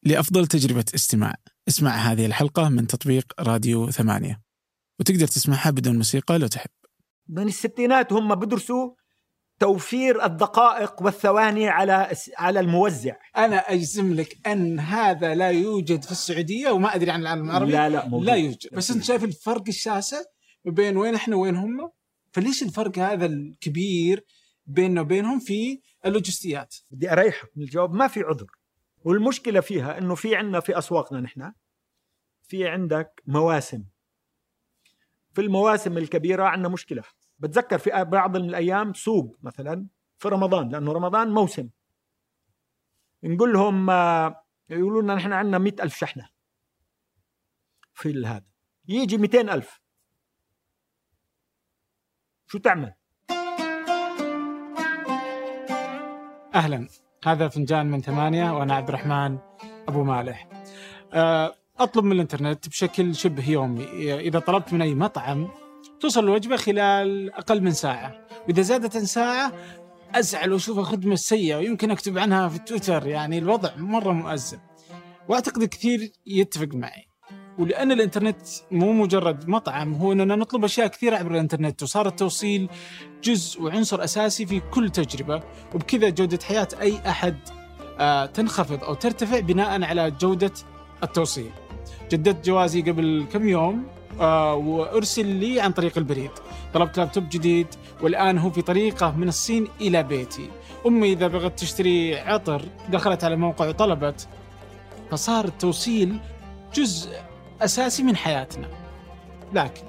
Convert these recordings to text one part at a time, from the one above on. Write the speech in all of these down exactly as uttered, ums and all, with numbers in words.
لأفضل تجربة استماع. اسمع هذه الحلقة من تطبيق راديو ثمانية، وتقدر تسمعها بدون موسيقى لو تحب. من الستينات هم بدرسوا توفير الدقائق والثواني على على الموزع. أنا أجزم لك أن هذا لا يوجد في السعودية، وما أدري عن العالم العربي. لا لا موجود. لا يوجد. بس أنت شايف الفرق الشاسع بين وين إحنا وين هم؟ فليش الفرق هذا الكبير بيننا وبينهم في اللوجستيات؟ بدي أريحك من الجواب، ما في عذر. والمشكلة فيها إنه في عندنا في أسواقنا نحن في عندك مواسم. في المواسم الكبيرة عندنا مشكلة. بتذكر في بعض من الأيام سوق مثلا في رمضان، لأنه رمضان موسم، نقول لهم يقولوا لنا نحن عندنا مئة ألف شحنة في هذا، يجي مئتين ألف، شو تعمل؟ أهلا، هذا فنجان من ثمانية وأنا عبد الرحمن أبو مالح. أطلب من الإنترنت بشكل شبه يومي. إذا طلبت من أي مطعم توصل الوجبة خلال أقل من ساعة، وإذا زادت عن ساعة أزعل وأشوفها خدمة سيئة، ويمكن أكتب عنها في تويتر. يعني الوضع مرة مؤزم، وأعتقد كثير يتفق معي. ولأن الإنترنت مو مجرد مطعم، هو أننا نطلب أشياء كثيرة عبر الإنترنت، وصار التوصيل جزء وعنصر أساسي في كل تجربة. وبكذا جودة حياة أي أحد آه تنخفض أو ترتفع بناء على جودة التوصيل. جددت جوازي قبل كم يوم آه وأرسل لي عن طريق البريد. طلبت لابتوب جديد والآن هو في طريقه من الصين إلى بيتي. أمي إذا بغت تشتري عطر دخلت على موقع وطلبت. فصار التوصيل جزء أساسي من حياتنا. لكن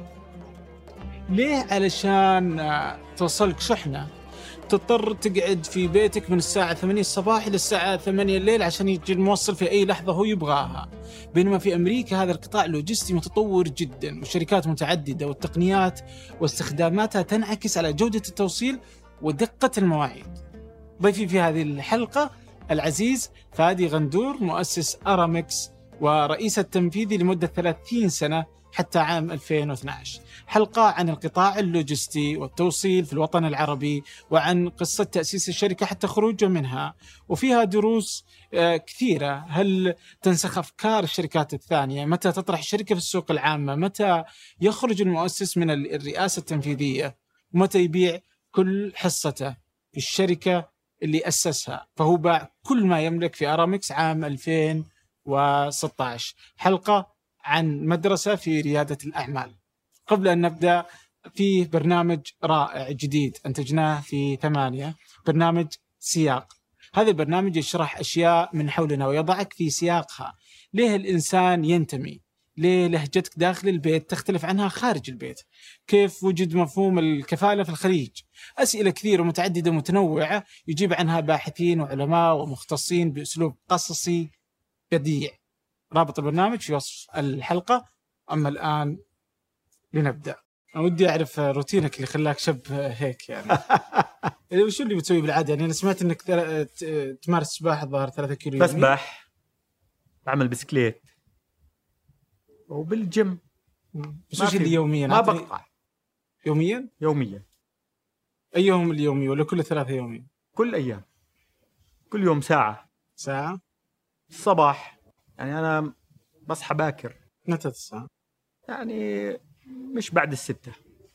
ليه؟ علشان توصلك شحنة تضطر تقعد في بيتك من الساعة ثمانية الصباح إلى الساعة ثمانية الليل عشان يجي الموصل في أي لحظة هو يبغاها. بينما في أمريكا هذا القطاع اللوجستي متطور جدا، والشركات متعددة، والتقنيات واستخداماتها تنعكس على جودة التوصيل ودقة المواعيد. ضيفي في هذه الحلقة العزيز فادي غندور، مؤسس أرامكس ورئيس التنفيذي لمدة ثلاثين سنة حتى عام ألفين واثني عشر. حلقة عن القطاع اللوجستي والتوصيل في الوطن العربي، وعن قصة تأسيس الشركة حتى خروجه منها، وفيها دروس كثيرة. هل تنسخ أفكار الشركات الثانية؟ متى تطرح الشركة في السوق العامة؟ متى يخرج المؤسس من الرئاسة التنفيذية؟ ومتى يبيع كل حصته في الشركة اللي أسسها؟ فهو باع كل ما يملك في أرامكس عام ألفين وستة عشر. حلقة عن مدرسة في ريادة الأعمال. قبل أن نبدأ، فيه برنامج رائع جديد أنتجناه في ثمانية، برنامج سياق. هذا البرنامج يشرح أشياء من حولنا ويضعك في سياقها. ليه الإنسان ينتمي؟ ليه لهجتك داخل البيت تختلف عنها خارج البيت؟ كيف وجد مفهوم الكفالة في الخليج؟ أسئلة كثيرة ومتعددة ومتنوعة يجيب عنها باحثين وعلماء ومختصين بأسلوب قصصي بديع. رابط البرنامج في وصف الحلقة. أما الآن لنبدأ. أنا ودي أعرف روتينك اللي خلاك شب هيك يعني. وشو اللي بتسوي بالعادة؟ يعني أنا سمعت إنك تمارس سباحة الظاهر ثلاثة كيلو. بسبح، بعمل بسكليت، وبالجيم. بس وش اللي يوميا؟ ما بقطع. يوميا؟ يوميا. أي يوم اليومي ولا كل ثلاثة يومي؟ كل أيام، كل يوم ساعة ساعة الصباح. يعني أنا بصحى باكر. متى الساعة؟ يعني مش بعد الستة،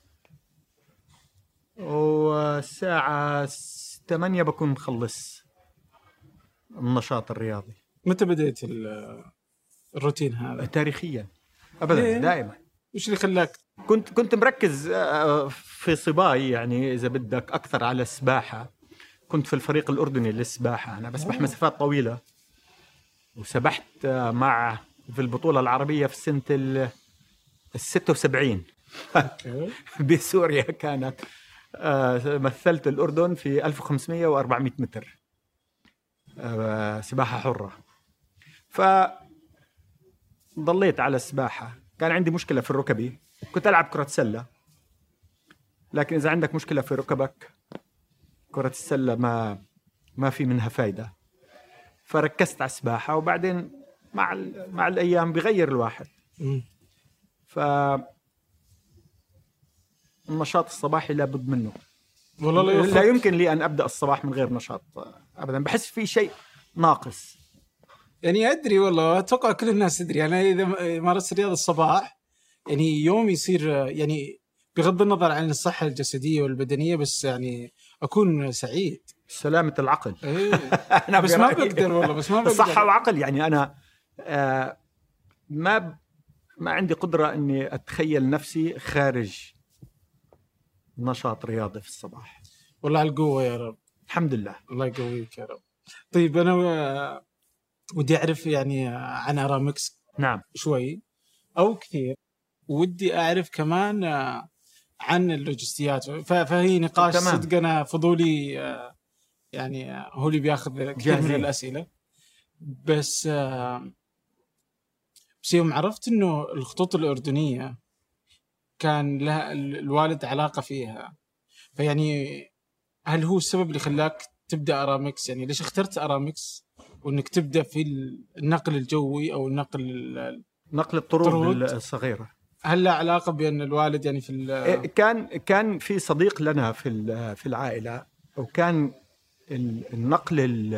والساعة ثمانية بكون مخلص النشاط الرياضي. متى بديت الروتين هذا؟ تاريخيا أبدا. ليه؟ دائما. وش اللي خلاك؟ كنت كنت مركز في صباي، يعني إذا بدك أكثر على السباحة. كنت في الفريق الأردني للسباحة، أنا بسبح مسافات طويلة، وسبحت مع في البطولة العربية في سنة الستة وسبعين بسوريا كانت. مثلت الأردن في ألف وخمسمية وأربعمية متر سباحة حرة. فضليت على السباحة. كان عندي مشكلة في ركبي، كنت ألعب كرة سلة، لكن إذا عندك مشكلة في ركبك كرة السلة ما ما في منها فايدة. فركزت على السباحة، وبعدين مع مع الأيام بغير الواحد. ف النشاط الصباحي لابد منه. والله لا يمكن لي أن أبدأ الصباح من غير نشاط أبدا. بحس في شيء ناقص. يعني أدري والله، أتوقع كل الناس تدري. أنا إذا مارست رياضة الصباح يعني يوم يصير يعني بغض النظر عن الصحة الجسدية والبدنية، بس يعني أكون سعيد. سلامة العقل. إيه. أنا بس ما بقدر والله، بس ما بقدر. صحة وعقل يعني أنا آه ما ب... ما عندي قدرة إني أتخيل نفسي خارج نشاط رياضي في الصباح. والله على القوة يا رب. الحمد لله. الله يقويك يا رب. طيب أنا و... ودي أعرف يعني عن أرامكس. نعم. شوي أو كثير. ودي أعرف كمان عن اللوجستيات، فهي نقاش صدق أنا فضولي، يعني هو اللي بياخذ كثير من الأسئلة. بس بس يوم عرفت إنه الخطوط الأردنية كان لها الوالد علاقة فيها، فيعني هل هو السبب اللي خلاك تبدأ أرامكس؟ يعني ليش اخترت أرامكس وإنك تبدأ في النقل الجوي أو النقل نقل الطرود الصغيرة؟ هل له علاقة بأن الوالد يعني في كان كان في صديق لنا في في العائلة، وكان النقل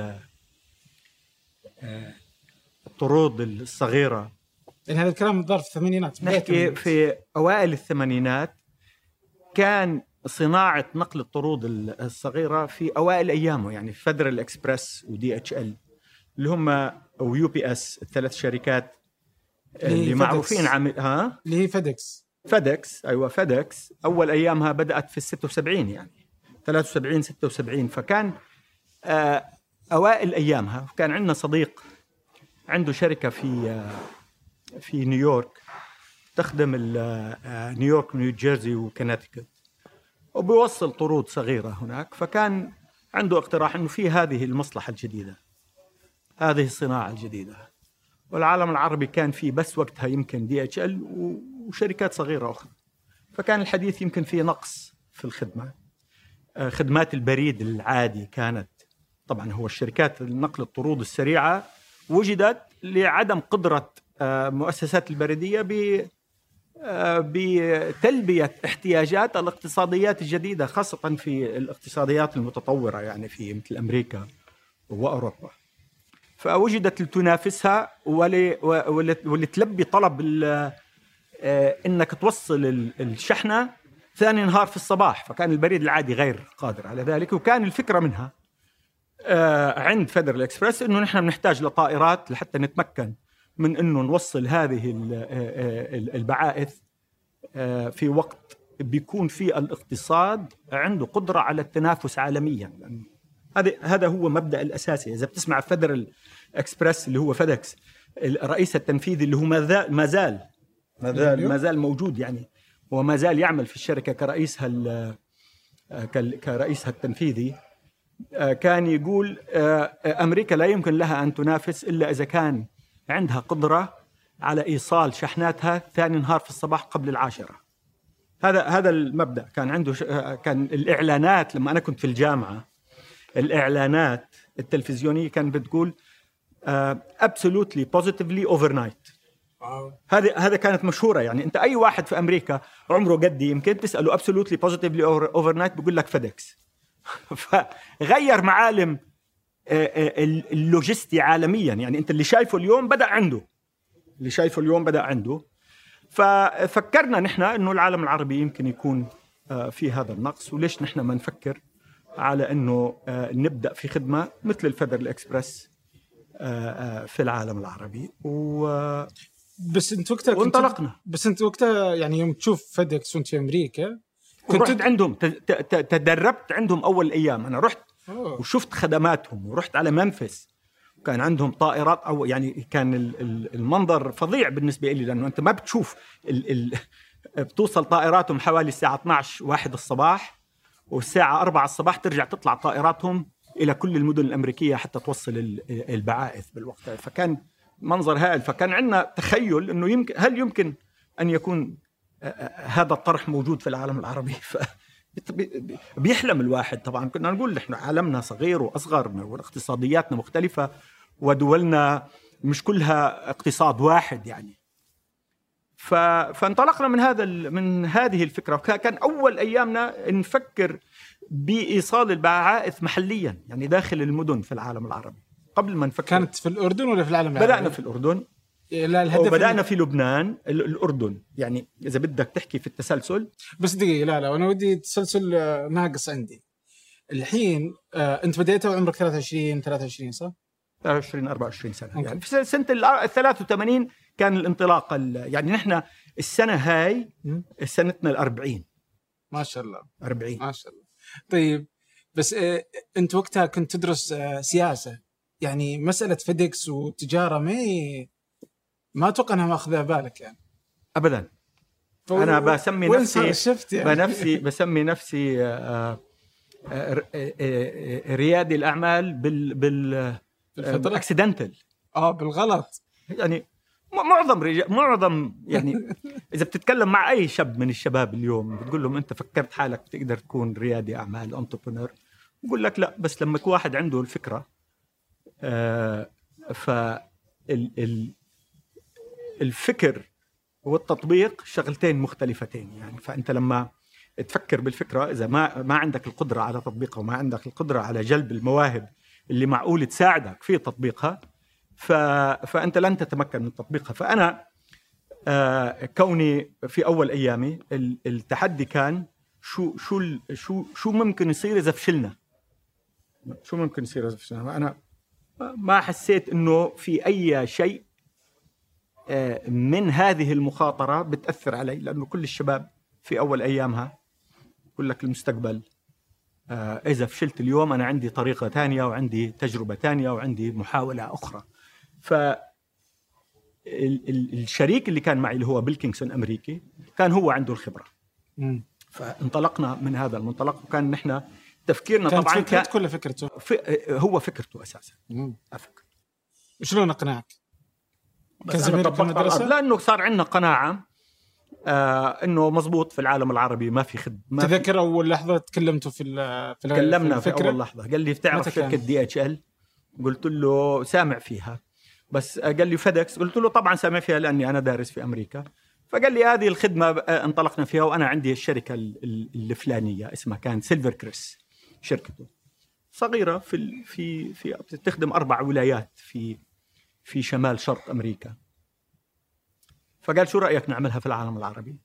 الطرود الصغيرة، يعني هذا الكلام ظرف في الثمانينات، نحكي في أوائل الثمانينات، كان صناعة نقل الطرود الصغيرة في أوائل أيامه، يعني فيدرال إكسبرس ودي اتش ال اللي هم أو يو بي اس، الثلاث شركات اللي معروفين عامل ها اللي هي فيدكس. فيدكس أيوة فيدكس. أول أيامها بدأت في الستة وسبعين، يعني ثلاثة وسبعين ستة وسبعين، فكان آه أوائل أيامها. كان عندنا صديق عنده شركة في آه في نيويورك تخدم آه نيويورك ونيو جيرسي وكونتيكت، وبيوصل طرود صغيرة هناك. فكان عنده اقتراح إنه في هذه المصلحة الجديدة، هذه الصناعة الجديدة، والعالم العربي كان فيه بس وقتها يمكن دي اتش ال وشركات صغيرة أخرى. فكان الحديث يمكن فيه نقص في الخدمة. خدمات البريد العادي كانت طبعا، هو الشركات النقل الطرود السريعة وجدت لعدم قدرة مؤسسات البريدية بتلبية احتياجات الاقتصاديات الجديدة، خاصة في الاقتصاديات المتطورة يعني في مثل أمريكا وأوروبا. فوجدت لتنافسها واللي تلبي طلب انك توصل الشحنة ثاني نهار في الصباح. فكان البريد العادي غير قادر على ذلك. وكان الفكرة منها عند فيدرال إكسبرس انه نحن بنحتاج لطائرات لحتى نتمكن من انه نوصل هذه البعائث في وقت بيكون في الاقتصاد عنده قدرة على التنافس عالميا. هذا هذا هو مبدأ الأساسي. إذا بتسمع فيدرال إكسبرس اللي هو فيدكس، الرئيس التنفيذي اللي هو ما زال ما زال موجود، يعني هو ما زال يعمل في الشركة كرئيسها كرئيسها التنفيذي، كان يقول أمريكا لا يمكن لها أن تنافس إلا إذا كان عندها قدرة على إيصال شحناتها ثاني نهار في الصباح قبل العاشرة. هذا هذا المبدأ كان عنده. كان الإعلانات لما أنا كنت في الجامعة، الإعلانات التلفزيونية كان بتقول uh, absolutely positively overnight. هذا هذا كانت مشهورة. يعني أنت أي واحد في أمريكا عمره قدي يمكن تسأله absolutely positively overnight بيقول لك فيدكس. فغير معالم اللوجستي عالميا. يعني أنت اللي شايفه اليوم بدأ عنده اللي شايفه اليوم بدأ عنده. ففكرنا نحن إنه العالم العربي يمكن يكون في هذا النقص، وليش نحن ما نفكر على أنه نبدأ في خدمة مثل الفيدرال إكسبرس في العالم العربي. و بس أنت وقتها وانطلقنا. بس أنت وقتها يعني يوم تشوف فيدكس وأنت في أمريكا كنت رحت عندهم، تدربت عندهم أول أيام. أنا رحت أوه. وشفت خدماتهم، ورحت على منفس وكان عندهم طائرات، أو يعني كان المنظر فظيع بالنسبة لي، لأنه أنت ما بتشوف ال ال بتوصل طائراتهم حوالي الساعة اثنعش واحد الصباح، والساعة أربعة الصباح ترجع تطلع طائراتهم إلى كل المدن الأمريكية حتى توصل البعائث بالوقت. فكان منظر هائل. فكان عندنا تخيل إنه يمكن هل يمكن أن يكون هذا الطرح موجود في العالم العربي. بيحلم الواحد. طبعا كنا نقول نحن عالمنا صغير وأصغر واقتصادياتنا مختلفة ودولنا مش كلها اقتصاد واحد يعني. فانطلقنا من هذا من هذه الفكرة. كان أول أيامنا نفكر بإيصال البعائث محليا، يعني داخل المدن في العالم العربي. قبل ما نفكر. كانت في الأردن ولا في العالم العربي؟ بدأنا في الأردن، لا الهدف وبدأنا في لبنان، الأردن. يعني إذا بدك تحكي في التسلسل. بس دقيقة، لا لا أنا ودي تسلسل ناقص عندي. الحين آه، أنت بديتها وعمرك ثلاثة وعشرين ثلاثة وعشرين صح؟ ثلاثة وعشرين أربعة وعشرين سنة. ممكن. يعني في سنة ال ثلاثة وثمانين كان الانطلاق، يعني نحن السنة هاي سنتنا الأربعين. ما شاء الله. أربعين. ما شاء الله. طيب بس آه، أنت وقتها كنت تدرس آه، سياسة، يعني مسألة فيديكس وتجارة ما ما أتوقع أنها ماخذها بالك يعني. أبدا. أنا بسمي نفسي يعني. بنفسي بسمي نفسي آه ريادي الأعمال بال بال أكسيدنتال. آه بالغلط. يعني معظم رجال معظم يعني إذا بتتكلم مع أي شاب من الشباب اليوم بتقول لهم أنت فكرت حالك بتقدر تكون ريادي أعمال أنتربرنور، بقول لك لا، بس لما يكون واحد عنده الفكرة آه فال ال الفكر والتطبيق شغلتين مختلفتين. يعني فأنت لما تفكر بالفكرة إذا ما ما عندك القدرة على تطبيقها وما عندك القدرة على جلب المواهب اللي معقول تساعدك في تطبيقها، ف... فأنت لن تتمكن من تطبيقها. فأنا آه كوني في أول أيامي التحدي كان شو شو شو شو ممكن يصير إذا فشلنا، شو ممكن يصير إذا فشلنا. أنا ما حسيت إنه في أي شيء آه من هذه المخاطرة بتأثر علي، لأنه كل الشباب في أول أيامها يقول لك المستقبل آه إذا فشلت اليوم أنا عندي طريقة تانية وعندي تجربة تانية وعندي محاولة أخرى. فالشريك اللي كان معي اللي هو بيل كينغسون أمريكي كان هو عنده الخبرة. م. فانطلقنا من هذا المنطلق، وكان نحن تفكيرنا طبعا كان فكرة كل فكرته هو فكرته أساسا. أفكر شلون أقنعك كزميلك في المدرسة؟ لأنه صار عندنا قناعة آه انه مزبوط في العالم العربي ما في خدمه. تذكر اول لحظه تكلمتوا في في تكلمنا في, في اول لحظه، قال لي بتعرف شركه دي اتش ال؟ قلت له سامع فيها، بس قال لي فيدكس؟ قلت له طبعا سامع فيها لاني انا دارس في امريكا. فقال لي هذه الخدمه انطلقنا فيها، وانا عندي الشركه الفلانيه اسمها كان سيلفر كريس، شركته صغيره في في في بتخدم اربع ولايات في في شمال شرق امريكا. فقال شو رأيك نعملها في العالم العربي؟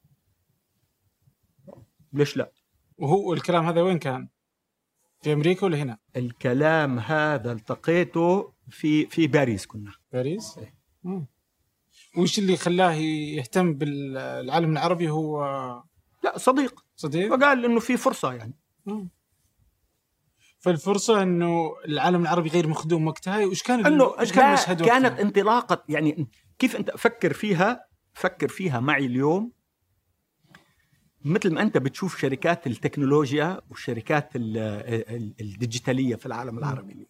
ليش لا؟ وهو الكلام هذا وين كان؟ في أمريكا ولا هنا؟ الكلام هذا التقيته في في باريس. كنا باريس؟ إيه؟ وش اللي خلاه يهتم بالعالم العربي؟ هو لا صديق صديق وقال إنه في فرصة يعني. مم. فالفرصة إنه العالم العربي غير مخدوم وقتها. وش كان إنه وش كان مشهد كانت وقتها؟ انطلاقة يعني كيف أنت فكر فيها فكر فيها معي اليوم، مثل ما أنت بتشوف شركات التكنولوجيا والشركات الديجيتالية في العالم العربي،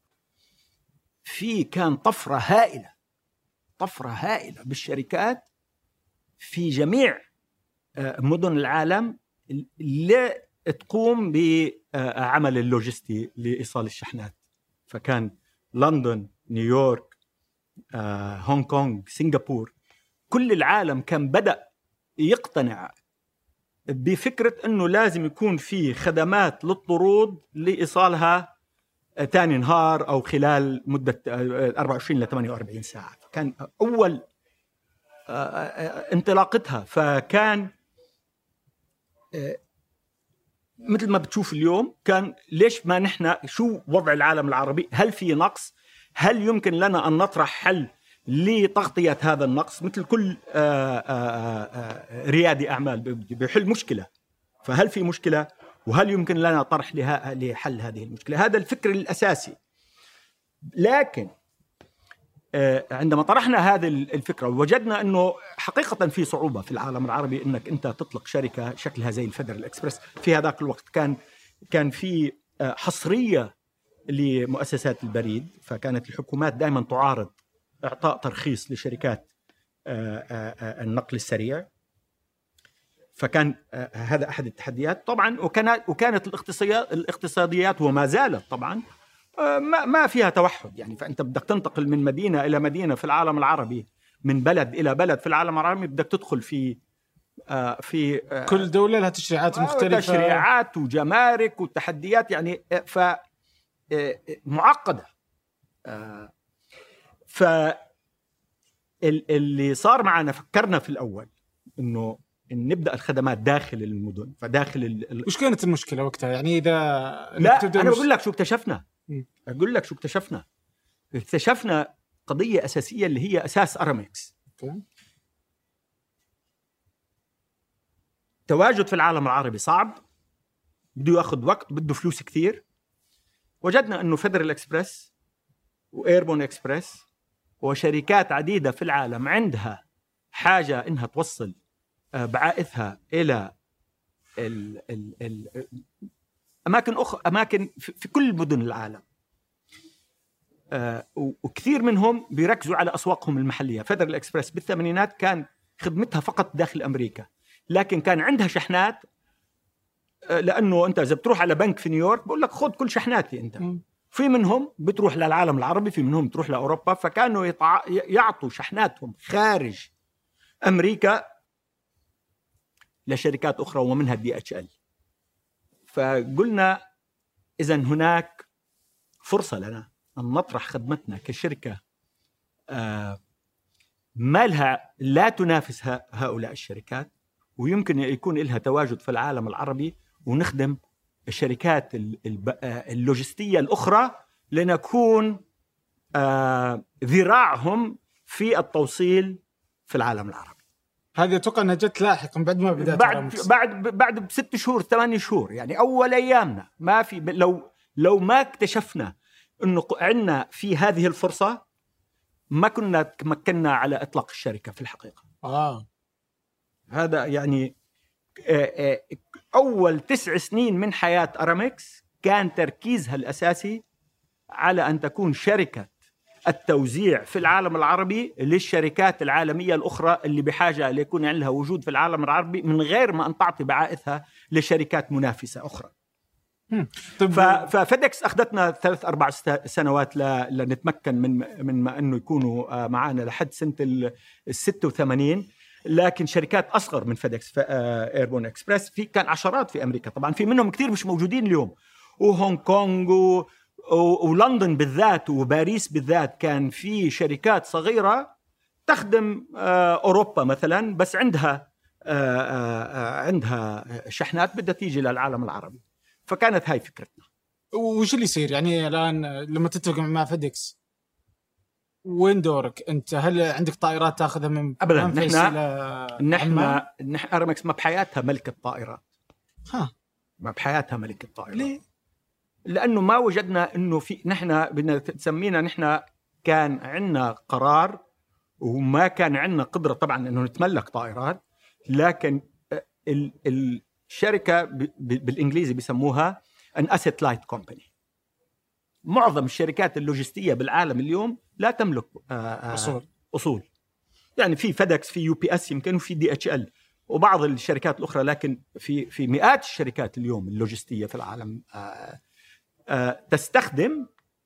في كان طفرة هائلة طفرة هائلة بالشركات في جميع مدن العالم اللي تقوم بعمل اللوجستي لإيصال الشحنات. فكان لندن، نيويورك، هونغ كونغ، سنغافورة، كل العالم كان بدأ يقتنع بفكرة أنه لازم يكون في خدمات للطرود لإيصالها تاني نهار أو خلال مدة أربعة وعشرين إلى ثمانية وأربعين ساعة. كان أول انطلاقتها. فكان مثل ما بتشوف اليوم كان ليش ما نحن شو وضع العالم العربي؟ هل في نقص؟ هل يمكن لنا أن نطرح حل لتغطية هذا النقص؟ مثل كل آآ آآ ريادي أعمال بيحل مشكلة، فهل في مشكلة وهل يمكن لنا طرح لها لحل هذه المشكلة؟ هذا الفكر الأساسي. لكن عندما طرحنا هذه الفكرة وجدنا أنه حقيقة في صعوبة في العالم العربي أنك أنت تطلق شركة شكلها زي الفيدرال إكسبرس. في هذاك الوقت كان كان في حصرية لمؤسسات البريد، فكانت الحكومات دائما تعارض إعطاء ترخيص لشركات النقل السريع. فكان هذا أحد التحديات طبعا. وكانت وكانت الاقتصاديات وما زالت طبعا ما ما فيها توحد يعني. فأنت بدك تنتقل من مدينة إلى مدينة في العالم العربي، من بلد إلى بلد في العالم العربي، بدك تدخل في في كل دولة لها تشريعات مختلفة، تشريعات وجمارك وتحديات يعني ف معقدة. آه ف اللي صار معنا، فكرنا في الأول إنه إن نبدأ الخدمات داخل المدن، فداخل ال... وش كانت المشكلة وقتها؟ يعني إذا لا أنا بقول لك شو اكتشفنا م. أقول لك شو اكتشفنا اكتشفنا قضية أساسية اللي هي أساس أرامكس. تواجد في العالم العربي صعب، بده ياخذ وقت، بده فلوس كثير. وجدنا إنه فيدرال إكسبرس وإيربون إكسبرس وشركات عديدة في العالم عندها حاجة إنها توصل بعائثها إلى ال ال ال أماكن أخرى، أماكن في كل مدن العالم، وكثير منهم بيركزوا على أسواقهم المحلية. فيدرال إكسبرس بالثمانينات كان خدمتها فقط داخل أمريكا، لكن كان عندها شحنات، لأنه أنت إذا بتروح على بنك في نيويورك بقول لك خذ كل شحناتي أنت. في منهم بتروح للعالم العربي، في منهم بتروح لأوروبا، فكانوا يطع... يعطوا شحناتهم خارج أمريكا لشركات أخرى ومنها دي اتش ال. فقلنا إذن هناك فرصة لنا أن نطرح خدمتنا كشركة آه ما لها لا تنافس هؤلاء الشركات، ويمكن يكون لها تواجد في العالم العربي، ونخدم الشركات اللوجستية الأخرى لنكون آه ذراعهم في التوصيل في العالم العربي. هذه أتوقع أنها جت لاحقا بعد ما بدأت بعد بعد بعد بست شهور ثمانية شهور، يعني أول أيامنا ما في. لو لو ما اكتشفنا إنه عندنا في هذه الفرصة ما كنا تمكنا على إطلاق الشركة في الحقيقة. آه. هذا يعني أول تسع سنين من حياة أرامكس كان تركيزها الأساسي على أن تكون شركة التوزيع في العالم العربي للشركات العالمية الأخرى اللي بحاجة ليكون عندها وجود في العالم العربي، من غير ما أن تعطي بعائثها لشركات منافسة أخرى. طيب ففيدكس أخذتنا ثلاث أربع سنوات لنتمكن من من ما أنه يكونوا معنا لحد سنة الستة وثمانين، لكن شركات أصغر من فيدكس إيربون إكسبرس في كان عشرات في أمريكا طبعا، في منهم كتير مش موجودين اليوم، وهونغ كونغ ولندن بالذات وباريس بالذات كان في شركات صغيرة تخدم أوروبا مثلا، بس عندها عندها شحنات بدها تيجي للعالم العربي. فكانت هاي فكرتنا. وش اللي يصير يعني الآن لما تتفق مع فيدكس؟ وين دورك أنت؟ هل عندك طائرات تأخذها من أبدا؟ نحن نحن نحن أرامكس ما بحياتها ملكة طائرات. ها ما بحياتها ملكة طائرات. ليه؟ لأنه ما وجدنا إنه في، نحن بدنا تسمينا، نحن كان عندنا قرار وما كان عندنا قدرة طبعا إنه نتملك طائرات، لكن ال الشركة بالإنجليزي بيسموها an asset light company. معظم الشركات اللوجستية بالعالم اليوم لا تملك أصول. أصول يعني في فيدكس، في يو بي اس يمكن، وفي دي اتش ال وبعض الشركات الأخرى، لكن في في مئات الشركات اليوم اللوجستية في العالم آآ آآ تستخدم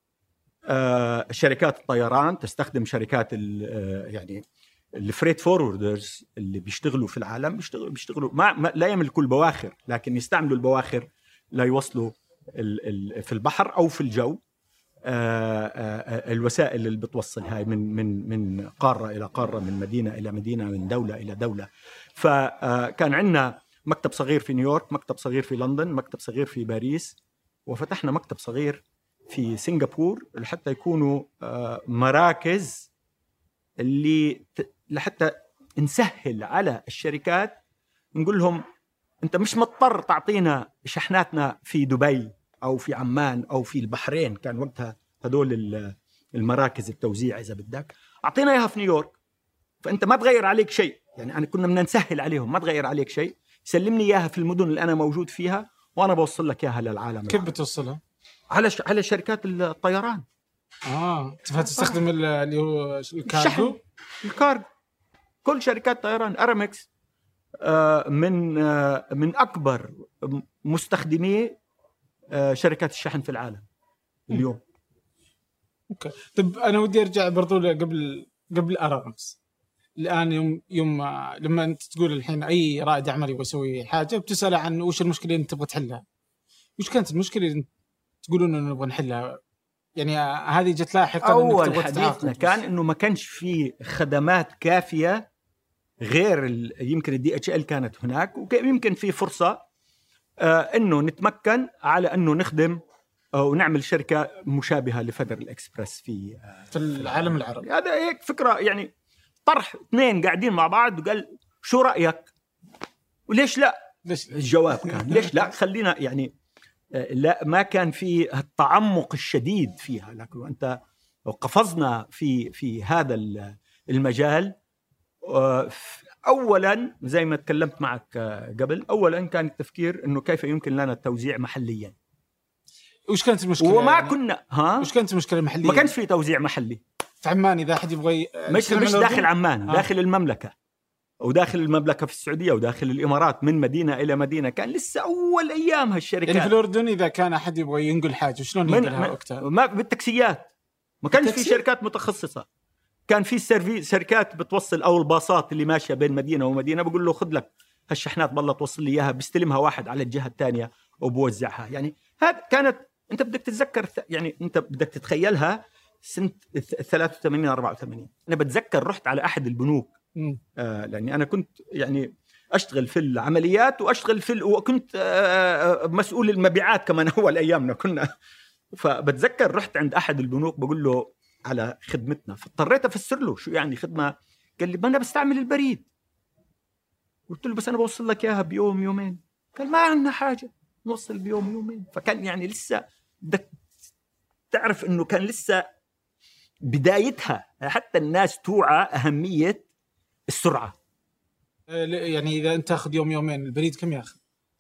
آآ شركات الطيران، تستخدم شركات يعني الفريت فوروردرز اللي بيشتغلوا في العالم، بيشتغلوا بيشتغلوا ما, ما لا يملكوا البواخر، لكن يستعملوا البواخر لا يوصلوا ال ال في البحر أو في الجو آآ آآ الوسائل اللي بتوصل هاي من من من قارة إلى قارة، من مدينة إلى مدينة، من دولة إلى دولة. فكان عندنا مكتب صغير في نيويورك، مكتب صغير في لندن، مكتب صغير في باريس، وفتحنا مكتب صغير في سنغافورة لحتى يكونوا مراكز اللي لحتى نسهل على الشركات، نقول لهم أنت مش مضطر تعطينا شحناتنا في دبي أو في عمان أو في البحرين، كان وقتها هدول المراكز التوزيع إذا بدك، أعطينا إياها في نيويورك، فأنت ما تغير عليك شيء. يعني أنا كنا بدنا نسهل عليهم، ما تغير عليك شيء، سلمني إياها في المدن اللي أنا موجود فيها وأنا بوصل لك إياها للعالم. كيف بتوصلها؟ على ش... على شركات الطيران. آه تستخدم اللي هو الكارغو. الكارغو كل شركات طيران. أرامكس آه من آه من أكبر مستخدمي آه شركات الشحن في العالم اليوم. اوكي طيب انا ودي ارجع برضو قبل قبل أرامكس. الان يوم يوم لما انت تقول الحين اي رائد اعمال يبغى يسوي حاجه بتساله عن وش المشكله اللي انت تبغى تحلها، وش كانت المشكله اللي تقولون انه نبغى نحلها يعني هذه جت لاحقا. أول حديثنا كان إنه ما كانش في خدمات كافية غير يمكن الدي اتش ال كانت هناك، ويمكن في فرصة آه إنه نتمكن على إنه نخدم أو نعمل شركة مشابهة لفيدرال إكسبرس في آه في العالم العربي. هذا هيك فكرة، يعني طرح اثنين قاعدين مع بعض وقال شو رأيك وليش لا. ليش الجواب كان ليش لا، خلينا يعني لا، ما كان في التعمق الشديد فيها. لكن أنت لو قفزنا في في هذا المجال، أولا زي ما تكلمت معك قبل، أولا كان التفكير إنه كيف يمكن لنا التوزيع محليا. وش كانت المشكلة؟ وما يعني كنا ها وش كانت المشكلة المحلية؟ ما كانش في توزيع محلي في عمان. إذا أحد يبغى مش مش داخل عمان، داخل المملكة وداخل المملكة في السعودية وداخل الإمارات، من مدينة إلى مدينة. كان لسه أول أيام هالشركات. يعني في الأردن إذا كان أحد يبغى ينقل حاجة شلون ينقلها وقتها؟ ما بالتاكسيات، ما كانش في شركات متخصصة. كان في سيرفيس شركات بتوصل، أو الباصات اللي ماشية بين مدينة ومدينة بقول له خذ لك هالشحنات بالله توصل لي إياها، بيستلمها واحد على الجهة الثانية وبوزعها. يعني هذا كانت، أنت بدك تتذكر، يعني أنت بدك تتخيلها سنة ثلاثة وثمانين أربعة وثمانين. أنا بتذكر رحت على أحد البنوك آه لأني أنا كنت يعني أشتغل في العمليات وأشتغل في ال... وكنت آه مسؤول المبيعات كمان أول أيامنا كنا. فبتذكر رحت عند أحد البنوك بقول له على خدمتنا، فاضطريت أفسر له شو يعني خدمة. قال لي ما أنا بستعمل البريد. قلت له بس أنا بوصل لك إياها بيوم يومين. قال ما عندنا حاجة نوصل بيوم يومين. فكان يعني لسه بدك تعرف إنه كان لسه بدايتها، حتى الناس توعى أهمية السرعة. يعني إذا أنت تأخذ يوم يومين، البريد كم يأخذ؟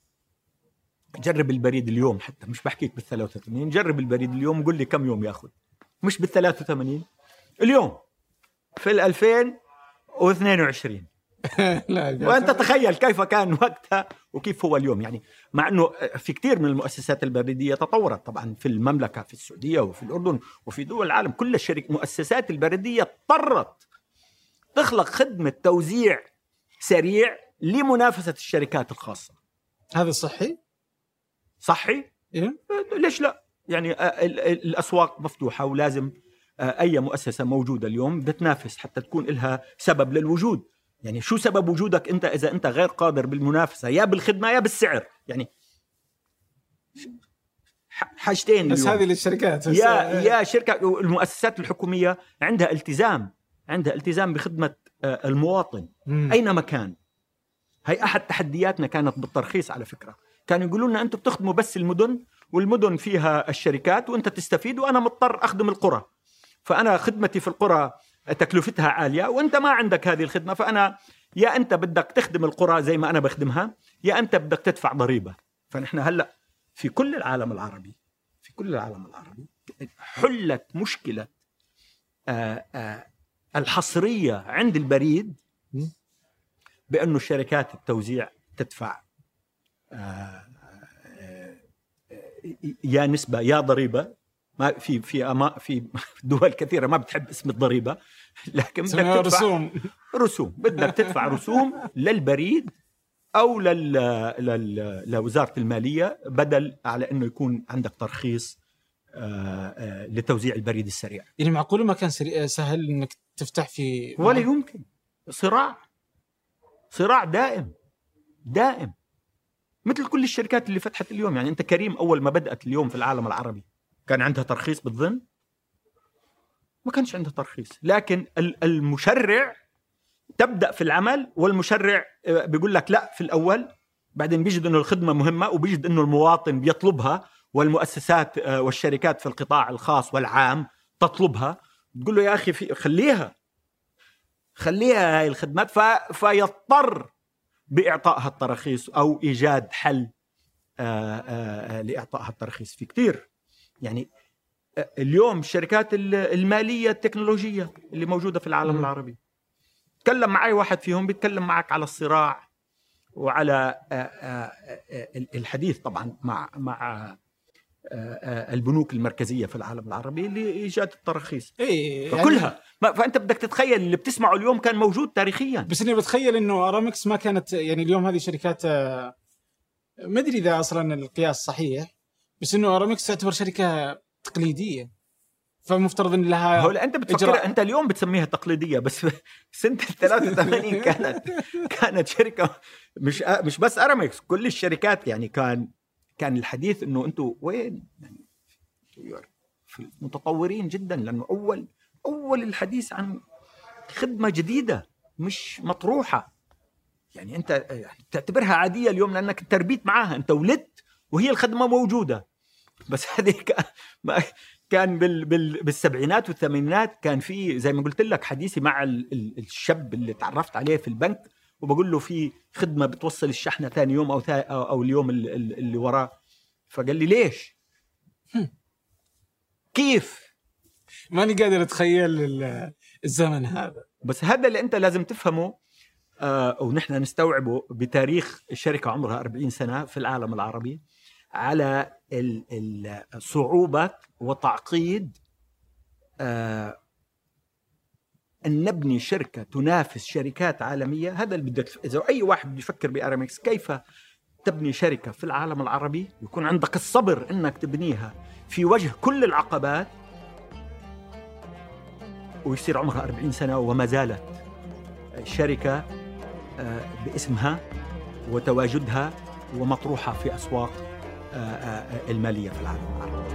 جرب البريد اليوم، حتى مش بحكيك بالثلاثة وثمانين، جرب البريد اليوم قل لي كم يوم يأخذ. مش بالثلاثة وثمانين، اليوم في الألفين واثنين وعشرين. لا وأنت تخيل كيف كان وقتها وكيف هو اليوم. يعني مع أنه في كتير من المؤسسات البريدية تطورت طبعا في المملكة، في السعودية وفي الأردن وفي دول العالم. كل الشركات مؤسسات البريدية اضطرت تخلق خدمة توزيع سريع لمنافسة الشركات الخاصة. هذا صحي؟ صحي؟ إيه؟ ليش لا؟ يعني الأسواق مفتوحة، ولازم أي مؤسسة موجودة اليوم بتنافس حتى تكون لها سبب للوجود. يعني شو سبب وجودك أنت إذا أنت غير قادر بالمنافسة، يا بالخدمة يا بالسعر؟ يعني حاجتين. بس هذه للشركات. يا يا شركة. المؤسسات الحكومية عندها التزام، عندها التزام بخدمة المواطن مم. أينما كان. هي أحد تحدياتنا كانت بالترخيص على فكرة. كانوا يقولون لنا أنتم بتخدموا بس المدن، والمدن فيها الشركات وأنت تستفيد، وأنا مضطر أخدم القرى. فأنا خدمتي في القرى تكلفتها عالية وأنت ما عندك هذه الخدمة، فأنا يا أنت بدك تخدم القرى زي ما أنا بخدمها، يا أنت بدك تدفع ضريبة. فنحن هلأ في كل العالم العربي، في كل العالم العربي حلت مشكلة آآ آآ الحصرية عند البريد، بأنه الشركات التوزيع تدفع آآ آآ يا نسبة يا ضريبة. ما في في أما في دول كثيرة ما بتحب اسم الضريبة، لكن بدك تدفع رسوم رسوم بدك تدفع رسوم للبريد أو لل لل لوزارة المالية، بدل على إنه يكون عندك ترخيص لتوزيع البريد السريع. يعني معقول ما كان سهل إنك تفتح في ولا يمكن. صراع صراع دائم دائم مثل كل الشركات اللي فتحت اليوم. يعني أنت كريم أول ما بدأت اليوم في العالم العربي كان عندها ترخيص بالظن؟ ما كانش عندها ترخيص. لكن المشرع تبدأ في العمل، والمشرع بيقول لك لا في الأول، بعدين بيجد أنه الخدمة مهمة وبيجد أنه المواطن بيطلبها، والمؤسسات والشركات في القطاع الخاص والعام تطلبها. تقول له يا أخي في خليها خليها هاي الخدمات، فيضطر بإعطائها الترخيص أو إيجاد حل لإعطائها الترخيص. في كتير يعني اليوم الشركات المالية التكنولوجية اللي موجودة في العالم العربي، تكلم معي واحد فيهم بيتكلم معك على الصراع وعلى الحديث طبعا مع مع البنوك المركزية في العالم العربي لإيجاد الترخيص. إيه فكلها يعني فأنت بدك تتخيل اللي بتسمعه اليوم كان موجود تاريخيا. بس أنا بتخيل إنه أرامكس ما كانت، يعني اليوم هذه شركات ما أدري إذا أصلا القياس صحيح، بس إنه أرامكس تعتبر شركة تقليدية. فمفترض ان لها هو انت بتفكر انت اليوم بتسميها تقليديه، بس سنه ثلاثة وثمانين كانت كانت شركه مش مش بس ارامكس، كل الشركات يعني كان كان الحديث انه انتم وين يعني متطورين جدا، لانه اول اول الحديث عن خدمه جديده مش مطروحه. يعني انت تعتبرها عاديه اليوم لانك تربيت معاها، انت ولدت وهي الخدمه موجوده. بس هذه كان بال بال بالسبعينات والثمانينات كان في زي ما قلت لك حديثي مع الشاب اللي تعرفت عليه في البنك، وبقول له في خدمه بتوصل الشحنه ثاني يوم او او اليوم اللي وراه. فقال لي ليش؟ كيف؟ ماني قادر اتخيل الزمن هذا. بس هذا اللي انت لازم تفهمه آه ونحن نستوعبه بتاريخ الشركه عمرها أربعين سنه في العالم العربي، على الصعوبة وتعقيد آه أن نبني شركة تنافس شركات عالمية. هذا اللي بدك، إذا أي واحد بده يفكر بأرامكس كيف تبني شركة في العالم العربي يكون عندك الصبر أنك تبنيها في وجه كل العقبات، ويصير عمرها أربعين سنة وما زالت شركة آه باسمها وتواجدها ومطروحة في أسواق المالية في العالم العربي.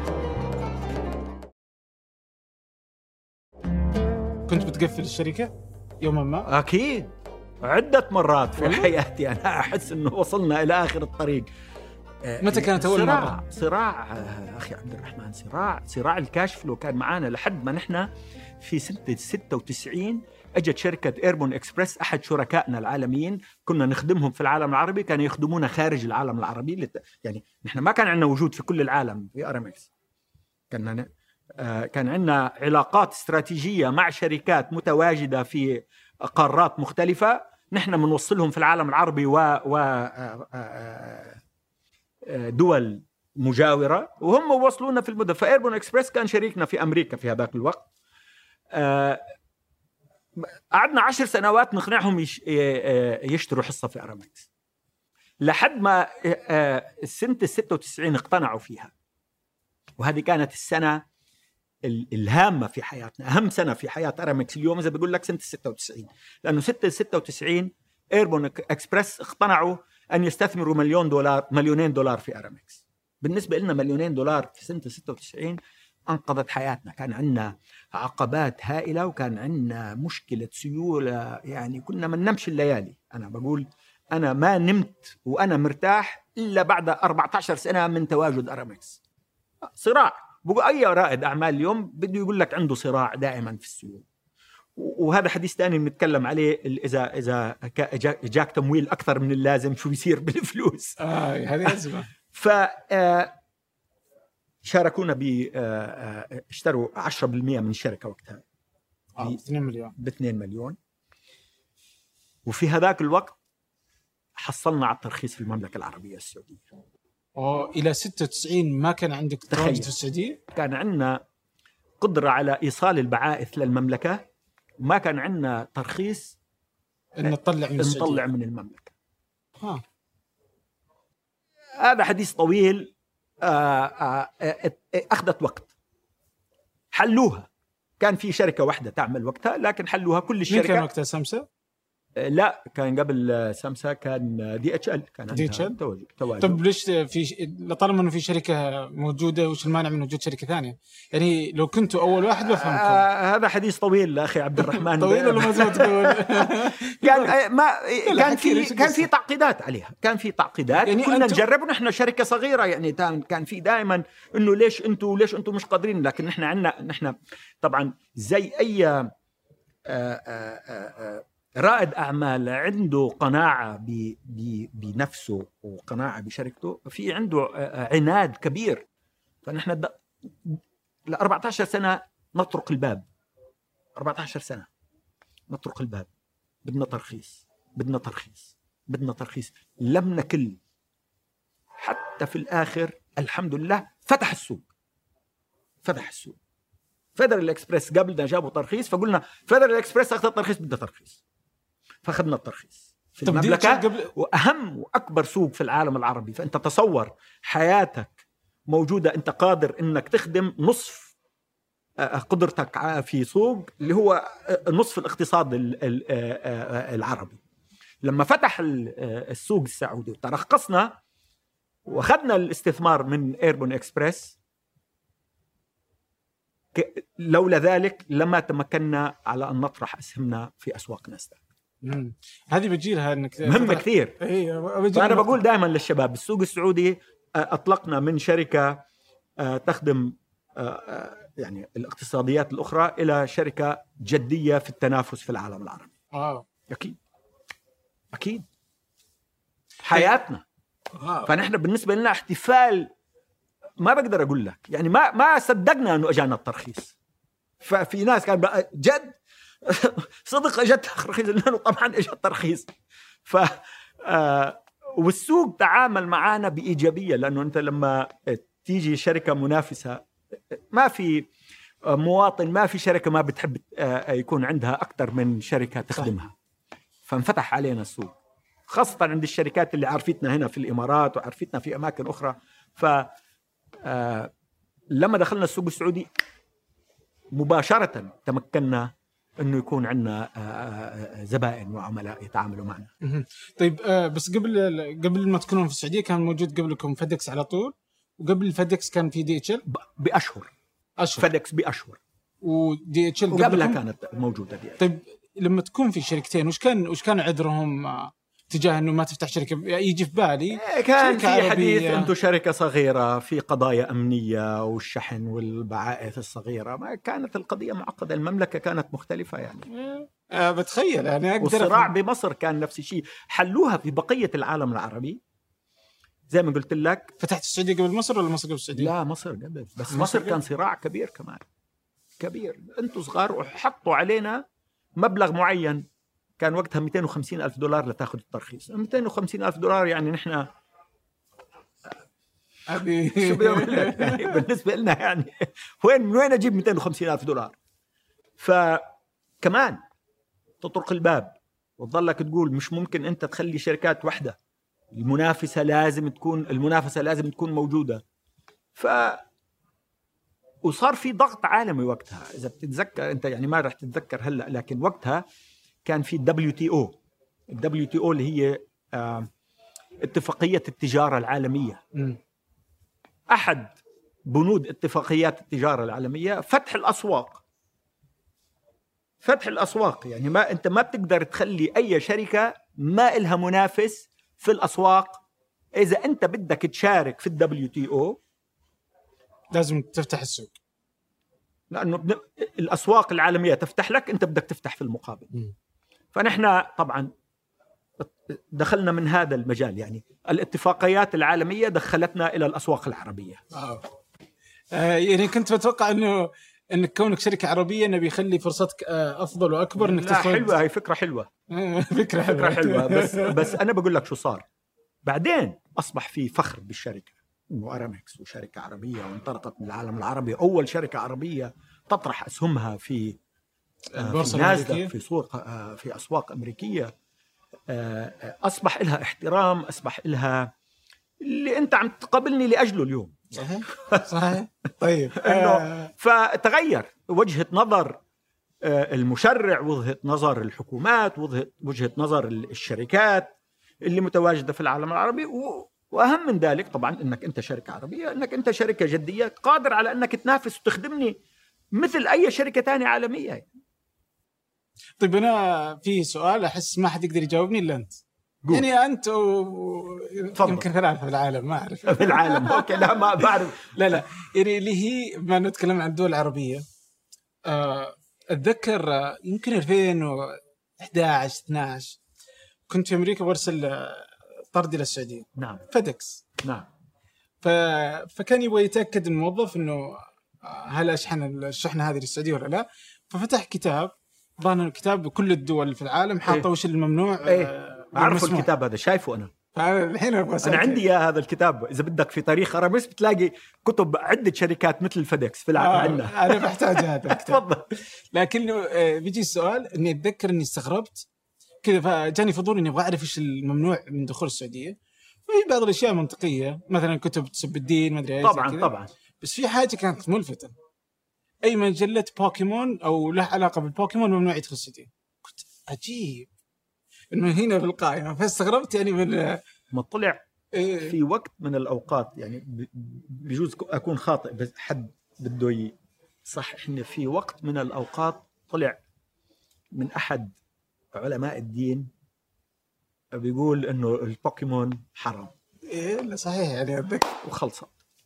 كنت بتقفل الشركة يوما ما؟ أكيد عدة مرات في حياتي أنا أحس أنه وصلنا إلى آخر الطريق. متى كانت أول صراع مرة؟ صراع أخي عبد الرحمن، صراع صراع الكاش فلو كان معانا لحد ما نحن في سنة ستة وتسعين اجت شركة ايربون اكسبرس، احد شركائنا العالميين كنا نخدمهم في العالم العربي، كانوا يخدمونا خارج العالم العربي لت... يعني نحن ما كان عندنا وجود في كل العالم في ارامكس، كان آه كان عندنا علاقات استراتيجية مع شركات متواجدة في قارات مختلفة، نحن بنوصلهم في العالم العربي و, و... آه آه دول مجاورة، وهم وصلونا في المدن. فايربون اكسبرس كان شريكنا في امريكا في هذاك الوقت. آه قعدنا عشر سنوات نقنعهم يش... يشتروا حصة في أرامكس، لحد ما سنة الستة وتسعين اقتنعوا فيها. وهذه كانت السنة الهامة في حياتنا، أهم سنة في حياة أرامكس اليوم إذا بقول لك سنة الستة وتسعين، لأنه ستة ستة وتسعين ايربون اكسبرس اقتنعوا أن يستثمروا مليون دولار مليونين دولار في أرامكس. بالنسبة لنا مليونين دولار في سنة ستة وتسعين أنقذت حياتنا. كان عندنا عقبات هائلة وكان عندنا مشكلة سيولة، يعني كنا ما ننامش الليالي. أنا بقول أنا ما نمت وأنا مرتاح إلا بعد أربعة عشر سنة من تواجد أرامكس. صراع، بقول أي رائد أعمال اليوم بده يقول لك عنده صراع دائما في السيولة. وهذا حديث تاني بنتكلم عليه، إذا إذا جاك تمويل أكثر من اللازم شو بيصير بالفلوس. آه هذه أزمة. ف شاركونا ب اشتروا عشرة بالمئة من الشركة وقتها ب اثنين مليون ب اثنين مليون. وفي هذاك الوقت حصلنا على الترخيص في المملكة العربية السعودية. أو إلى ستة وتسعين ما كان عندك تواجد في السعودية؟ كان عندنا قدرة على إيصال البعائث للمملكة، وما كان عندنا ترخيص إن نطلع من السعودية. نطلع من المملكة. ها. هذا حديث طويل. آآ آآ أخذت وقت، حلوها. كان في شركة واحدة تعمل وقتها لكن حلوها كل الشركة. مين كان وقتها؟ سامسا؟ لا كان قبل سامسا كان دي اتش ال، كان دي اتش ال تواجد. تواجد. طب ليش في طالما انه في شركه موجوده وش المانع من وجود شركه ثانيه؟ يعني لو كنتوا اول واحد بفهمكم. آه هذا حديث طويل اخي عبد الرحمن. طويل ولا ما زلت تقول؟ كان ما كان في كان في تعقيدات عليها، كان في تعقيدات يعني كنا نجرب. نحن شركه صغيره يعني كان في دائما انه ليش انتم ليش انتم مش قادرين، لكن نحن عندنا نحن طبعا زي اي آآ آآ آآ رائد أعمال عنده قناعة بنفسه وقناعة بشركته، في عنده عناد كبير. فنحن ل أربعة عشر سنة نطرق الباب، أربعة عشر سنة نطرق الباب، بدنا ترخيص بدنا ترخيص بدنا ترخيص، لم نكل. حتى في الآخر الحمد لله فتح السوق فتح السوق فيدرال اكسبرس قبلنا جابوا ترخيص، فقلنا فيدرال اكسبرس أخذ ترخيص بدنا ترخيص، فأخذنا الترخيص في المملكة قبل... وأهم وأكبر سوق في العالم العربي. فأنت تصور حياتك موجودة، أنت قادر أنك تخدم نصف قدرتك في سوق اللي هو نصف الاقتصاد العربي. لما فتح السوق السعودي وترخصنا واخذنا الاستثمار من ايربون اكسبرس، لولا ذلك لما تمكنا على ان نطرح اسهمنا في اسواق ناسداك. هذه بتجي لها انك مهمه كثير. ايوه فانا بقول دائما للشباب السوق السعودي اطلقنا من شركه تخدم يعني الاقتصاديات الاخرى الى شركه جديه في التنافس في العالم العربي. اه اكيد اكيد حياتنا. آه. فنحن بالنسبه لنا احتفال ما بقدر اقول لك، يعني ما ما صدقنا انه اجانا الترخيص. ففي ناس كان بقى جد صدق اجت ترخيص، لانه طبعا اجى الترخيص. ف آه والسوق تعامل معنا بايجابيه، لانه انت لما تيجي شركه منافسه ما في مواطن، ما في شركه ما بتحب يكون عندها اكثر من شركه تخدمها. فانفتح علينا السوق، خاصه عند الشركات اللي عرفتنا هنا في الامارات وعرفتنا في اماكن اخرى. ف لما دخلنا السوق السعودي مباشره تمكنا انه يكون عندنا زبائن وعملاء يتعاملوا معنا. طيب بس قبل قبل ما تكونون في السعوديه كان موجود قبلكم فيدكس على طول، وقبل الفيدكس كان في دي اتش ال باشهر. اشهر فيدكس باشهر، ودي اتش ال وقبلها كانت موجوده دي. طيب لما تكون في شركتين وش كان وش كان عذرهم تجاه انه ما تفتح شركه؟ يجي في بالي كان في حديث انتم شركه صغيره في قضايا امنيه والشحن والبعائث الصغيره، ما كانت القضيه معقده. المملكه كانت مختلفه يعني. أه بتخيل يعني اقدر. والصراع بمصر كان نفس الشيء، حلوها في بقيه العالم العربي زي ما قلت لك. فتحت السعوديه قبل مصر ولا مصر قبل السعوديه؟ لا مصر قبل، بس مصر, مصر كان صراع كبير كمان كبير. انتم صغار وحطوا علينا مبلغ معين، كان وقتها مئتين وخمسين ألف دولار لتاخذ الترخيص. مئتين وخمسين ألف دولار يعني نحن أبي شو بيقول لك يعني بالنسبة لنا يعني وين من وين أجيب مئتين وخمسين ألف دولار؟ فكمان تطرق الباب وتظلك تقول مش ممكن أنت تخلي شركات واحدة، المنافسة لازم تكون المنافسة لازم تكون موجودة. ف وصار في ضغط عالمي وقتها، إذا بتتذكر أنت يعني ما رح تتذكر هلأ، لكن وقتها كان في الدبليو تي او. الدبليو تي او اللي هي آه اتفاقية التجارة العالمية. م. أحد بنود اتفاقيات التجارة العالمية فتح الأسواق. فتح الأسواق يعني ما أنت ما بتقدر تخلي أي شركة ما إلها منافس في الأسواق. إذا أنت بدك تشارك في الدبليو تي او لازم تفتح السوق، لأنه الأسواق العالمية تفتح لك، أنت بدك تفتح في المقابل. م. فنحن طبعا دخلنا من هذا المجال، يعني الاتفاقيات العالمية دخلتنا إلى الأسواق العربية. آه. آه يعني كنت بتوقع أنه أنك كونك شركة عربية أنه بيخلي فرصتك أفضل وأكبر أنك تاخذ. حلوة هي فكرة حلوة. فكرة حلوة. فكرة حلوة بس بس أنا بقول لك شو صار بعدين. أصبح في فخر بالشركة إنه أرامكس وشركة عربية وانطلقت من العالم العربي، أول شركة عربية تطرح أسهمها في البورصة في ناسداك في سوق في أسواق أمريكية. أصبح لها احترام، أصبح لها اللي أنت عم تقابلني لأجله اليوم. صحيح صحيح. طيب إنه فتغير وجهة نظر المشرع، وجهة نظر الحكومات، وجهة نظر الشركات اللي متواجدة في العالم العربي. وأهم من ذلك طبعا أنك أنت شركة عربية، أنك أنت شركة جدية قادر على أنك تنافس وتخدمني مثل أي شركة تانية عالمية. طيب أنا في سؤال أحس ما حد يقدر يجاوبني إلا أنت. قول. يعني أنت و... يمكن ثلاثة في العالم ما أعرف. في العالم أوكي لا ما بعرف. لا لا يعني اللي هي ما نتكلم عن الدول العربية. أه أتذكر يمكن ألفين وإحدى عشر اثنا عشر كنت في أمريكا برسل طرد إلى السعودية. نعم. فيدكس. نعم. ف... فكان يبغى يتأكد الموظف إنه هل أشحن الشحنة هذه للسعودية ولا لا. ففتح كتاب، ظن الكتاب بكل الدول في العالم حاطه إيه؟ وش الممنوع. إيه؟ أعرف الكتاب هذا، شايفه أنا. الحين أنا عندي يا هذا الكتاب، إذا بدك في تاريخ أرامكس بتلاقي كتب عدة شركات مثل الفيدكس في العالم. آه عندنا. أنا بحتاج هذا الكتاب. تفضل. لكنه بيجي السؤال إني أتذكر إني استغربت كذا، فجاني فضول إني أبغى أعرف إيش الممنوع من دخول السعودية. في بعض الأشياء منطقية مثلا كتب تسب الدين ما أدري إيش. طبعا طبعا. بس في حاجة كانت ملفتة، اي مجله بوكيمون او له علاقه بالبوكيمون ممنوع يدخل ستيم. قلت عجيب انه هنا في القائمه، فاستغربت يعني من ما طلع إيه. في وقت من الاوقات، يعني بيجوز اكون خاطئ بس حد بده يصححني، في وقت من الاوقات طلع من احد علماء الدين بيقول انه البوكيمون حرام. ايه لا صحيح يعني اتذكر وخلصت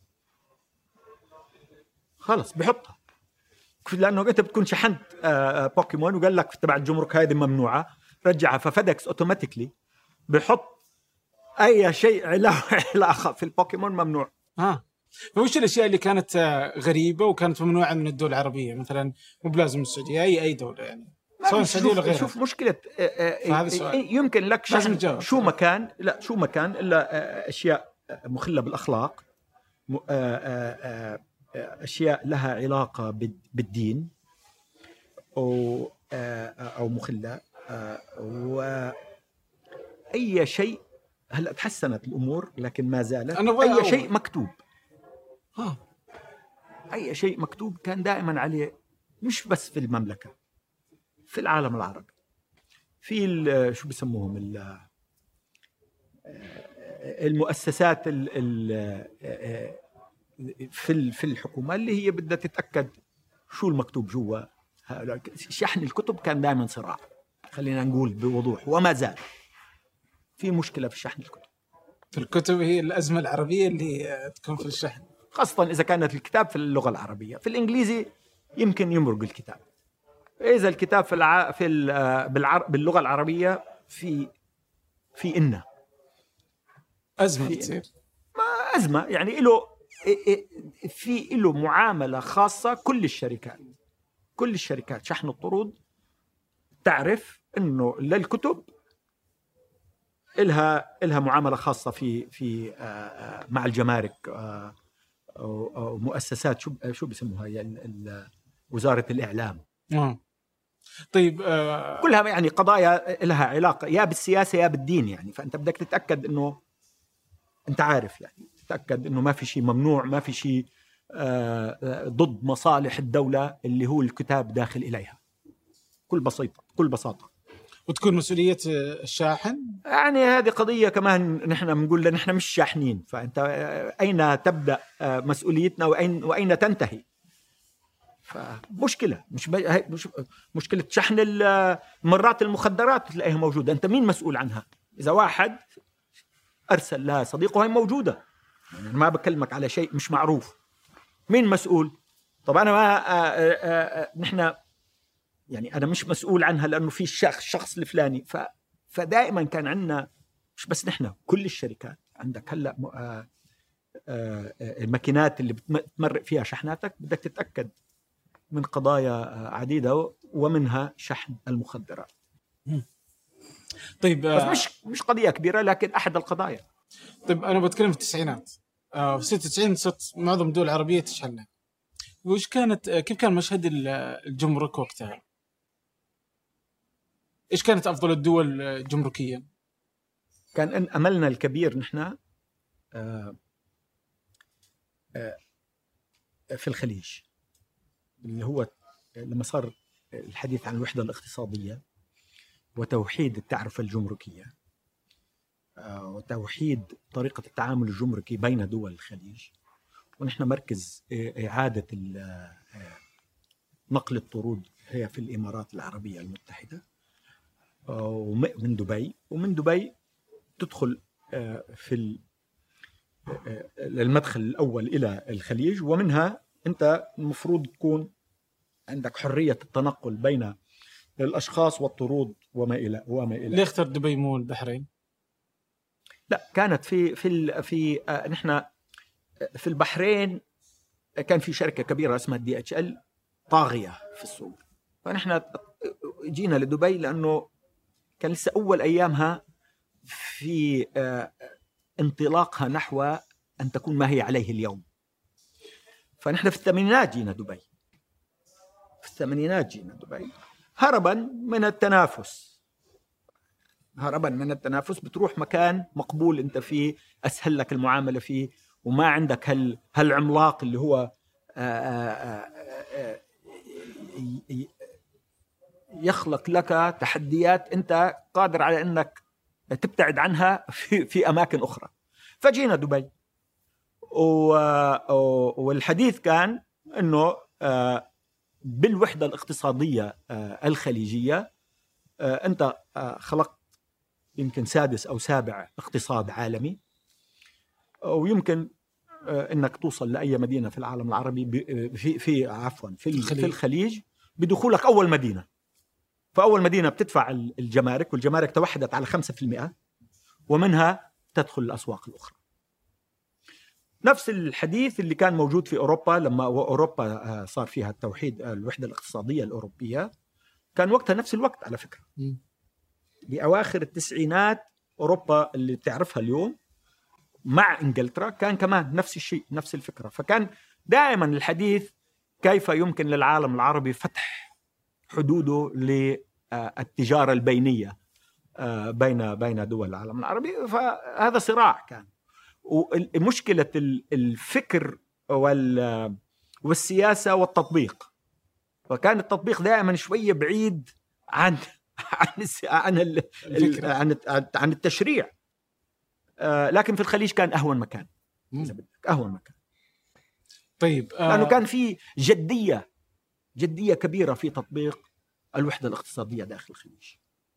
خلص بحطها، لانه انت بتكون شحنت بوكيمون وقال لك تبع الجمرك هذه ممنوعه، رجعها. ففدكس اوتوماتيكلي بحط اي شيء له علاقه في البوكيمون ممنوع. ها فوش الاشياء اللي كانت غريبه وكانت ممنوعه من الدول العربيه مثلا؟ مو بلازم السعوديه، اي اي دوله يعني سواء السعوديه ولا غيرها. شوف مشكله يمكن لك شحن شو مكان، لا شو مكان الا اشياء مخله بالاخلاق، اشياء لها علاقه بالدين او او مخله، واي شيء. هلا تحسنت الامور لكن ما زالت اي شيء مكتوب. ها اي شيء مكتوب كان دائما عليه، مش بس في المملكه، في العالم العربي، في شو بسموهم المؤسسات في في الحكومه اللي هي بدها تتاكد شو المكتوب جوا. شحن الكتب كان دائما صراع، خلينا نقول بوضوح، وما زال في مشكله في شحن الكتب. في الكتب هي الازمه العربيه اللي تكون في الشحن، خاصه اذا كانت الكتاب في اللغه العربيه. في الانجليزي يمكن يمرق الكتاب، اذا الكتاب في الع... في ال... بالعر... باللغه العربيه في في إنه ازمه تصير، ما ازمه يعني له في له معامله خاصه. كل الشركات كل الشركات شحن الطرود تعرف انه للكتب إلها إلها معاملة خاصة في في مع الجمارك أو مؤسسات شو شو بيسموها يعني وزارة الإعلام. آه. طيب آه. كلها يعني قضايا لها علاقة يا بالسياسة يا بالدين يعني. فأنت بدك تتأكد إنه أنت عارف يعني تتأكد إنه ما في شيء ممنوع، ما في شيء ضد مصالح الدولة اللي هو الكتاب داخل إليها. كل بسيطة كل بساطة. وتكون مسؤولية الشاحن يعني هذه قضية كمان نحن بنقول نحن مش شاحنين، فأنت أين تبدأ مسؤوليتنا وأين وأين تنتهي؟ فمشكلة مش, مش مشكلة شحن مرات المخدرات تلاقيها موجودة، أنت مين مسؤول عنها؟ إذا واحد أرسل لها صديقه هي موجودة، يعني ما بكلمك على شيء مش معروف، مين مسؤول؟ طب أنا ما نحن يعني أنا مش مسؤول عنها لأنه في شخص شخص الفلاني. ف فدائما كان عندنا مش بس نحن، كل الشركات عندك هلا الماكينات اللي بتمرق فيها شحناتك بدك تتأكد من قضايا عديدة ومنها شحن المخدرات. طيب بس مش مش قضية كبيرة لكن أحد القضايا. طيب أنا بتكلم في التسعينات، في ستة وتسعين صرت معظم الدول العربية تشحنها. وش كانت كيف كان مشهد الجمرك وقتها؟ إيش كانت أفضل الدول جمركيا؟ كان إن أملنا الكبير نحن آه آه في الخليج، اللي هو لما صار الحديث عن الوحدة الاقتصادية وتوحيد التعرفة الجمركية آه وتوحيد طريقة التعامل الجمركي بين دول الخليج، ونحن مركز إعادة نقل الطرود هي في الإمارات العربية المتحدة ومن دبي، ومن دبي تدخل في المدخل الأول إلى الخليج، ومنها أنت المفروض تكون عندك حرية التنقل بين الأشخاص والطرود وما إلى وما إلى. ليه اختار دبي مو البحرين؟ لا كانت في في في نحن في البحرين كان في شركة كبيرة اسمها دي اتش ال طاغية في السوق، فنحن جينا لدبي لأنه كان لسه أول أيامها في انطلاقها نحو أن تكون ما هي عليه اليوم. فنحن في الثمانينات جينا دبي، في الثمانينات جينا دبي هربا من التنافس، هربا من التنافس بتروح مكان مقبول أنت فيه، أسهل لك المعاملة فيه، وما عندك هال هالعملاق اللي هو آآ آآ يخلق لك تحديات أنت قادر على أنك تبتعد عنها في, في أماكن أخرى. فجينا دبي، والحديث كان أنه بالوحدة الاقتصادية الخليجية أنت خلقت يمكن سادس أو سابع اقتصاد عالمي، ويمكن انك توصل لاي مدينه في العالم العربي في في عفوا في الخليج, في الخليج بدخولك اول مدينه. فاول مدينه بتدفع الجمارك، والجمارك توحدت على خمسة بالمئة، ومنها تدخل الاسواق الاخرى. نفس الحديث اللي كان موجود في اوروبا لما اوروبا صار فيها التوحيد، الوحده الاقتصاديه الاوروبيه، كان وقتها نفس الوقت على فكره. باواخر التسعينات اوروبا اللي بتعرفها اليوم مع إنجلترا كان كمان نفس الشيء، نفس الفكرة. فكان دائما الحديث كيف يمكن للعالم العربي فتح حدوده للتجارة البينية بين بين دول العالم العربي. فهذا صراع كان، ومشكلة الفكر والسياسة والتطبيق. فكان التطبيق دائما شوية بعيد عن عن عن عن عن التشريع. آه لكن في الخليج كان أهون مكان، إذا بدك أهون مكان. طيب آه لأنه كان في جدية جدية كبيرة في تطبيق الوحدة الاقتصادية داخل الخليج.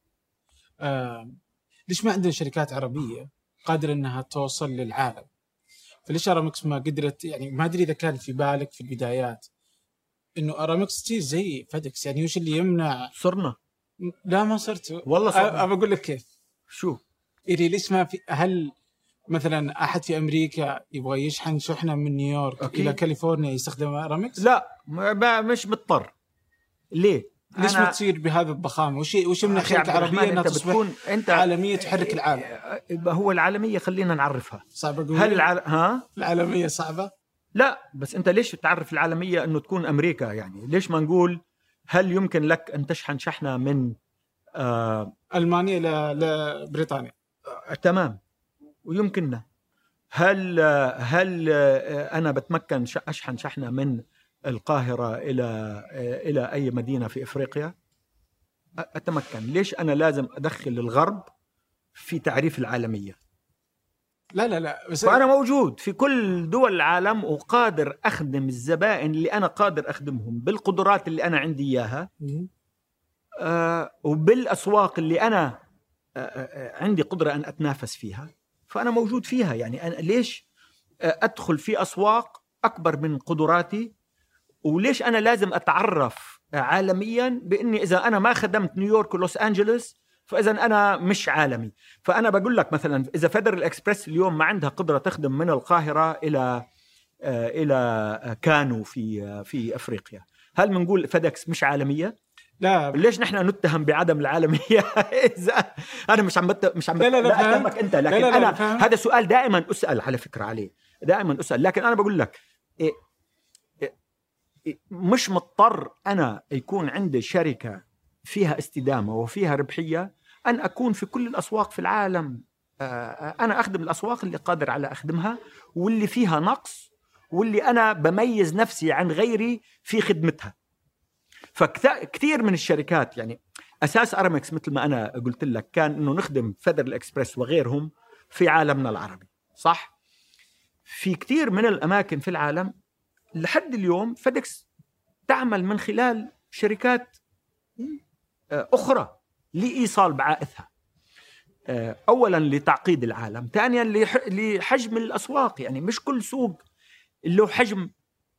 آه ليش ما عندنا شركات عربية قادرة أنها توصل للعالم؟ فليش أرامكس ما قدرت؟ يعني ما أدري إذا كان في بالك في البدايات إنه أرامكس تي زي فيديكس، يعني وش اللي يمنع؟ صرنا لا ما صرت والله صرنا. أبى أقول لك كيف. شو إيه ليش ما في؟ هل مثلا أحد في أمريكا يبغى يشحن شحنة من نيويورك أوكي. إلى كاليفورنيا يستخدم أرامكس؟ لا ما مش مضطر. ليه؟ ليش ما تصير بهذا الضخامة؟ وش وش من الشركة العربية أنها تصبح أنت عالمية تحرك العالم؟ هو العالمية خلينا نعرفها. صعبة أقول. هل العال... ها؟ العالمية صعبة؟ لا بس أنت ليش تعرف العالمية إنه تكون أمريكا؟ يعني ليش ما نقول هل يمكن لك أن تشحن شحنة من آه... ألمانيا ل... لبريطانيا؟ آه... تمام، ويمكننا. هل هل أنا بتمكن أشحن شحنة من القاهرة إلى إلى أي مدينة في إفريقيا؟ أتمكن. ليش أنا لازم أدخل الغرب في تعريف العالمية؟ لا لا لا بس فأنا موجود في كل دول العالم وقادر أخدم الزبائن اللي أنا قادر أخدمهم بالقدرات اللي أنا عندي إياها، آه وبالأسواق اللي أنا آه عندي قدرة أن أتنافس فيها. فأنا موجود فيها. يعني أنا ليش أدخل في أسواق أكبر من قدراتي؟ وليش أنا لازم أتعرف عالميا بإني إذا أنا ما خدمت نيويورك ولوس أنجلوس فإذا أنا مش عالمي؟ فأنا بقول لك مثلا إذا فيدرال إكسبرس اليوم ما عندها قدرة تخدم من القاهرة إلى إلى كانو في في أفريقيا، هل بنقول فيدكس مش عالمية؟ لا. ليش نحن نتهم بعدم العالمية؟ إذا أنا مش عم بت... مش عم بت... لا لا لا لا أتهمك أنت، لكن لا لا لا أنا هذا سؤال دائما أسأل على فكرة عليه، دائما أسأل. لكن أنا بقول لك إيه إيه مش مضطر أنا يكون عندي شركة فيها استدامة وفيها ربحية أن أكون في كل الأسواق في العالم. أنا أخدم الأسواق اللي قادر على أخدمها واللي فيها نقص واللي أنا بميز نفسي عن غيري في خدمتها. فكثير من الشركات، يعني أساس أرامكس مثل ما أنا قلت لك كان إنه نخدم فيدرال إكسبرس وغيرهم في عالمنا العربي، صح؟ في كثير من الأماكن في العالم لحد اليوم فيدكس تعمل من خلال شركات أخرى لإيصال بعائثها، أولا لتعقيد العالم، ثانيا لحجم الأسواق. يعني مش كل سوق له حجم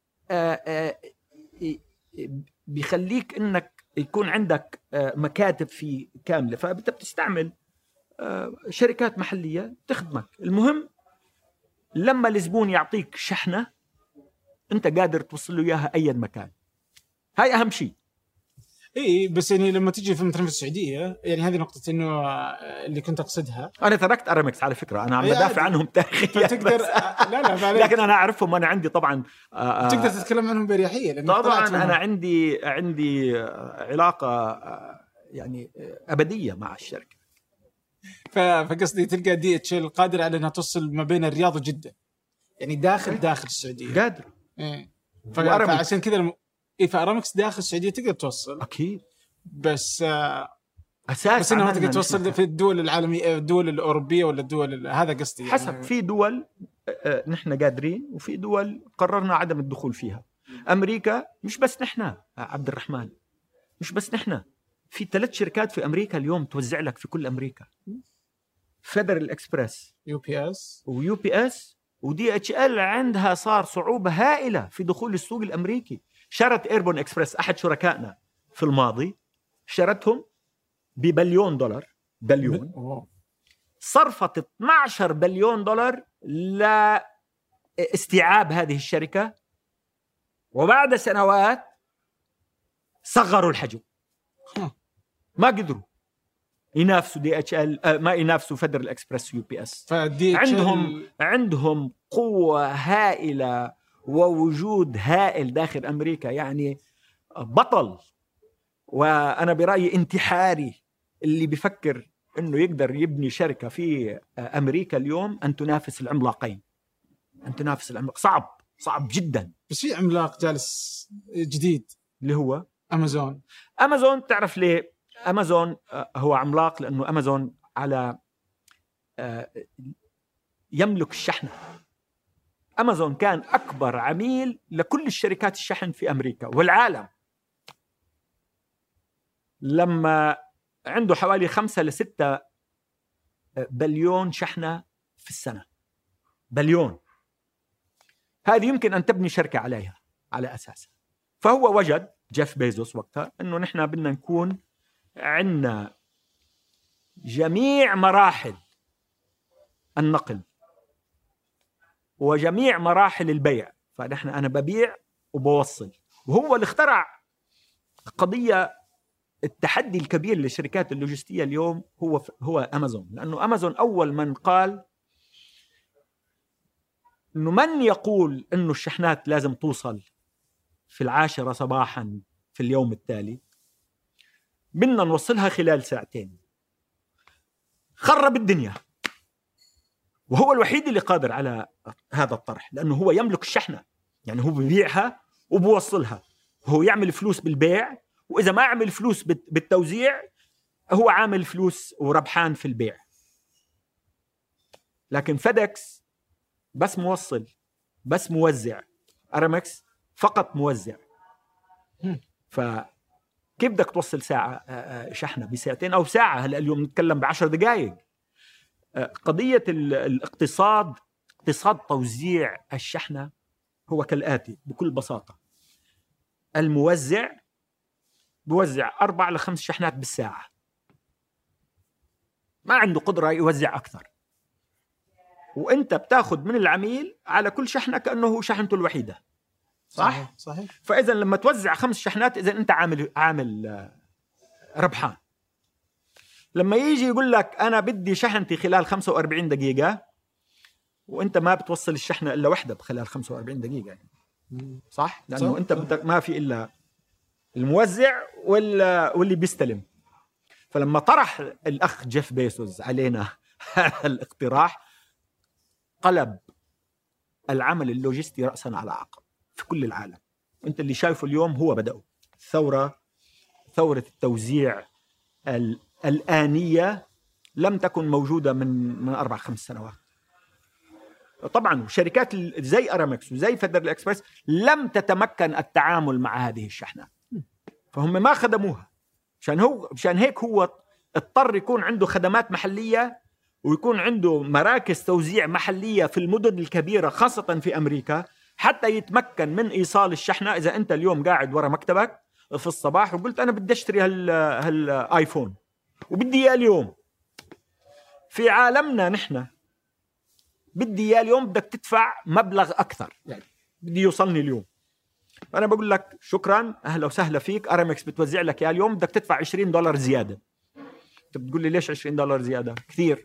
بيخليك إنك يكون عندك مكاتب في كاملة، فأنت بتستعمل شركات محلية تخدمك. المهم لما الزبون يعطيك شحنة أنت قادر توصل له إياها أي مكان، هاي أهم شيء. إيه بس يعني لما تيجي في مثلا في السعودية، يعني هذه نقطة إنه اللي كنت أقصدها. أنا تركت أرامكس على فكرة، أنا عم بدافع عنهم تاريخيا تقدر لا لا لكن أنا أعرفهم، أنا عندي طبعا تقدر تتكلم عنهم بريحية طبعا. أنا عندي عندي علاقة يعني أبدية مع الشركة. فقصدي تلقى دي اتش ال قادر على أنها توصل ما بين الرياض وجدة، يعني داخل داخل السعودية قادر. إيه. فعشان كذا الم... إيه فأرامكس داخل السعودية تقدر توصل اكيد، بس آه اساس بس انها تقدر توصل في الدول العالميه، الدول الاوروبيه ولا الدول هذا قصدي يعني. حسب، في دول نحن قادرين وفي دول قررنا عدم الدخول فيها. امريكا مش بس نحن عبد الرحمن، مش بس نحن، في ثلاث شركات في امريكا اليوم توزع لك في كل امريكا: فيدرال اكسبرس، يو بي اس ويو بي اس، ودي اتش ال. عندها صار صعوبه هائله في دخول السوق الامريكي. شرت ايربون اكسبرس احد شركائنا في الماضي، شرتهم ببليون دولار، بليون، صرفت اثنا عشر بليون دولار لاستيعاب هذه الشركة، وبعد سنوات صغروا الحجم، ما قدروا ينافسوا دي اتش ال، ما ينافسوا فيدرال اكسبرس يو بي اس. عندهم عندهم قوة هائلة ووجود هائل داخل أمريكا، يعني بطل. وأنا برأيي انتحاري اللي بيفكر إنه يقدر يبني شركة في أمريكا اليوم أن تنافس العملاقين، أن تنافس العملاق. صعب صعب جدا. بس في عملاق جالس جديد اللي هو أمازون. أمازون تعرف ليه؟ أمازون هو عملاق لأنه أمازون على يملك الشحن. أمازون كان أكبر عميل لكل الشركات الشحن في أمريكا والعالم، لما عنده حوالي خمسة لستة بليون شحنة في السنة. بليون، هذه يمكن أن تبني شركة عليها على أساسها. فهو وجد جيف بيزوس وقتها أنه نحن بدنا نكون عندنا جميع مراحل النقل وجميع مراحل البيع. فنحن أنا ببيع وبوصل، وهو اللي اخترع قضية التحدي الكبير للشركات اللوجستية اليوم هو هو أمازون. لأنه أمازون أول من قال إنه من يقول إنه الشحنات لازم توصل في العاشرة صباحا في اليوم التالي، بدنا نوصلها خلال ساعتين، خرب الدنيا. وهو الوحيد اللي قادر على هذا الطرح، لأنه هو يملك الشحنة، يعني هو بيبيعها وبوصلها، هو يعمل فلوس بالبيع، وإذا ما عمل فلوس بالتوزيع هو عامل فلوس وربحان في البيع. لكن فيدكس بس موصل، بس موزع. أرامكس فقط موزع. فكيف بدك توصل ساعة شحنة بساعتين أو ساعة؟ هلأ اليوم نتكلم بعشر دقائق. قضية الاقتصاد، اقتصاد توزيع الشحنة هو كالآتي بكل بساطة: الموزع بوزع أربع لخمس شحنات بالساعة، ما عنده قدرة يوزع أكثر، وأنت بتاخد من العميل على كل شحنة كأنه هو شحنته الوحيدة. صح؟ صحيح, صحيح. فإذا لما توزع خمس شحنات إذا أنت عامل عامل ربحان. لما يجي يقول لك أنا بدي شحنتي خلال خمسة وأربعين دقيقة، وأنت ما بتوصل الشحنة إلا واحدة بخلال خمسة وأربعين دقيقة، صح؟ لأنه صح. أنت بدك ما في إلا الموزع واللي بيستلم. فلما طرح الأخ جيف بيزوس علينا هذا الاقتراح، قلب العمل اللوجستي رأسا على عقب في كل العالم. أنت اللي شايفه اليوم هو بدأوا ثورة، ثورة التوزيع الآنية لم تكن موجودة من من أربع خمس سنوات. طبعا شركات زي أرامكس وزي فيدرال إكسبرس لم تتمكن التعامل مع هذه الشحنة، فهم ما خدموها. عشان هو عشان هيك هو اضطر يكون عنده خدمات محلية ويكون عنده مراكز توزيع محلية في المدن الكبيرة خاصة في أمريكا، حتى يتمكن من إيصال الشحنة. إذا أنت اليوم قاعد ورا مكتبك في الصباح وقلت أنا بدي أشتري هال هالآيفون وبدي إياه اليوم، في عالمنا نحن بدي إياه اليوم، بدك تدفع مبلغ أكثر، يعني بدي يوصلني اليوم. أنا بقول لك شكرا، أهلا وسهلا فيك، أرامكس بتوزع لك إياه اليوم، بدك تدفع عشرين دولار زيادة. أنت بتقول لي ليش عشرين دولار زيادة؟ كثير.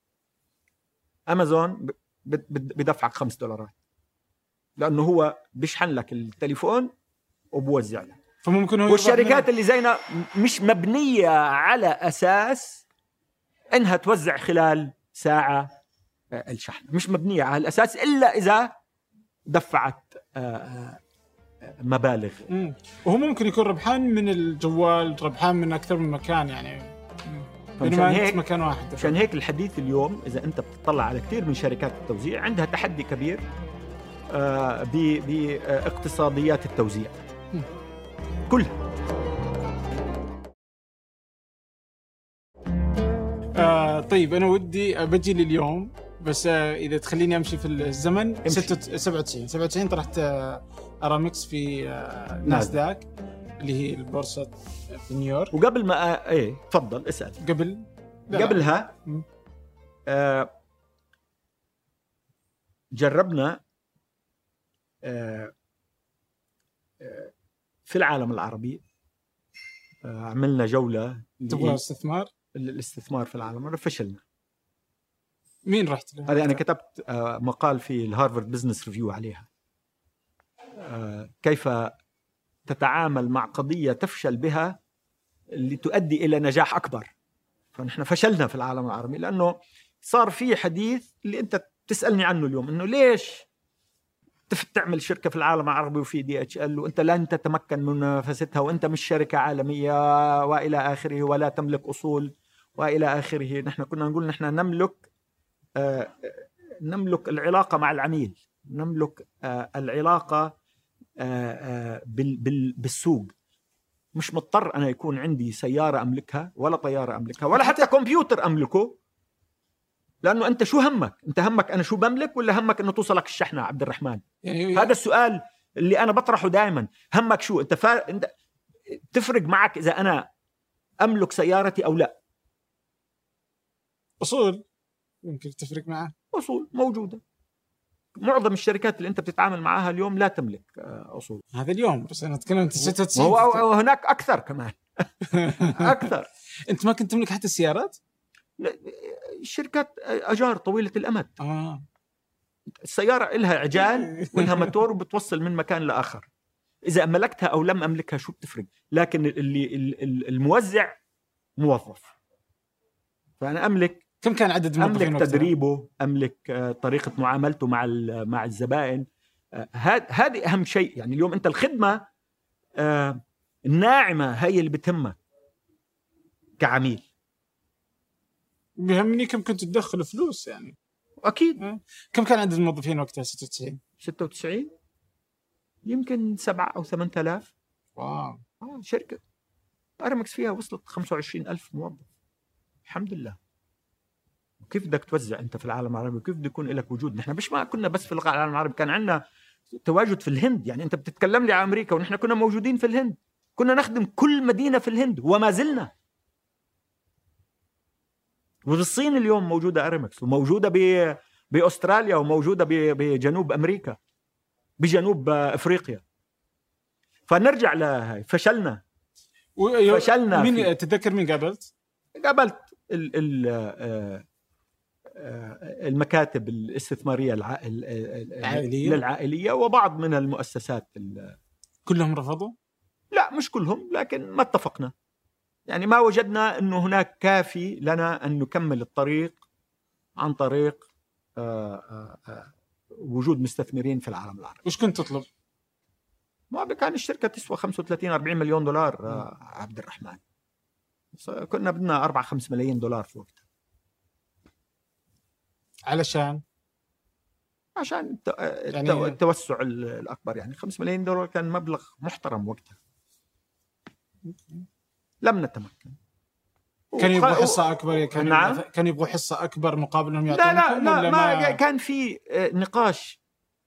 أمازون بدفعك خمس دولارات لأنه هو بيشحن لك التليفون وبوزع لك. فممكن هو والشركات اللي زينا مش مبنية على أساس إنها توزع خلال ساعة الشحن، مش مبنية على الأساس إلا إذا دفعت مبالغ. مم. وهو ممكن يكون ربحان من الجوال، ربحان من أكثر من مكان يعني، بينما أنت مكان واحد. عشان هيك الحديث اليوم إذا أنت بتطلع على كثير من شركات التوزيع عندها تحدي كبير باقتصاديات التوزيع كلها. آه طيب أنا ودي بجي لليوم، بس آه إذا تخليني أمشي في الزمن. سبعة وتسعين سبعة وتسعين طرحت آه أرامكس في آه ناسداك اللي هي البورصة في نيويورك. وقبل ما آه إيه تفضل اسأل. قبل قبلها آه جربنا آه آه في العالم العربي، آه عملنا جولة تبغى استثمار الاستثمار في العالم العربي، فشلنا. مين رحت له؟ هذه أنا كتبت آه مقال في الهارفارد بزنس ريفيو عليها، آه كيف تتعامل مع قضية تفشل بها اللي تؤدي إلى نجاح أكبر. فنحن فشلنا في العالم العربي لأنه صار في حديث اللي أنت تسألني عنه اليوم، إنه ليش تعمل شركة في العالم العربي وفي دي اتش ال وأنت لن تتمكن من منافستها وأنت مش شركة عالمية وإلى آخره، ولا تملك أصول وإلى آخره. نحن كنا نقول نحن نملك آه نملك العلاقة مع العميل، نملك آه العلاقة آه آه بال بال بالسوق. مش مضطر أنا يكون عندي سيارة أملكها ولا طيارة أملكها ولا حتى كمبيوتر أملكه، لأنه أنت شو همك؟ أنت همك أنا شو بملك ولا همك أنه توصلك الشحنة عبد الرحمن؟ يعني هذا السؤال اللي أنا بطرحه دائما. همك شو؟ أنت, فا... أنت تفرق معك إذا أنا أملك سيارتي أو لا؟ أصول يمكن تفرق معه. أصول موجودة. معظم الشركات اللي أنت بتتعامل معها اليوم لا تملك أصول. هذا اليوم بس أنا أتكلم أنت ستة وتسعين. وهناك أكثر كمان. أكثر. أنت ما كنت تملك حتى السيارات؟ الشركات أجار طويلة الأمد. آه. السيارة إلها عجال وإلها موتور وبتوصل من مكان لآخر. إذا أملكتها أو لم أملكها شو بتفرق؟ لكن اللي الموزع موظف. فأنا أملك. كم كان عدد الموظفين؟ أملك تدريبه، أملك طريقة معاملته مع مع الزبائن. هذه أهم شيء. يعني اليوم أنت الخدمة الناعمة هي اللي بتهمك كعميل. بيهمني كم كنت تدخل فلوس يعني. أكيد. كم كان عدد الموظفين وقتها؟ ستة وتسعين ستة وتسعين يمكن سبعة أو ثمانية آلاف. واو. آه شركة أرامكس فيها وصلت خمسة وعشرين ألف موظف. الحمد لله. وكيف بدك توزع أنت في العالم العربي وكيف بده يكون لك وجود؟ نحن مش ما كنا بس في العالم العربي، كان عندنا تواجد في الهند. يعني أنت بتتكلم لي عن أمريكا ونحن كنا موجودين في الهند، كنا نخدم كل مدينة في الهند وما زلنا. وفي الصين اليوم موجودة أرامكس، وموجودة ب بأستراليا، وموجودة بجنوب أمريكا، بجنوب أفريقيا. فنرجع لهاي فشلنا. فشلنا. مين تتذكر مين قابلت؟ قابلت ال ال المكاتب الاستثمارية العائلية للعائلية وبعض من المؤسسات. كلهم رفضوا؟ لا مش كلهم، لكن ما اتفقنا. يعني ما وجدنا أنه هناك كافي لنا أن نكمل الطريق عن طريق آآ آآ وجود مستثمرين في العالم العربي. وش كنت تطلب؟ ما كان الشركة تسوى خمسة وثلاثين أربعين مليون دولار عبد الرحمن. كنا بدنا أربعة خمسة ملايين دولار في وقتها. علشان عشان يعني التوسع الأكبر. يعني خمسة ملايين دولار كان مبلغ محترم وقتها. لم نتمكن. كان يبغوا حصة أكبر. كان نعم. كان يبغوا حصة أكبر مقابل أنهم يعطونكم. لا لا لا ما, ما كان في نقاش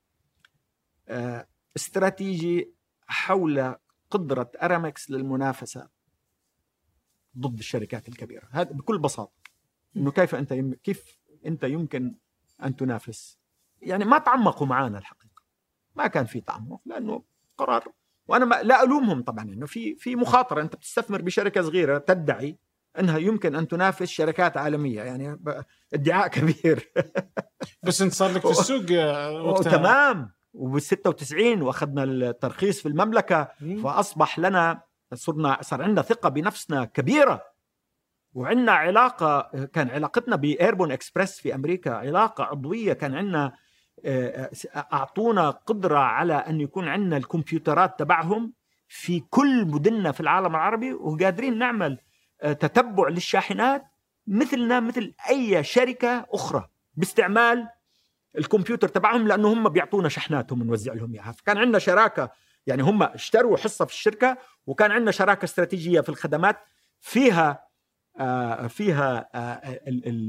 استراتيجي حول قدرة أرامكس للمنافسة ضد الشركات الكبيرة. هذا بكل بساطة. إنه كيف أنت يم... كيف أنت يمكن أن تنافس. يعني ما تعمقوا معانا الحقيقة. ما كان في تعمق لأنه قرار. وأنا ما لا ألومهم طبعا. إنه في في مخاطرة. أنت بتستثمر بشركة صغيرة تدعي أنها يمكن أن تنافس شركات عالمية. يعني ادعاء كبير. بس أنت صار لك في السوق وقتها. تمام. وبالستة وتسعين وأخذنا الترخيص في المملكة. فأصبح لنا صرنا صار عندنا ثقة بنفسنا كبيرة. وعندنا علاقة. كان علاقتنا بإيربون إكسبرس في أمريكا علاقة عضوية. كان عندنا أعطونا قدرة على أن يكون عندنا الكمبيوترات تبعهم في كل مدننا في العالم العربي، وقادرين نعمل تتبع للشاحنات مثلنا مثل أي شركة أخرى باستعمال الكمبيوتر تبعهم، لأنه هم بيعطونا شحناتهم ونوزع لهم إياها. فكان عندنا شراكة، يعني هم اشتروا حصة في الشركة، وكان عندنا شراكة استراتيجية في الخدمات فيها آه فيها آه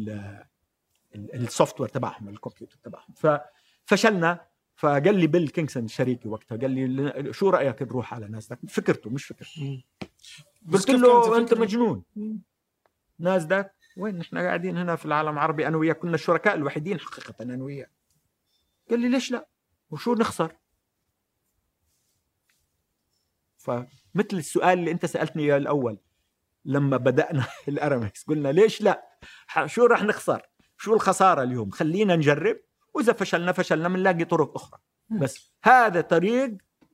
السوفت وير تبعهم، الكمبيوتر تبعهم. ففشلنا. فقال لي بيل كينغسون شريكي وقتها، قال لي شو رأيك نروح على ناسداك؟ فكرته مش فكرة. قلت له أنت مجنون. ناسداك وين؟ نحن قاعدين هنا في العالم العربي أنا وياك، كنا الشركاء الوحيدين حقيقة أنا وياك. قال لي ليش لا؟ وشو نخسر؟ فمثل السؤال اللي أنت سألتني إياه الأول لما بدأنا الأرامكس، قلنا ليش لا؟ شو راح نخسر؟ شو الخسارة اليوم؟ خلينا نجرب، وإذا فشلنا فشلنا بنلاقي طرق أخرى. بس هذا طريق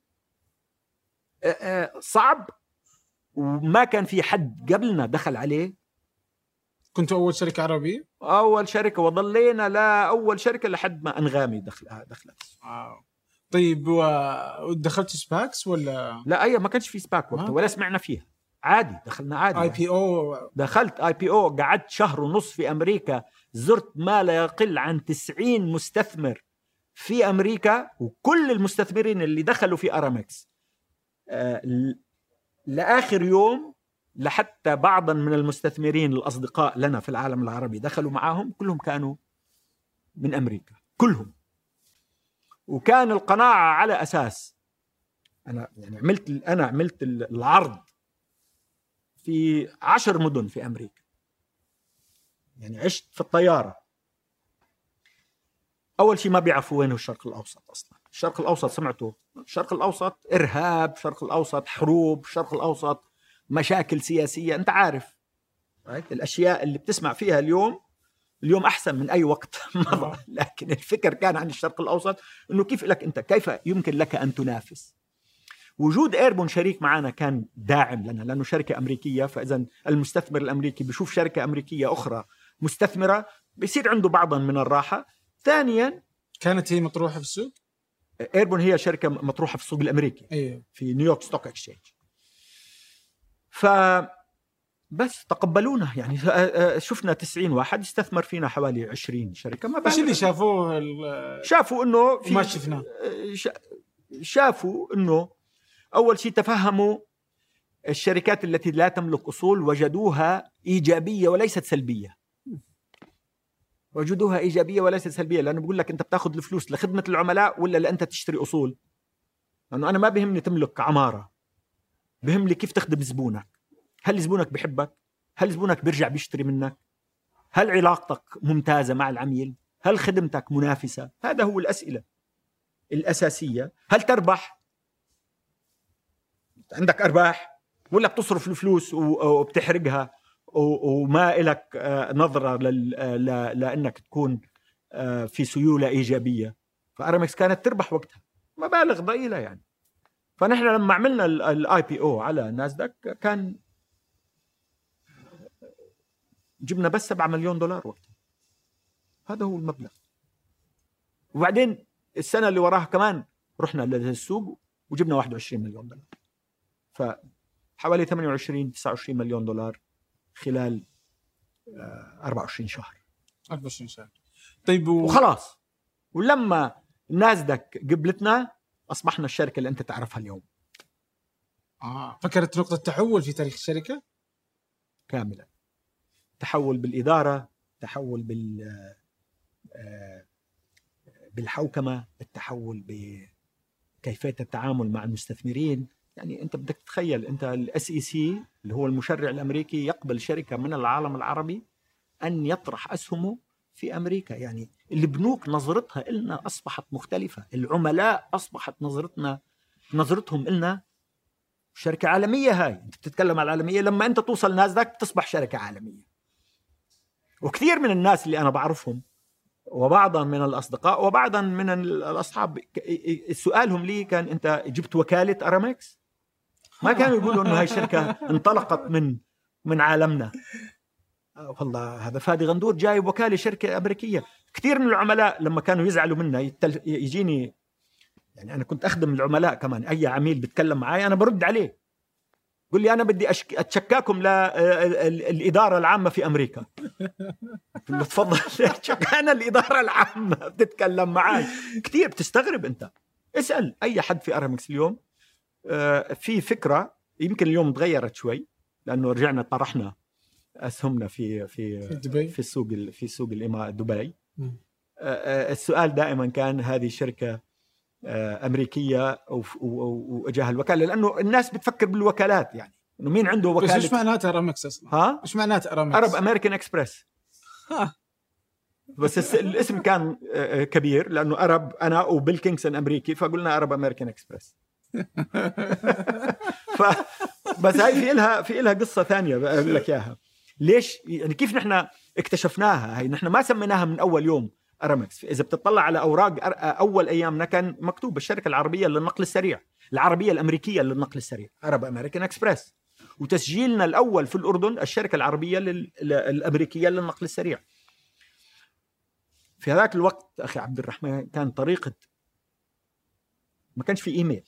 صعب وما كان في حد قبلنا دخل عليه. كنت أول شركة عربية؟ أول شركة، وظلينا لا أول شركة لحد ما أنغامي دخل دخلت. آه. طيب ودخلت سباكس ولا؟ لا أي ما كانش في سباك وقتها ولا سمعنا فيها، عادي دخلنا عادي. اي بي او. دخلت اي بي او، قعدت شهر ونص في أمريكا، زرت ما لا يقل عن تسعين مستثمر في أمريكا، وكل المستثمرين اللي دخلوا في أرامكس آه لآخر يوم، لحتى بعضا من المستثمرين الأصدقاء لنا في العالم العربي دخلوا معاهم، كلهم كانوا من أمريكا كلهم. وكان القناعة على أساس أنا يعني عملت أنا عملت العرض في عشر مدن في أمريكا، يعني عشت في الطيارة. أول شيء ما بيعرفوا وين هو الشرق الأوسط أصلا. الشرق الأوسط سمعته، الشرق الأوسط إرهاب، الشرق الأوسط حروب، الشرق الأوسط مشاكل سياسية. أنت عارف الأشياء اللي بتسمع فيها اليوم اليوم أحسن من أي وقت مضى. لكن الفكر كان عن الشرق الأوسط إنه كيف لك أنت، كيف يمكن لك أن تنافس. وجود ايربون شريك معنا كان داعم لنا، لأنه شركة أمريكية، فإذا المستثمر الأمريكي بيشوف شركة أمريكية أخرى مستثمرة بيصير عنده بعضا من الراحة. ثانيا كانت هي مطروحة في السوق. ايربون هي شركة مطروحة في السوق الأمريكي. أيه. في نيويورك ستوك اكسشينج. ف بس تقبلونا، يعني شفنا تسعين واحد استثمر فينا حوالي عشرين شركة. ما ايش اللي شافوه؟ شافوا إنه في ما شفنا شافوا إنه أول شيء تفهموا الشركات التي لا تملك أصول، وجدوها إيجابية وليست سلبية. وجدوها إيجابية وليست سلبية، لأنه بقول لك أنت بتاخذ الفلوس لخدمة العملاء ولا لأنت تشتري أصول. لأنه أنا ما بهمني تملك عمارة، بهمني كيف تخدم زبونك. هل زبونك بيحبك؟ هل زبونك بيرجع بيشتري منك؟ هل علاقتك ممتازة مع العميل؟ هل خدمتك منافسة؟ هذا هو الأسئلة الأساسية. هل تربح؟ عندك أرباح ولا بتصرف الفلوس وبتحرقها وما إلك نظرة لأنك تكون في سيولة إيجابية؟ فأرامكس كانت تربح وقتها مبالغ ضئيلة يعني. فنحن لما عملنا الاي بي او على ناسداك كان جبنا بس سبعة مليون دولار وقتها، هذا هو المبلغ. وبعدين السنة اللي وراها كمان رحنا للسوق وجبنا واحد وعشرين مليون دولار، فحوالي ثمانية وعشرين تسعة وعشرين مليون دولار خلال أربعة وعشرين شهر. أربعة وعشرين شهر. طيب و... وخلاص. ولما ناسداك قبلتنا أصبحنا الشركة اللي أنت تعرفها اليوم. آه. فكرت نقطة تحول في تاريخ الشركة كاملا. تحول بالإدارة، تحول بال بالحوكمة، التحول بكيفية التعامل مع المستثمرين. يعني أنت بدك تتخيل أنت الإس إي سي اللي هو المشرع الأمريكي يقبل شركة من العالم العربي أن يطرح أسهمه في أمريكا. يعني البنوك نظرتها إلنا أصبحت مختلفة، العملاء أصبحت نظرتنا نظرتهم إلنا شركة عالمية. هاي أنت بتتكلم على العالمية، لما أنت توصل ناسداك تصبح شركة عالمية. وكثير من الناس اللي أنا بعرفهم وبعضا من الأصدقاء وبعضا من الأصحاب سؤالهم لي كان أنت جبت وكالة أرامكس؟ ما كانوا يقولوا إنه هاي الشركة انطلقت من من عالمنا. والله هذا فادي غندور جايب وكالة شركة أمريكية. كثير من العملاء لما كانوا يزعلوا منا يتل... يجيني، يعني أنا كنت أخدم العملاء كمان، أي عميل بيتكلم معي أنا برد عليه، قل لي أنا بدي أشك... أتشكاكم للإدارة العامة في أمريكا. قل له تفضل، أنا الإدارة العامة بتتكلم معي. كثير بتستغرب أنت. اسأل أي حد في أرامكس اليوم. في فكرة يمكن اليوم تغيرت شوي لأنه رجعنا طرحنا أسهمنا في في في دبي، في السوق في السوق الإمارات دبي. السؤال دائما كان هذه شركة أمريكية وجاه الوكالة، لأنه الناس بتفكر بالوكالات، يعني إنه مين عنده وكالة. بس إيش معناته أرامكس أصلا؟ ها؟ إيش معناته أرامكس؟ أرب أمريكان إكسبرس. بس الاسم كان كبير لأنه أرب أنا وبيل كينغسون أمريكي، فقلنا أرب أمريكان إكسبرس. ف بس هاي في إلها في إلها قصة ثانية بقول لك إياها. ليش يعني كيف نحن اكتشفناها؟ هاي نحن ما سميناها من أول يوم أرامكس. إذا بتطلع على أوراق أول أيامنا كان مكتوب الشركة العربية للنقل السريع، العربية الأمريكية للنقل السريع، أرب أمريكان إكسبرس. وتسجيلنا الأول في الأردن الشركة العربية الأمريكية للنقل السريع. في هذاك الوقت أخي عبد الرحمن كان طريقة، ما كانش في إيميل،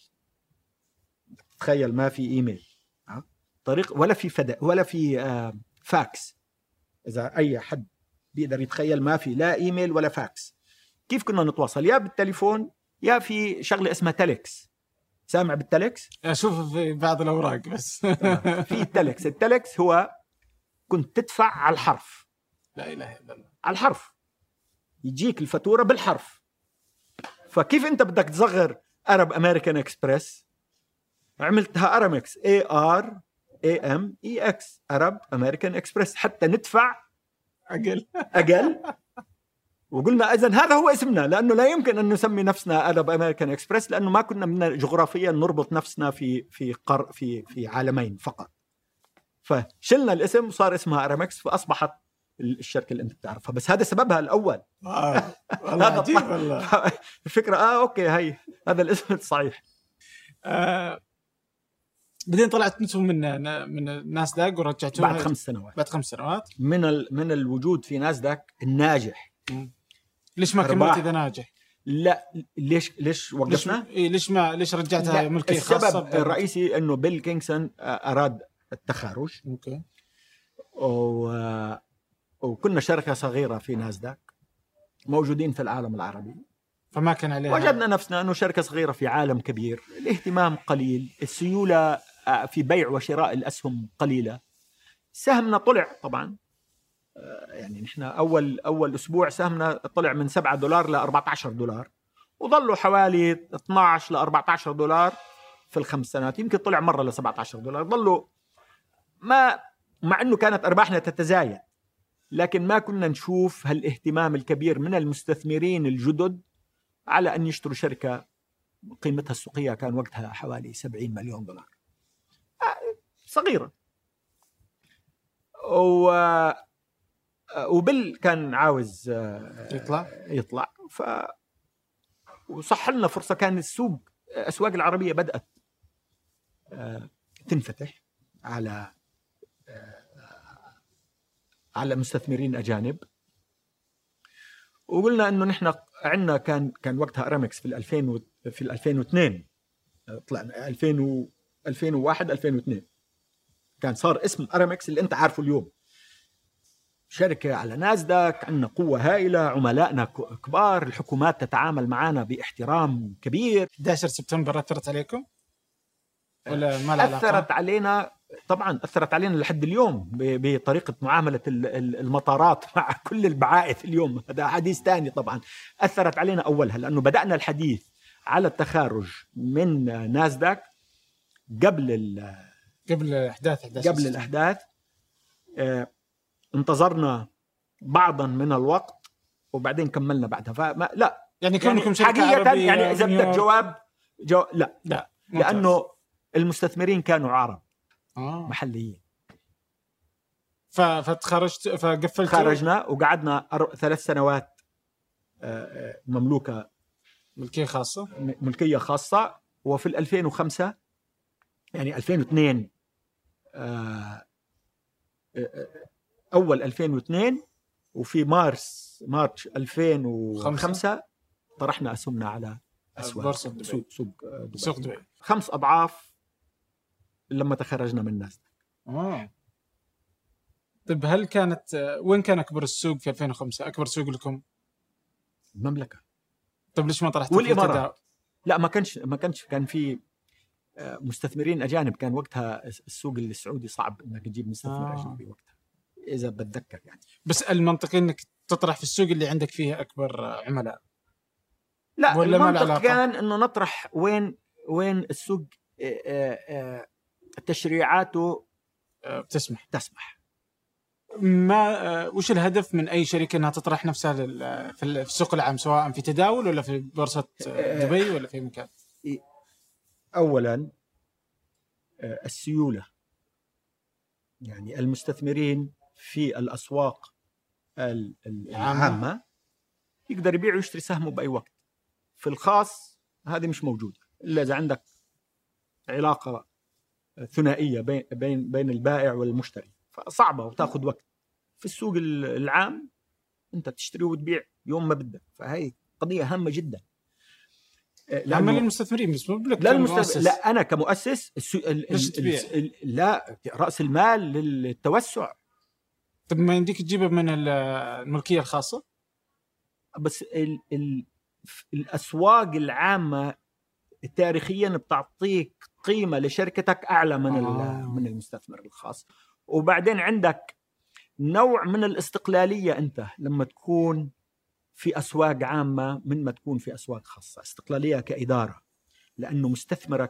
تخيل ما في إيميل طريق ولا في فدا ولا في آه فاكس. إذا أي حد بيقدر يتخيل ما في لا إيميل ولا فاكس. كيف كنا نتواصل؟ يا بالتليفون يا في شغلة اسمها تلكس. سامع بالتلكس؟ أشوف في بعض الأوراق بس. في التلكس. التلكس هو كنت تدفع على الحرف. لا إله إلا الله. على الحرف يجيك الفاتورة بالحرف. فكيف أنت بدك تصغر أرب أمريكان إكسبرس؟ عملتها أرامكس A R A M E X أرب أمريكان إكسبرس حتى ندفع أقل أقل. وقلنا إذن هذا هو اسمنا، لأنه لا يمكن أن نسمي نفسنا أرب أمريكان إكسبرس لأنه ما كنا من جغرافيا نربط نفسنا في في قر في في عالمين فقط. فشلنا الاسم وصار اسمها أرامكس، فأصبحت الشركة اللي أنت بتعرفها. بس هذا سببها الأول. آه. والله عجيب والله. الفكرة آه أوكي هاي هذا الاسم الصحيح. آه. بعدين طلعت انتم من من ناسداك ورجعتوها بعد خمس سنوات. بعد خمس سنوات من ال... من الوجود في ناسداك الناجح. م. ليش ما كملت إذا ناجح؟ لا ليش ليش وقفنا؟ ليش, إيه ليش ما ليش رجعتها ملكية خاصة؟ السبب الرئيسي إنه بيل كينغسون أراد التخارج. أوكي. و... وكنا شركة صغيرة في ناسداك موجودين في العالم العربي، فما كان عليها. وجدنا نفسنا أنه شركة صغيرة في عالم كبير، الاهتمام قليل، السيولة في بيع وشراء الأسهم قليلة. سهمنا طلع طبعا، يعني نحن أول أول أسبوع سهمنا طلع من سبعة دولار ل أربعة عشر دولار، وظلوا حوالي اثنا عشر ل أربعة عشر دولار في الخمس سنوات. يمكن طلع مرة ل سبعة عشر دولار. ظلوا ما مع أنه كانت أرباحنا تتزايد، لكن ما كنا نشوف هالاهتمام الكبير من المستثمرين الجدد على أن يشتروا شركة قيمتها السوقية كان وقتها حوالي سبعين مليون دولار، صغيرة. و... وبل كان عاوز يطلع يطلع ف وصح لنا فرصة. كان السوق أسواق العربية بدأت تنفتح على على مستثمرين أجانب، وقلنا إنه نحن عندنا كان كان وقتها أرامكس في الألفين و... في الألفين واثنين طلعنا ألفين و... ألفين وواحد ألفين واثنين كان صار اسم أرامكس اللي أنت عارفه اليوم. شركة على ناسداك، عندنا قوة هائلة، عملائنا كبار، الحكومات تتعامل معنا باحترام كبير. أحد عشر سبتمبر أثرت عليكم ولا ما لها علاقة؟ أثرت علينا طبعا، أثرت علينا لحد اليوم بطريقة معاملة المطارات مع كل البعائث اليوم. هذا حديث ثاني طبعا. أثرت علينا أولها لأنه بدأنا الحديث على التخارج من ناسداك قبل ال قبل الأحداث قبل الأحداث اه انتظرنا بعضا من الوقت وبعدين كملنا بعدها. فما لا يعني كونكم يعني شركة عربية يعني إذا بدك جواب جو لا لا لأنه المستثمرين كانوا عرب آه. محليين. فتخرجت فقفلت خرجنا وقعدنا ثلاث سنوات مملوكة ملكية خاصة ملكية خاصة. وفي الألفين وخمسة يعني ألفين واثنين أول ألفين واثنين، وفي مارس مارس ألفين وخمسة طرحنا أسهمنا على أسواق سوق سوق سوق دبي. سوق دبي خمس أضعاف لما تخرجنا من الناس. آه. طيب هل كانت وين كان أكبر السوق في ألفين وخمسة؟ أكبر سوق لكم؟ المملكة. طيب ليش ما طرحت والإمارات؟ لا ما كانش ما كانش كان في مستثمرين أجانب. كان وقتها السوق السعودي صعب إنك تجيب مستثمر آه. أجنبي وقتها إذا بتذكر يعني. بس المنطقي إنك تطرح في السوق اللي عندك فيه أكبر عملاء. لا المنطق كان إنه نطرح وين وين السوق تشريعاته تسمح تسمح. ما وش الهدف من أي شركة أنها تطرح نفسها في السوق العام، سواء في تداول ولا في بورصة دبي ولا في مكان؟ أولا السيولة، يعني المستثمرين في الأسواق العامة يقدر يبيع ويشتري سهمه بأي وقت. في الخاص هذه مش موجودة إلا إذا عندك علاقة ثنائية بين بين بين البائع والمشتري، فصعبة وتأخذ وقت. في السوق العام أنت تشتري وتبيع يوم ما بدك، فهي قضية هامة جدا. لأنه للمستثمرين بس مو لك لا المستثمر. لا أنا كمؤسس السو... ال... ال... ال... لا رأس المال للتوسع. طب ما يمديك تجيبه من الملكية الخاصة؟ بس ال... ال... الأسواق العامة تاريخيا بتعطيك قيمة لشركتك أعلى من آه. من المستثمر الخاص. وبعدين عندك نوع من الاستقلالية أنت لما تكون في أسواق عامة من ما تكون في أسواق خاصة. استقلالية كإدارة، لأنه مستثمرك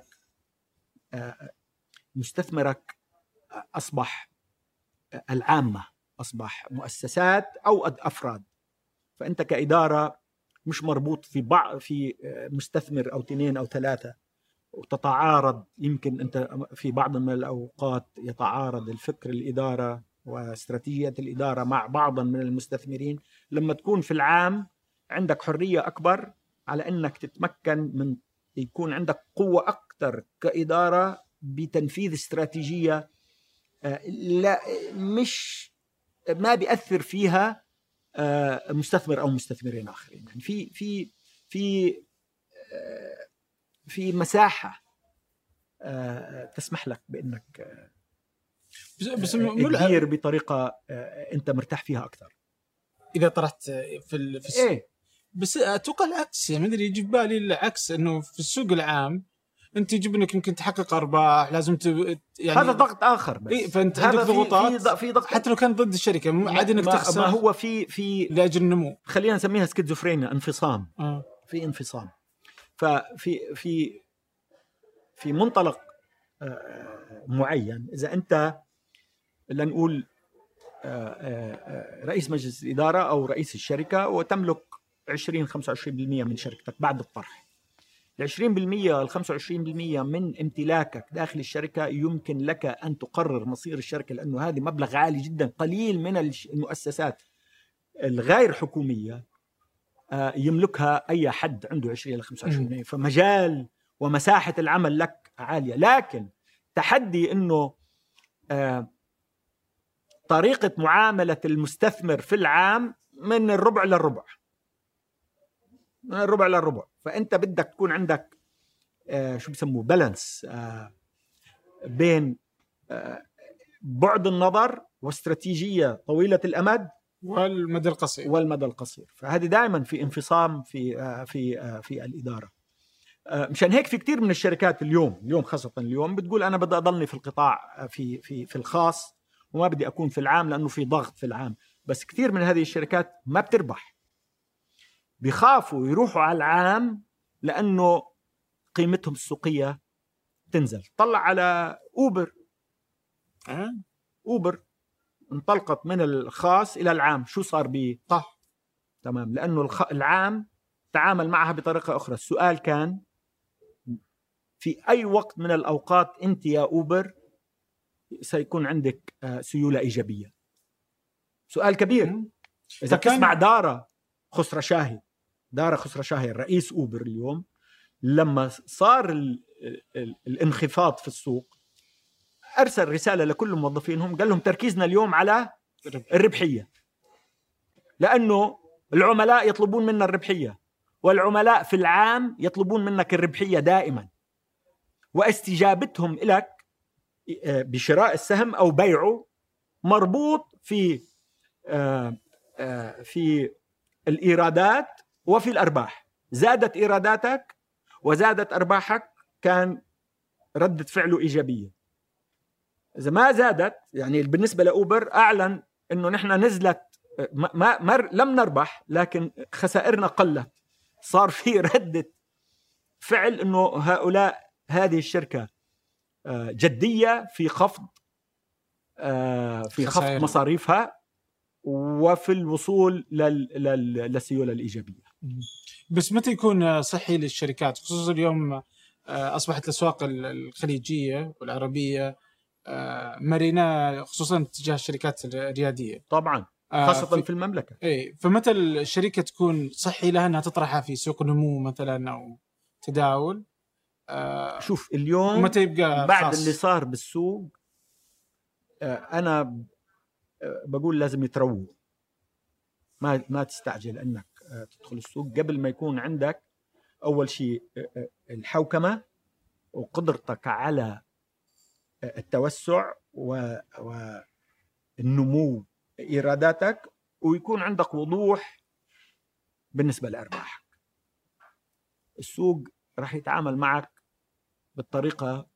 مستثمرك أصبح العامة، أصبح مؤسسات أو أفراد. فأنت كإدارة مش مربوط في بعض في مستثمر أو اثنين أو ثلاثة وتتعارض. يمكن أنت في بعض من الأوقات يتعارض الفكر الإدارة واستراتيجية الإدارة مع بعض من المستثمرين. لما تكون في العام عندك حرية أكبر على أنك تتمكن من يكون عندك قوة أكثر كإدارة بتنفيذ استراتيجية لا مش ما بيأثر فيها مستثمر أو مستثمرين آخرين. يعني في في في في مساحة تسمح لك بأنك بس تدير بطريقة أنت مرتاح فيها أكثر إذا طرحت في في السوق. إيه؟ بس أتوقع العكس، يعني مدري يجي بالي العكس، إنه في السوق العام أنت يجب إنك يمكن تحقق أرباح، لازم ت... يعني هذا ضغط آخر. بس إيه، فأنت عندك ضغوطات في ضغط حتى لو كان ضد الشركة عادي إنك تخسر. ما هو في في لأجل النمو، خلينا نسميها سكيزوفرينيا، انفصام. آه. في انفصام. ففي في في منطلق معين، إذا أنت لنقول رئيس مجلس الإدارة أو رئيس الشركة وتملك عشرين خمسة وعشرين بالمئة من شركتك بعد الطرح، العشرين بالمئة والخمسة وعشرين بالمئة من امتلاكك داخل الشركة يمكن لك أن تقرر مصير الشركة، لأنه هذه مبلغ عالي جدا. قليل من المؤسسات الغير حكومية يملكها أي حد عنده عشرين إلى خمسة وعشرين بالمئة، فمجال ومساحة العمل لك عالية. لكن تحدي أنه طريقة معاملة المستثمر في العام من الربع للربع، من الربع للربع. فأنت بدك تكون عندك آه شو بسموه بالانس آه بين آه بعد النظر واستراتيجية طويلة الأمد والمدى القصير والمدى القصير. فهذه دائما في انفصام في آه في آه في الإدارة. آه مشان هيك في كتير من الشركات اليوم اليوم خاصة اليوم بتقول أنا بدي أضلني في القطاع في في في الخاص وما بدي أكون في العام لأنه في ضغط في العام. بس كتير من هذه الشركات ما بتربح، بيخافوا يروحوا على العام لأنه قيمتهم السوقية تنزل. طلع على أوبر أه؟ أوبر انطلقت من الخاص إلى العام، شو صار بيه؟ صح تمام، لأنه الخ... العام تعامل معها بطريقة أخرى. السؤال كان في أي وقت من الأوقات أنت يا أوبر سيكون عندك سيولة إيجابية؟ سؤال كبير. إذا تسمع دارة خسرشاهي دارة خسرشاهي الرئيس أوبر اليوم، لما صار ال ال الانخفاض في السوق أرسل رسالة لكل موظفينهم قال لهم تركيزنا اليوم على الربحية، لأنه العملاء يطلبون منا الربحية، والعملاء في العام يطلبون منك الربحية دائما، واستجابتهم لك بشراء السهم أو بيعه مربوط في في الإيرادات وفي الأرباح. زادت إيراداتك وزادت أرباحك كان ردة فعله إيجابية. إذا ما زادت، يعني بالنسبة لأوبر أعلن إنه نحن نزلت ما مر لم نربح لكن خسائرنا قلت، صار في ردة فعل إنه هؤلاء هذه الشركة جدية في خفض في خفض مصاريفها وفي الوصول للسيولة الإيجابية. بس متى يكون صحي للشركات، خصوصا اليوم أصبحت الأسواق الخليجية والعربية مرنة خصوصا تجاه الشركات الريادية طبعا خاصة في, في المملكة. إيه، فمتى الشركة تكون صحي لها أنها تطرحها في سوق نمو مثلا أو تداول؟ آه شوف اليوم متى يبقى بعد خاص؟ اللي صار بالسوق آه أنا بقول لازم يترووا، ما ما تستعجل أنك آه تدخل السوق قبل ما يكون عندك أول شيء آه الحوكمة وقدرتك على آه التوسع والنمو إيراداتك، ويكون عندك وضوح بالنسبة لأرباحك. السوق راح يتعامل معك بالطريقة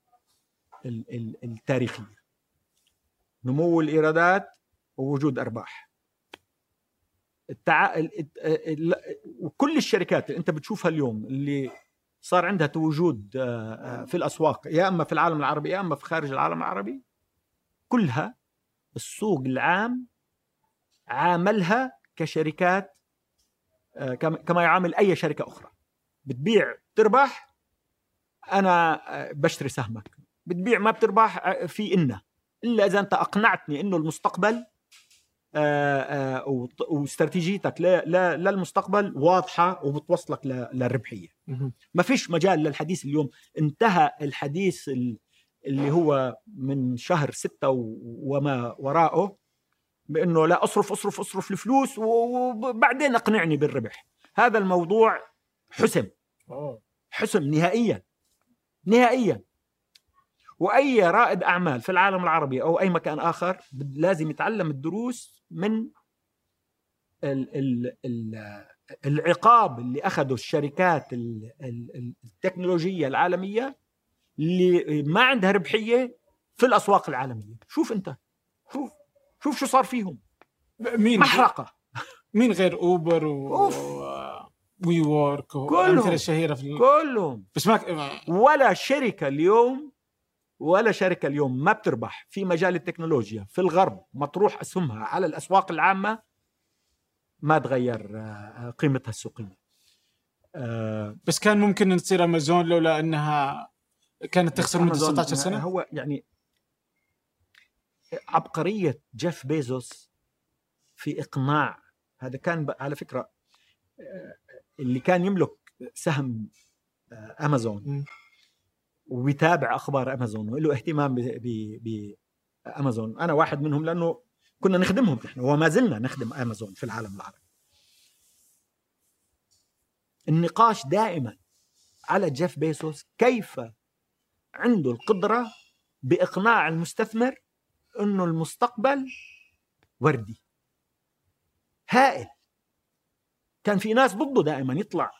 التاريخية، نمو الإيرادات ووجود أرباح. التع... وكل الشركات اللي أنت بتشوفها اليوم اللي صار عندها وجود في الأسواق يا أما في العالم العربي يا أما في خارج العالم العربي، كلها السوق العام عاملها كشركات كما يعامل أي شركة أخرى. بتبيع تربح أنا بشتري سهمك، بتبيع ما بتربح في إنه، إلا إذا أنت أقنعتني إنه المستقبل واستراتيجيتك للمستقبل واضحة وبتوصلك للربحية. ما فيش مجال للحديث اليوم، انتهى الحديث اللي هو من شهر ستة وما وراءه بأنه لا أصرف أصرف أصرف الفلوس وبعدين أقنعني بالربح. هذا الموضوع حسم حسم نهائيا نهائيا. وأي رائد أعمال في العالم العربي أو أي مكان آخر لازم يتعلم الدروس من ال ال ال العقاب اللي أخذوا الشركات التكنولوجية العالمية اللي ما عندها ربحية في الأسواق العالمية. شوف أنت شوف شوف شو صار فيهم، مين محرقة. مين غير أوبر و... وي وورك والأمثلة الشهيرة في كلهم. بس ما ولا شركة اليوم ولا شركة اليوم ما بتربح في مجال التكنولوجيا في الغرب مطروح أسهمها على الأسواق العامة ما تغير قيمتها السوقية. بس كان ممكن أن تصير أمازون لولا أنها كانت تخسر من تسعة عشر سنة. هو يعني عبقرية جيف بيزوس في إقناع. هذا كان على فكرة اللي كان يملك سهم أمازون ويتابع أخبار أمازون وله اهتمام بأمازون. أنا واحد منهم لأنه كنا نخدمهم إحنا وما زلنا نخدم أمازون في العالم العربي. النقاش دائما على جيف بيزوس كيف عنده القدرة بإقناع المستثمر إنه المستقبل وردي هائل. كان في ناس ضده دائما يطلع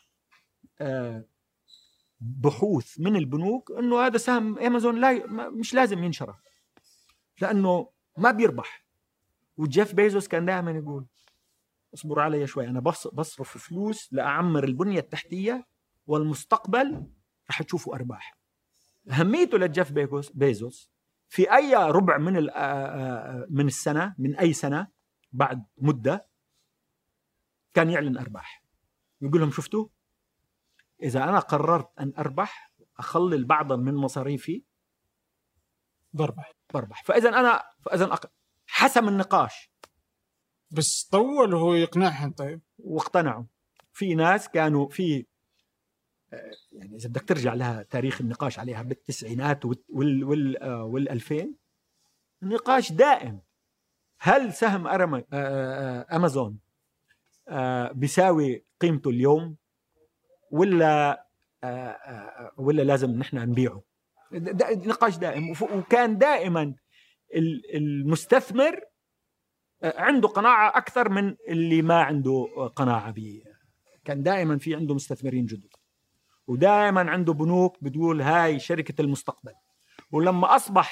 بحوث من البنوك إنه هذا سهم أمازون لا مش لازم ينشره لأنه ما بيربح. وجيف بيزوس كان دائما يقول اصبروا علي شوي، أنا بصرف فلوس لأعمر البنية التحتية والمستقبل رح تشوفوا أرباح. أهميته لجيف بيزوس في أي ربع من من السنة من أي سنة بعد مدة كان يعلن أرباح، يقول لهم شفتوا إذا أنا قررت أن أربح أخلل بعضا من مصاريفي بربح بربح. فإذا أنا فإذا أق... حسم النقاش. بس طول هو يقنعهم. طيب واقتنعوا. في ناس كانوا في يعني إذا بدك ترجع لها تاريخ النقاش عليها بالتسعينات وال وال والألفين، النقاش دائم هل سهم أمازون بيساوي قيمته اليوم ولا ولا لازم نحن نبيعه؟ نقاش دائم، وكان دائما المستثمر عنده قناعة أكثر من اللي ما عنده قناعة به. كان دائما في عنده مستثمرين جدد، ودائما عنده بنوك بتقول هاي شركة المستقبل. ولما أصبح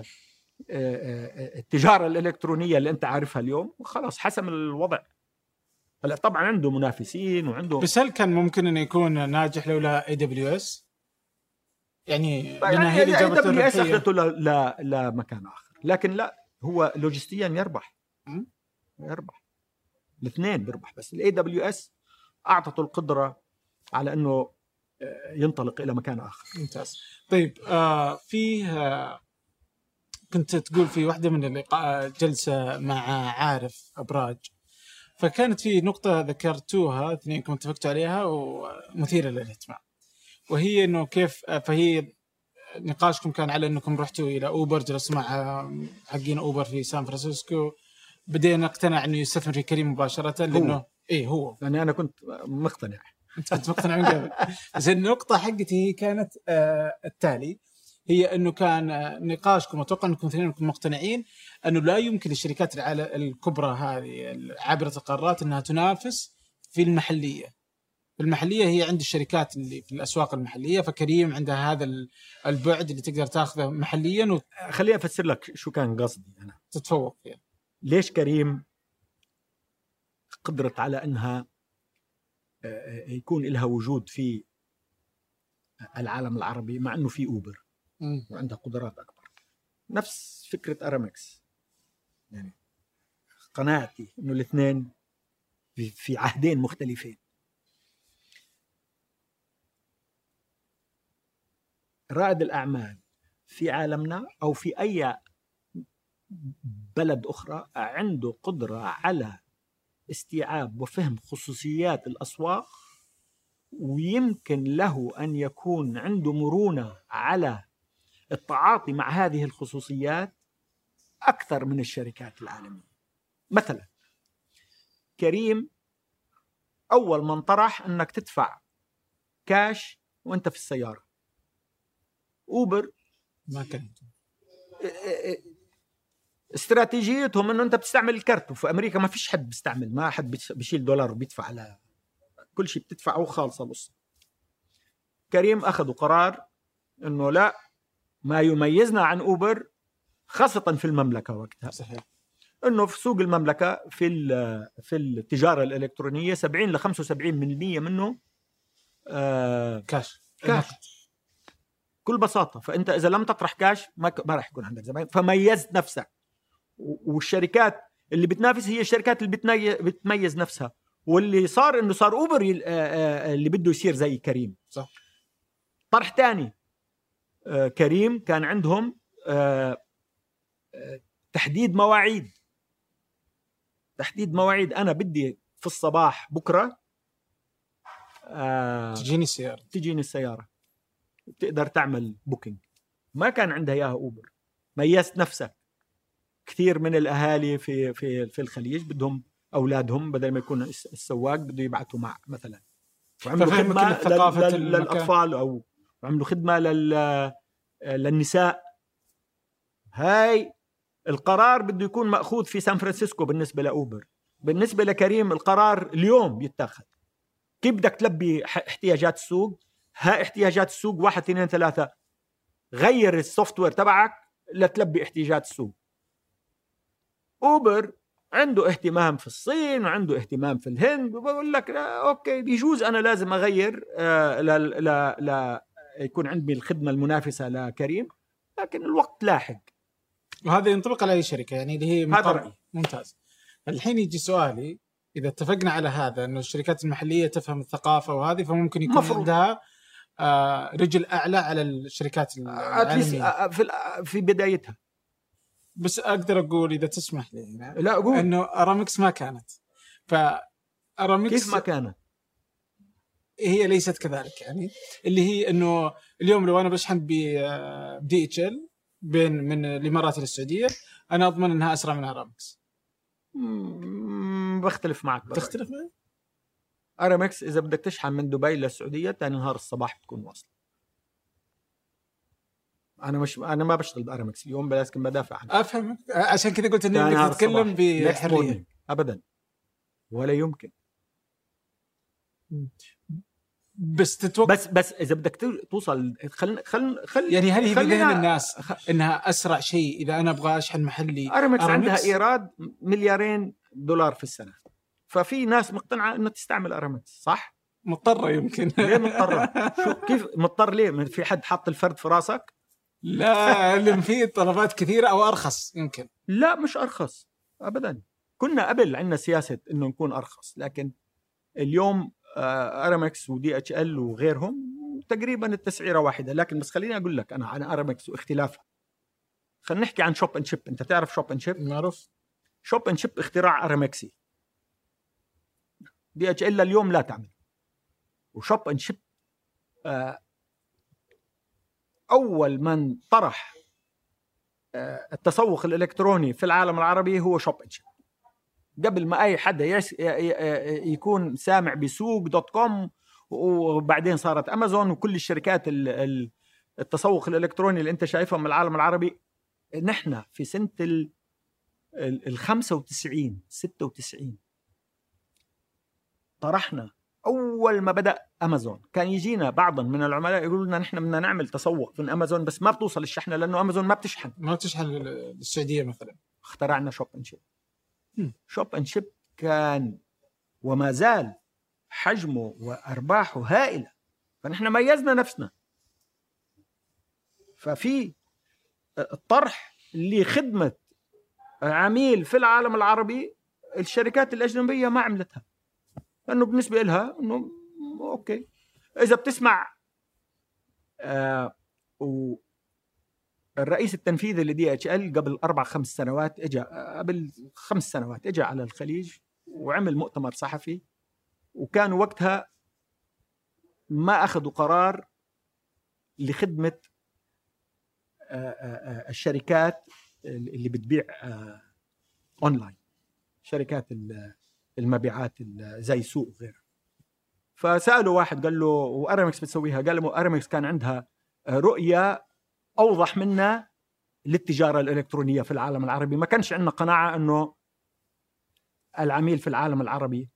التجارة الإلكترونية اللي أنت عارفها اليوم خلاص حسم الوضع. هلا طبعا عنده منافسين وعنده، بس هل كان ممكن أن يكون ناجح لولا اي دبليو اس؟ يعني يعني اي دبليو اس أخذته لا لا مكان آخر، لكن لا، هو لوجستيا يربح م? يربح الاثنين بيربح، بس الاي دبليو اس أعطته القدرة على أنه ينطلق إلى مكان آخر. ممتاز. طيب آه في آه كنت تقول في واحدة من اللقاء جلسة مع عارف أبراج، فكانت في نقطة ذكرتوها اثنينكم اتفقتوا عليها ومثيرة للاهتمام، وهي إنه كيف، فهي نقاشكم كان على إنكم رحتوا إلى أوبر، جلسوا مع حقين أوبر في سان فرانسيسكو، بدينا نقتنع إنه يستثمر في كريم مباشرة لأنه هو. إيه هو يعني أنا كنت مقتنع أنت كنت مقتنع من قبل. بس النقطة حقتي كانت آه التالي، هي أنه كان نقاشكم أتوقع أنكم اثنين مقتنعين أنه لا يمكن للشركات الكبرى هذه عابرة القارات أنها تنافس في المحلية. المحلية هي عند الشركات اللي في الأسواق المحلية، فكريم عندها هذا البعد اللي تقدر تأخذه محليا و... خليني أفسر لك شو كان قصدي أنا تتفوق فيها. ليش كريم قدرت على أنها يكون لها وجود في العالم العربي مع أنه في أوبر وعندها قدرات أكبر؟ نفس فكرة أرامكس. يعني قناعتي أنه الاثنين في عهدين مختلفين. رائد الأعمال في عالمنا أو في أي بلد أخرى عنده قدرة على استيعاب وفهم خصوصيات الأسواق، ويمكن له أن يكون عنده مرونة على التعاطي مع هذه الخصوصيات أكثر من الشركات العالمية. مثلا كريم أول من طرح أنك تدفع كاش وأنت في السيارة. أوبر ما كانت استراتيجيتهم أنه أنت بتستعمل الكرت، وفي أمريكا ما فيش حد بيستعمل، ما حد بيشيل دولار وبيدفع على كل شيء، بتدفعه خالصة بص. كريم أخذوا قرار أنه لا، ما يميزنا عن أوبر خاصة في المملكة وقتها صحيح أنه في سوق المملكة في في التجارة الإلكترونية سبعين إلى خمسة وسبعين بالمئة منه آه كاش كاش بكل بساطة. فأنت إذا لم تطرح كاش ما ما راح يكون عندك زبائن، فميزت نفسك. والشركات اللي بتنافس هي الشركات اللي بتميز نفسها، واللي صار إنه صار أوبر اللي بده يصير زي كريم. صح. طرح تاني، كريم كان عندهم تحديد مواعيد تحديد مواعيد أنا بدي في الصباح بكرة تجيني السيارة تجيني السيارة تقدر تعمل بوكينج. ما كان عندها إياها أوبر. ميزت نفسك. كثير من الأهالي في في في الخليج بدهم أولادهم بدل ما يكون السواق بده يبعثوا مع مثلا، وعملوا خدمة للأطفال أو وعملوا خدمة لل للنساء. هاي القرار بده يكون مأخوذ في سان فرانسيسكو بالنسبة لأوبر. بالنسبة لكريم القرار اليوم يتاخذ. كيف بدك تلبي احتياجات السوق؟ ها احتياجات السوق واحد اثنين ثلاثة، غير السوفت وير تبعك لتلبي احتياجات السوق. أوبر عنده اهتمام في الصين وعنده اهتمام في الهند، وبقول لك أوكي بيجوز أنا لازم أغير آه لا لا لا يكون عندي الخدمة المنافسة لكريم، لكن الوقت لاحق. وهذا ينطبق على أي شركة يعني اللي هي هذا رأيي. ممتاز. الحين يجي سؤالي، إذا اتفقنا على هذا أنه الشركات المحلية تفهم الثقافة وهذه، فممكن يكون مفروض عندها آه رجل أعلى على الشركات العالمية في في بدايتها. بس أقدر أقول إذا تسمح لي لا أقول أنه أرامكس ما كانت. فأرامكس كيف ما كانت؟ هي ليست كذلك يعني، اللي هي أنه اليوم لو أنا بشحن بدي اتش ال بين من الإمارات إلى السعودية، أنا أضمن أنها أسرع من أرامكس. بختلف معك. تختلف معي؟ ارامكس اذا بدك تشحن من دبي للسعوديه ثاني نهار الصباح بتكون واصله. انا مش انا ما بشتغل بارامكس اليوم، لكن بدافع عنها. افهم، عشان كذا قلت اني بدك تتكلم بحريه. ابدا ولا يمكن. بس تتوقع بس بس اذا بدك توصل خلينا خلينا خل يعني هل هي بذهن الناس خ... انها اسرع شيء اذا انا ابغى اشحن محلي؟ ارامكس عندها ايراد مليارين دولار في السنه، ففي ناس مقتنعه انها تستعمل ارامكس. صح، مضطره يمكن. ليه مضطره؟ شو كيف مضطر؟ ليه في حد حط الفرد في راسك؟ لا اللي فيه طلبات كثيره او ارخص يمكن. لا مش ارخص ابدا. كنا قبل عندنا سياسه انه نكون ارخص، لكن اليوم ارامكس ودي اتش ال وغيرهم تقريبا التسعيره واحده. لكن بس خليني اقول لك انا عن ارامكس واختلافها. خلينا نحكي عن شوب اند شيب. انت تعرف شوب اند شيب؟ معروف. شوب اند شيب اختراع ارامكسي، دي اتش ال اليوم لا تعمل. وشوب اند شيب اول من طرح التسوق الالكتروني في العالم العربي هو شوب اند شيب، قبل ما اي حدا يكون سامع بسوق دوت كوم، وبعدين صارت امازون وكل الشركات التسوق الالكتروني اللي انت شايفها من العالم العربي. نحن في سنه ال خمسة وتسعين ستة وتسعين طرحنا. اول ما بدا امازون كان يجينا بعضا من العملاء يقولوا لنا نحن بدنا نعمل تسوق من امازون، بس ما بتوصل الشحنه لانه امازون ما بتشحن ما بتشحن للسعوديه مثلا. اخترعنا شوب اند شيب. شوب اند شيب كان وما زال حجمه وارباحه هائله، فنحن ميزنا نفسنا. ففي الطرح لخدمه عميل في العالم العربي الشركات الاجنبيه ما عملتها، لانه بالنسبه لها انه اوكي. اذا بتسمع آه الرئيس التنفيذي لدي اتش ال قبل اربع خمس سنوات اجى قبل خمس سنوات اجى على الخليج وعمل مؤتمر صحفي، وكانوا وقتها ما اخذوا قرار لخدمه الشركات اللي بتبيع اونلاين، شركات المبيعات زي سوق وغيره. فسالوا واحد قال له وارامكس بتسويها؟ قال له ارامكس كان عندها رؤيه اوضح منا للتجاره الالكترونيه في العالم العربي. ما كانش عندنا قناعه انه العميل في العالم العربي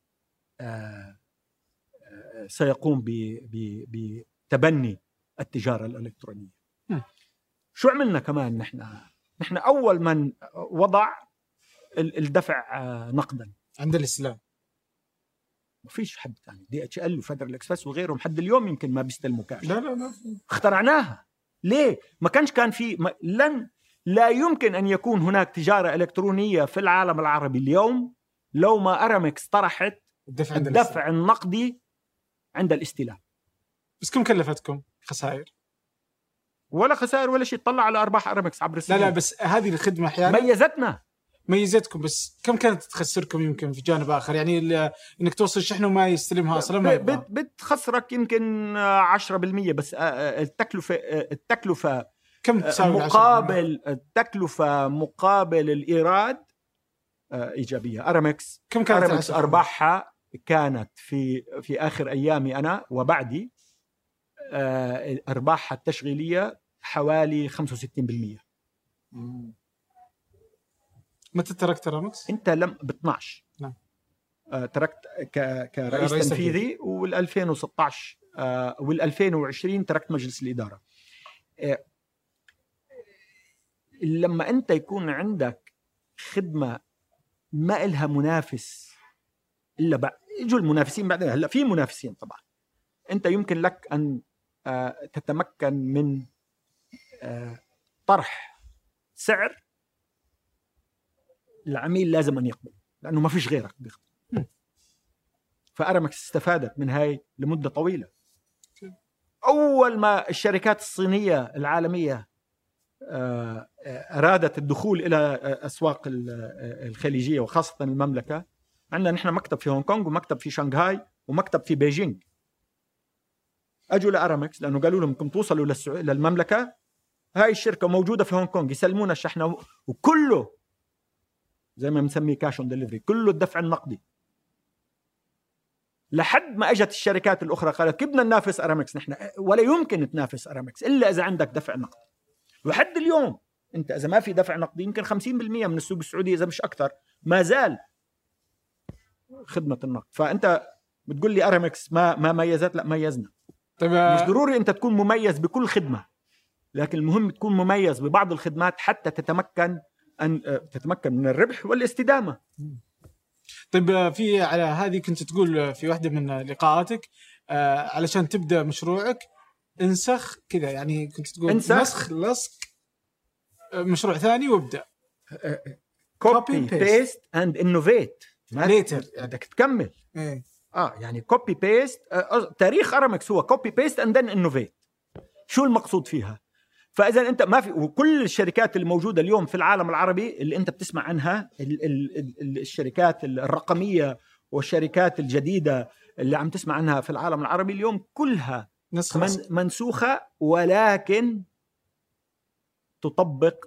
سيقوم بتبني التجاره الالكترونيه. م. شو عملنا كمان؟ نحن نحن اول من وضع الدفع نقدا عند الاسلام. ما فيش حد ثاني. دي اتش ال وفدرال اكسبرس وغيرهم حد اليوم يمكن ما بيستلموا كاش. لا لا لا اخترعناها. ليه؟ ما كانش كان في ما لن لا يمكن ان يكون هناك تجاره الكترونيه في العالم العربي اليوم لو ما ارامكس طرحت الدفع, الدفع النقدي عند الاستلام. بس كم كلفتكم خسائر؟ ولا خسائر ولا شيء. طلع على ارباح ارامكس عبر السنين. لا لا بس هذه الخدمه احيانا ميزتنا ميزتكم، بس كم كانت تخسركم يمكن في جانب آخر؟ يعني انك توصل الشحن وما يستلمها اصلا ما بت بتخسرك يمكن عشرة بالمية بس. التكلفه التكلفه كم تساوي؟ مقابل التكلفه مقابل الايراد ايجابيه. ارامكس كم كانت ارامكس ارباحها كانت في في اخر ايامي انا وبعدي ارباحها التشغيليه حوالي خمسة وستين بالمية. متى تركت ارامكس؟ انت لم ب اثناشر. نعم. آه تركت ك كرئيس تنفيذي، وال ألفين وستة عشر آه وال ألفين وعشرين تركت مجلس الاداره. آه لما انت يكون عندك خدمه ما إلها منافس الا بعد يجوا المنافسين بعدين. هلا في منافسين طبعا. انت يمكن لك ان آه تتمكن من آه طرح سعر العميل لازم أن يقبل، لأنه ما فيش غيرك بيقبل. فأرامكس استفادت من هاي لمدة طويلة. أول ما الشركات الصينية العالمية أرادت الدخول إلى أسواق الخليجية وخاصة المملكة، عندنا نحن مكتب في هونغ كونغ ومكتب في شنغهاي ومكتب في بيجينغ. أجوا لأرامكس لأنه قالوا لهم كم توصلوا للمملكة، هاي الشركة موجودة في هونغ كونغ، يسلمونا الشحنة وكله زي ما بنسميه كاش اون ديليفري، كله الدفع النقدي. لحد ما اجت الشركات الاخرى قالت كيف بدنا ننافس ارامكس نحن؟ ولا يمكن تنافس ارامكس الا اذا عندك دفع نقدي. لحد اليوم انت اذا ما في دفع نقدي يمكن خمسين بالمئة من السوق السعودي اذا مش اكثر ما زال خدمه النقد. فانت بتقول لي ارامكس ما ما ميزت؟ لا ميزنا. طيب مش ضروري انت تكون مميز بكل خدمه، لكن المهم تكون مميز ببعض الخدمات حتى تتمكن ان تتمكن من الربح والاستدامه. طيب في على هذه كنت تقول في واحدة من لقاءاتك آه علشان تبدأ مشروعك انسخ كذا، يعني كنت تقول انسخ نسخ لصق مشروع ثاني وابدأ كوبي بيست اند انوفيت ليتر، بدك تكمل. ايه اه يعني كوبي بيست. آه تاريخ ارامكس هو كوبي بيست اند ذن انوفيت. شو المقصود فيها؟ فاذا انت ما في، وكل الشركات الموجوده اليوم في العالم العربي اللي انت بتسمع عنها ال ال ال الشركات الرقميه والشركات الجديده اللي عم تسمع عنها في العالم العربي اليوم كلها من منسوخه، ولكن تطبق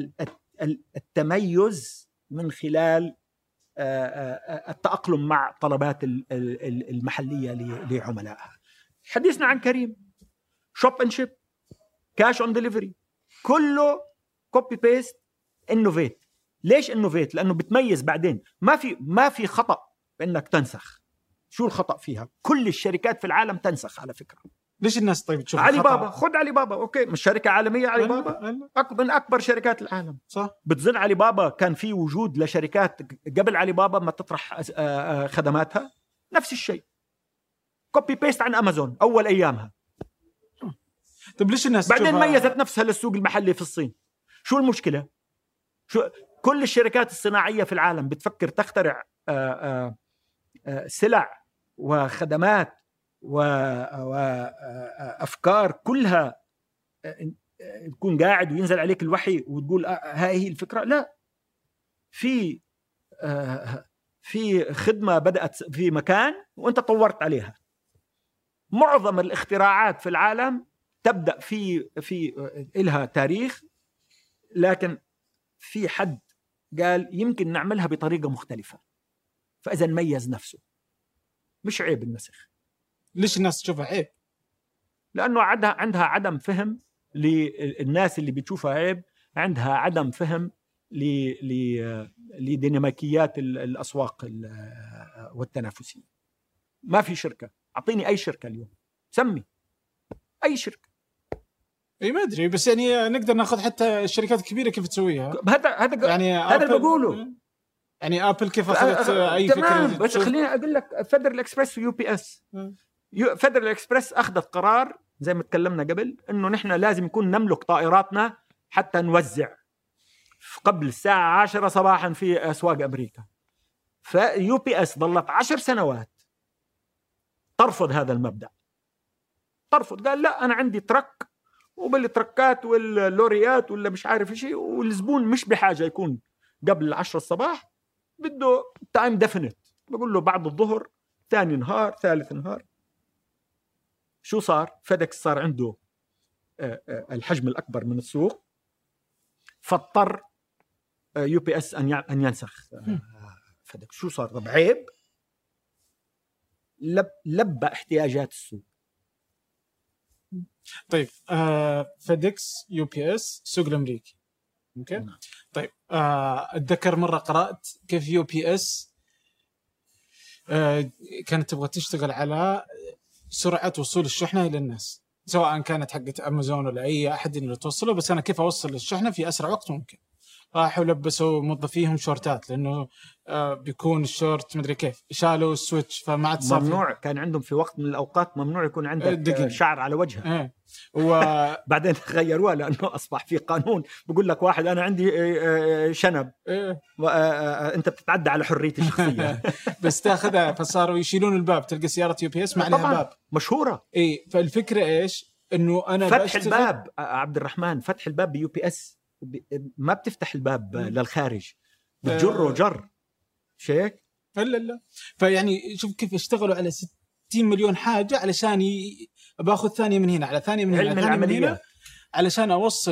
التميز من خلال التأقلم مع طلبات المحليه لعملائها. حديثنا عن كريم، شوب اند شيب، كاش اون ديليفري، كله كوبي بيست انوفيت. ليش انوفيت؟ لانه بتميز بعدين. ما في ما في خطا بانك تنسخ. شو الخطا فيها؟ كل الشركات في العالم تنسخ على فكره. ليش الناس طيب تشوف علي بابا؟ خد علي بابا، اوكي مش شركه عالميه علي بابا؟ أكبر من اكبر شركات العالم، صح. بتظن علي بابا كان في وجود لشركات قبل علي بابا ما تطرح خدماتها؟ نفس الشيء، كوبي بيست عن امازون اول ايامها. طيب ليش الناس بعدين ميزت نفسها للسوق المحلي في الصين؟ شو المشكلة؟ شو كل الشركات الصناعية في العالم بتفكر تخترع آآ آآ سلع وخدمات وأفكار كلها تكون قاعد وينزل عليك الوحي وتقول هاي هي الفكرة؟ لا، في في خدمة بدأت في مكان وانت طورت عليها. معظم الاختراعات في العالم تبدأ في في إلها تاريخ، لكن في حد قال يمكن نعملها بطريقة مختلفة، فإذا ميز نفسه. مش عيب النسخ. ليش الناس تشوفها عيب؟ لأنه عندها عندها عدم فهم للناس اللي بتشوفها عيب، عندها عدم فهم لديناميكيات الأسواق والتنافسية. ما في شركة، أعطيني أي شركة اليوم، سمي أي شركة. اي ما ادري، بس يعني نقدر ناخذ حتى الشركات الكبيره كيف تسويها. هذا هذا يعني هذا اللي بقوله. يعني ابل كيف اخذت اي تمام، فكره؟ بس خليني اقول لك فيدرال اكسبرس ويو بي اس. فيدرال اكسبرس اخذت قرار زي ما تكلمنا قبل انه نحن لازم نكون نملك طائراتنا حتى نوزع قبل الساعه عشرة صباحا في اسواق امريكا. فيو بي اس ظلت عشر سنوات ترفض هذا المبدا، ترفض. قال لا، انا عندي ترك وبالتركات واللوريات ولا مش عارف شيء، والزبون مش بحاجه يكون قبل العشرة الصباح، بده تايم ديفينيت. بقول له بعد الظهر، ثاني نهار، ثالث نهار. شو صار؟ فيدكس صار عنده الحجم الأكبر من السوق، فاضطر يو بي اس أن أن ينسخ فيدكس. شو صار؟ طب عيب؟ لب لبى احتياجات السوق. طيب آه فيدكس يو بي اس سوق الأمريكي، ممكن؟ نعم. طيب آه أتذكر مرة قرأت كيف يو بي اس آه كانت تبغى تشتغل على سرعة وصول الشحنة إلى الناس، سواء كانت حقت أمازون ولا أي أحد اللي توصله، بس أنا كيف أوصل الشحنة في أسرع وقت ممكن. راحوا لبسوا موظفيهم شورتات لأنه آه بيكون الشورت مدري كيف، شالوا السويتش فما عاد صار ممنوع. كان عندهم في وقت من الأوقات ممنوع يكون عندك دقيقة. شعر على وجهه. إيه. وبعدين غيروها لأنه أصبح في قانون بيقول لك واحد أنا عندي شنب، إيه. أنت بتتعدى على حريتي الشخصية. بس تاخذها، فصاروا يشيلون الباب، تلقى سيارة يو بي اس ما عليها باب. مشهورة. إيه. فالفكرة إيش؟ إنه أنا فتح الباب عبد الرحمن، فتح الباب بيو بي اس ما بتفتح الباب للخارج، بتجره جر شيك. لا لا. فيعني شوف كيف اشتغلوا على ستين مليون حاجة علشان ي... باخذ ثانية من هنا على ثانية من هنا على ثانية من هنا علشان أوصل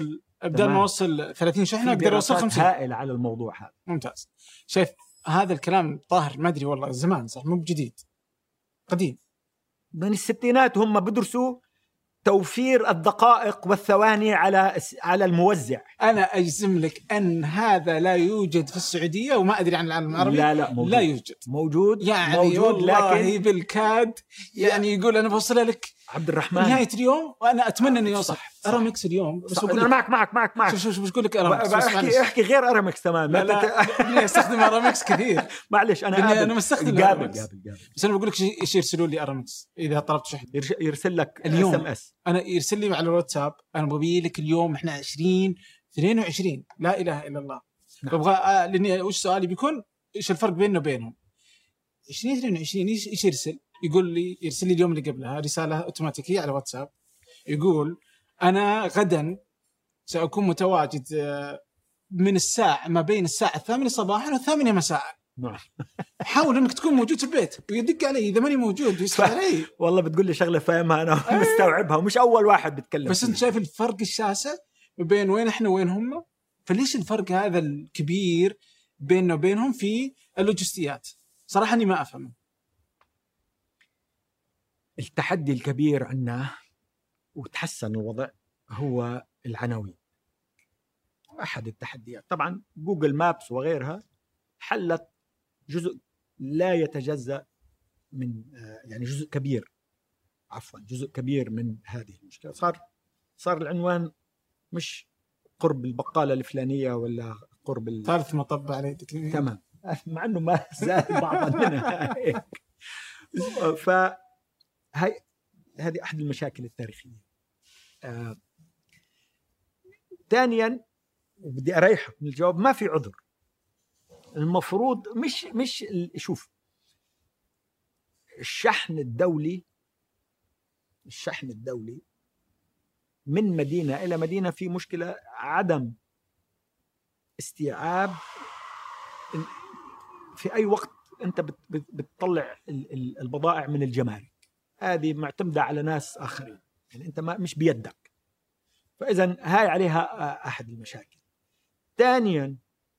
بدل ما اوصل ثلاثين شحنه اقدر اوصل خمسين. هائله على الموضوع هذا. ممتاز. شايف هذا الكلام طاهر ما ادري والله زمان صح مو بجديد قديم من الستينات هم بدرسوا توفير الدقائق والثواني على على الموزع. انا اجزم لك ان هذا لا يوجد في السعوديه وما ادري عن العالم العربي. لا لا موجود. لا يوجد موجود يعني موجود والله لكن بالكاد يعني يقول انا بوصلها لك عبد الرحمن نهايه اليوم وانا اتمنى انه يوصل. صح. ارامكس اليوم بس انا معك معك معك معك شوف شوف شوف اقول لك ارامكس احكي احكي غير ارامكس تمام. لا لا استخدم ارامكس كثير. معلش انا انا مستخدم قابل ارامكس قابل قابل. بس انا بقول لك ايش يرسلوا لي ارامكس اذا طلبت شحن يرسل لك اليوم اس ام اس. انا يرسل لي على الواتساب انا ببي لك اليوم احنا عشرين اثنين وعشرين لا اله الا الله. ابغى آه لاني وش سؤالي بيكون ايش الفرق بيننا وبينهم عشرين اثنين وعشرين ايش ايش يرسل يقول لي يرسل لي اليوم اللي قبلها رساله اوتوماتيكيه على واتساب يقول انا غدا سأكون متواجد من الساعة ما بين الساعة الثامنة صباحا والثامنة مساء. نعم. حاول انك تكون موجود في البيت ويدق علي اذا ماني موجود يسأل علي. والله بتقول لي شغله فاهمها انا مستوعبها ومش اول واحد بيتكلم. بس انت شايف الفرق الشاسع بين وين احنا وين هم. فليش الفرق هذا الكبير بيننا وبينهم في اللوجستيات؟ صراحة اني ما افهم. التحدي الكبير عنا وتحسن الوضع هو العناوين. أحد التحديات طبعا جوجل مابس وغيرها حلت جزء لا يتجزأ من يعني جزء كبير عفوا جزء كبير من هذه المشكلة. صار صار العنوان مش قرب البقالة الفلانية ولا قرب ثالث مطب عليه تمام مع أنه ما زال بعضا منها هيك. فهي هذه أحد المشاكل التاريخية. آه. ثانيا وبدي أريحك من الجواب ما في عذر. المفروض مش مش شوف الشحن الدولي الشحن الدولي من مدينة إلى مدينة في مشكلة عدم استيعاب في أي وقت أنت بتطلع البضائع من الجمارك. هذه معتمدة على ناس آخرين يعني أنت ما مش بيدك. فإذا هاي عليها أحد المشاكل. ثانيا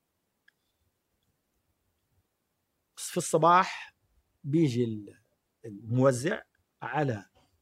في الصباح بيجي الموزع على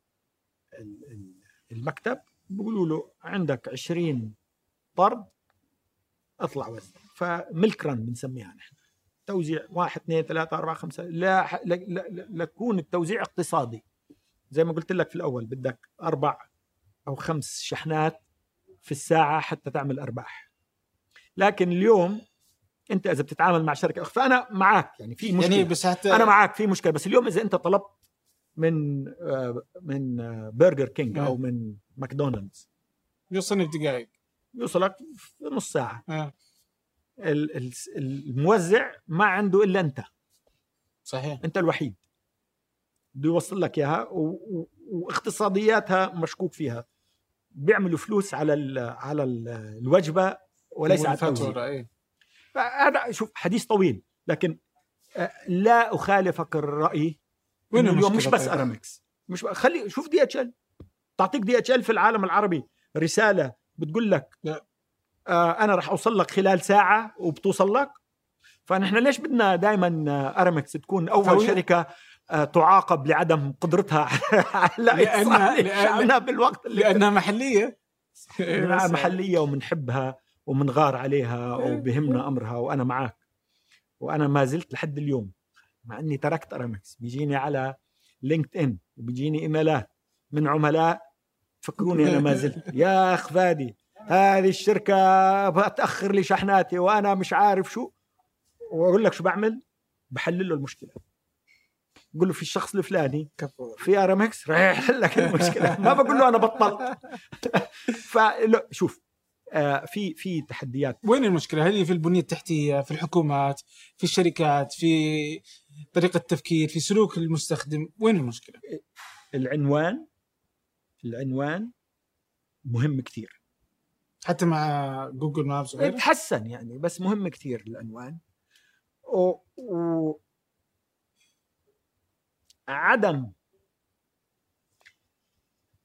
المكتب بيقولوا له عندك عشرين طرد اطلع وزع. فملك رن بنسميها نحن توزيع واحد اثنين ثلاثة أربعة خمسة. لا لكون التوزيع اقتصادي زي ما قلت لك في الأول بدك أربع أو خمس شحنات في الساعة حتى تعمل أرباح. لكن اليوم أنت إذا بتتعامل مع شركة فأنا معك يعني في مشكلة يعني بس حتى أنا معك في مشكلة. بس اليوم إذا أنت طلبت من من برجر كينج أو من ماكدونالدز يوصلني في دقائق يوصلك في نص ساعة. أه. الموزع ما عنده إلا أنت. صحيح أنت الوحيد بده يوصل لك إياها واقتصادياتها مشكوك فيها. بيعملوا فلوس على ال على ال الوجبة وليس على التوزيع. إيه. هذا شوف حديث طويل لكن لا أخالفك الرأي إنه اليوم مش بس أرامكس مش خلي شوف دي اتش ال تعطيك دي اتش ال في العالم العربي رسالة بتقول لك آه أنا رح أوصل لك خلال ساعة وبتوصل لك. فنحن ليش بدنا دائما أرامكس تكون أول فوي. شركة آه تعاقب لعدم قدرتها على لأنها بالوقت اللي لأنها محلية محلية ومنحبها ومنغار عليها وبهمنا أمرها. وأنا معك وأنا ما زلت لحد اليوم مع أني تركت أرامكس بيجيني على لينكد إن وبيجيني إيميلات من عملاء فكروني أنا ما زلت يا أخ فادي هذه الشركة بتأخر لي شحناتي وأنا مش عارف شو. وأقول لك شو بعمل بحلل له المشكلة. بقول له في الشخص الفلاني في أرامكس راح يحل لك المشكلة. ما بقول له أنا بطلت. فلا شوف آه في في تحديات. وين المشكلة؟ هل في البنية التحتية في الحكومات في الشركات في طريقة التفكير في سلوك المستخدم؟ وين المشكلة؟ العنوان العنوان مهم كتير حتى مع جوجل مابس وغيره يتحسن يعني بس مهم كتير العنوان. و... و... عدم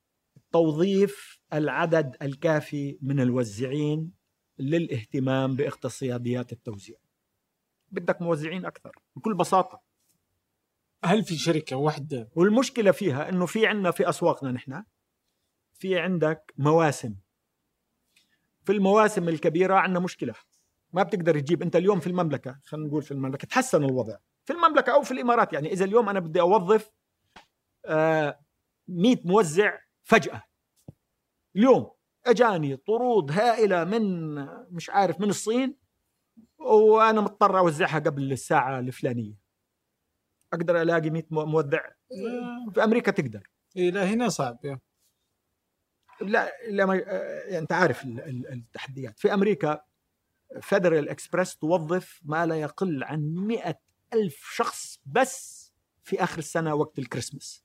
توظيف العدد الكافي من الموزعين للاهتمام باقتصاديات التوزيع. بدك موزعين أكثر بكل بساطة. هل في شركة واحدة؟ والمشكلة فيها أنه في عندنا في أسواقنا نحن في عندك مواسم. في المواسم الكبيرة عندنا مشكلة، ما بتقدر تجيب. أنت اليوم في المملكة، خلينا نقول في المملكة تحسن الوضع، في المملكة أو في الإمارات، يعني إذا اليوم أنا بدي أوظف آه مئة موزع فجأة، اليوم أجاني طرود هائلة من مش عارف من الصين وأنا مضطر أوزعها قبل الساعة الفلانية، أقدر ألاقي مئة موزع؟ في أمريكا تقدر. إيه لا هنا صعب يعني. لا لا ما يعني أنت عارف التحديات في أمريكا. فيدرال إكسبرس توظف ما لا يقل عن مئة ألف شخص بس في آخر السنة وقت الكريسماس.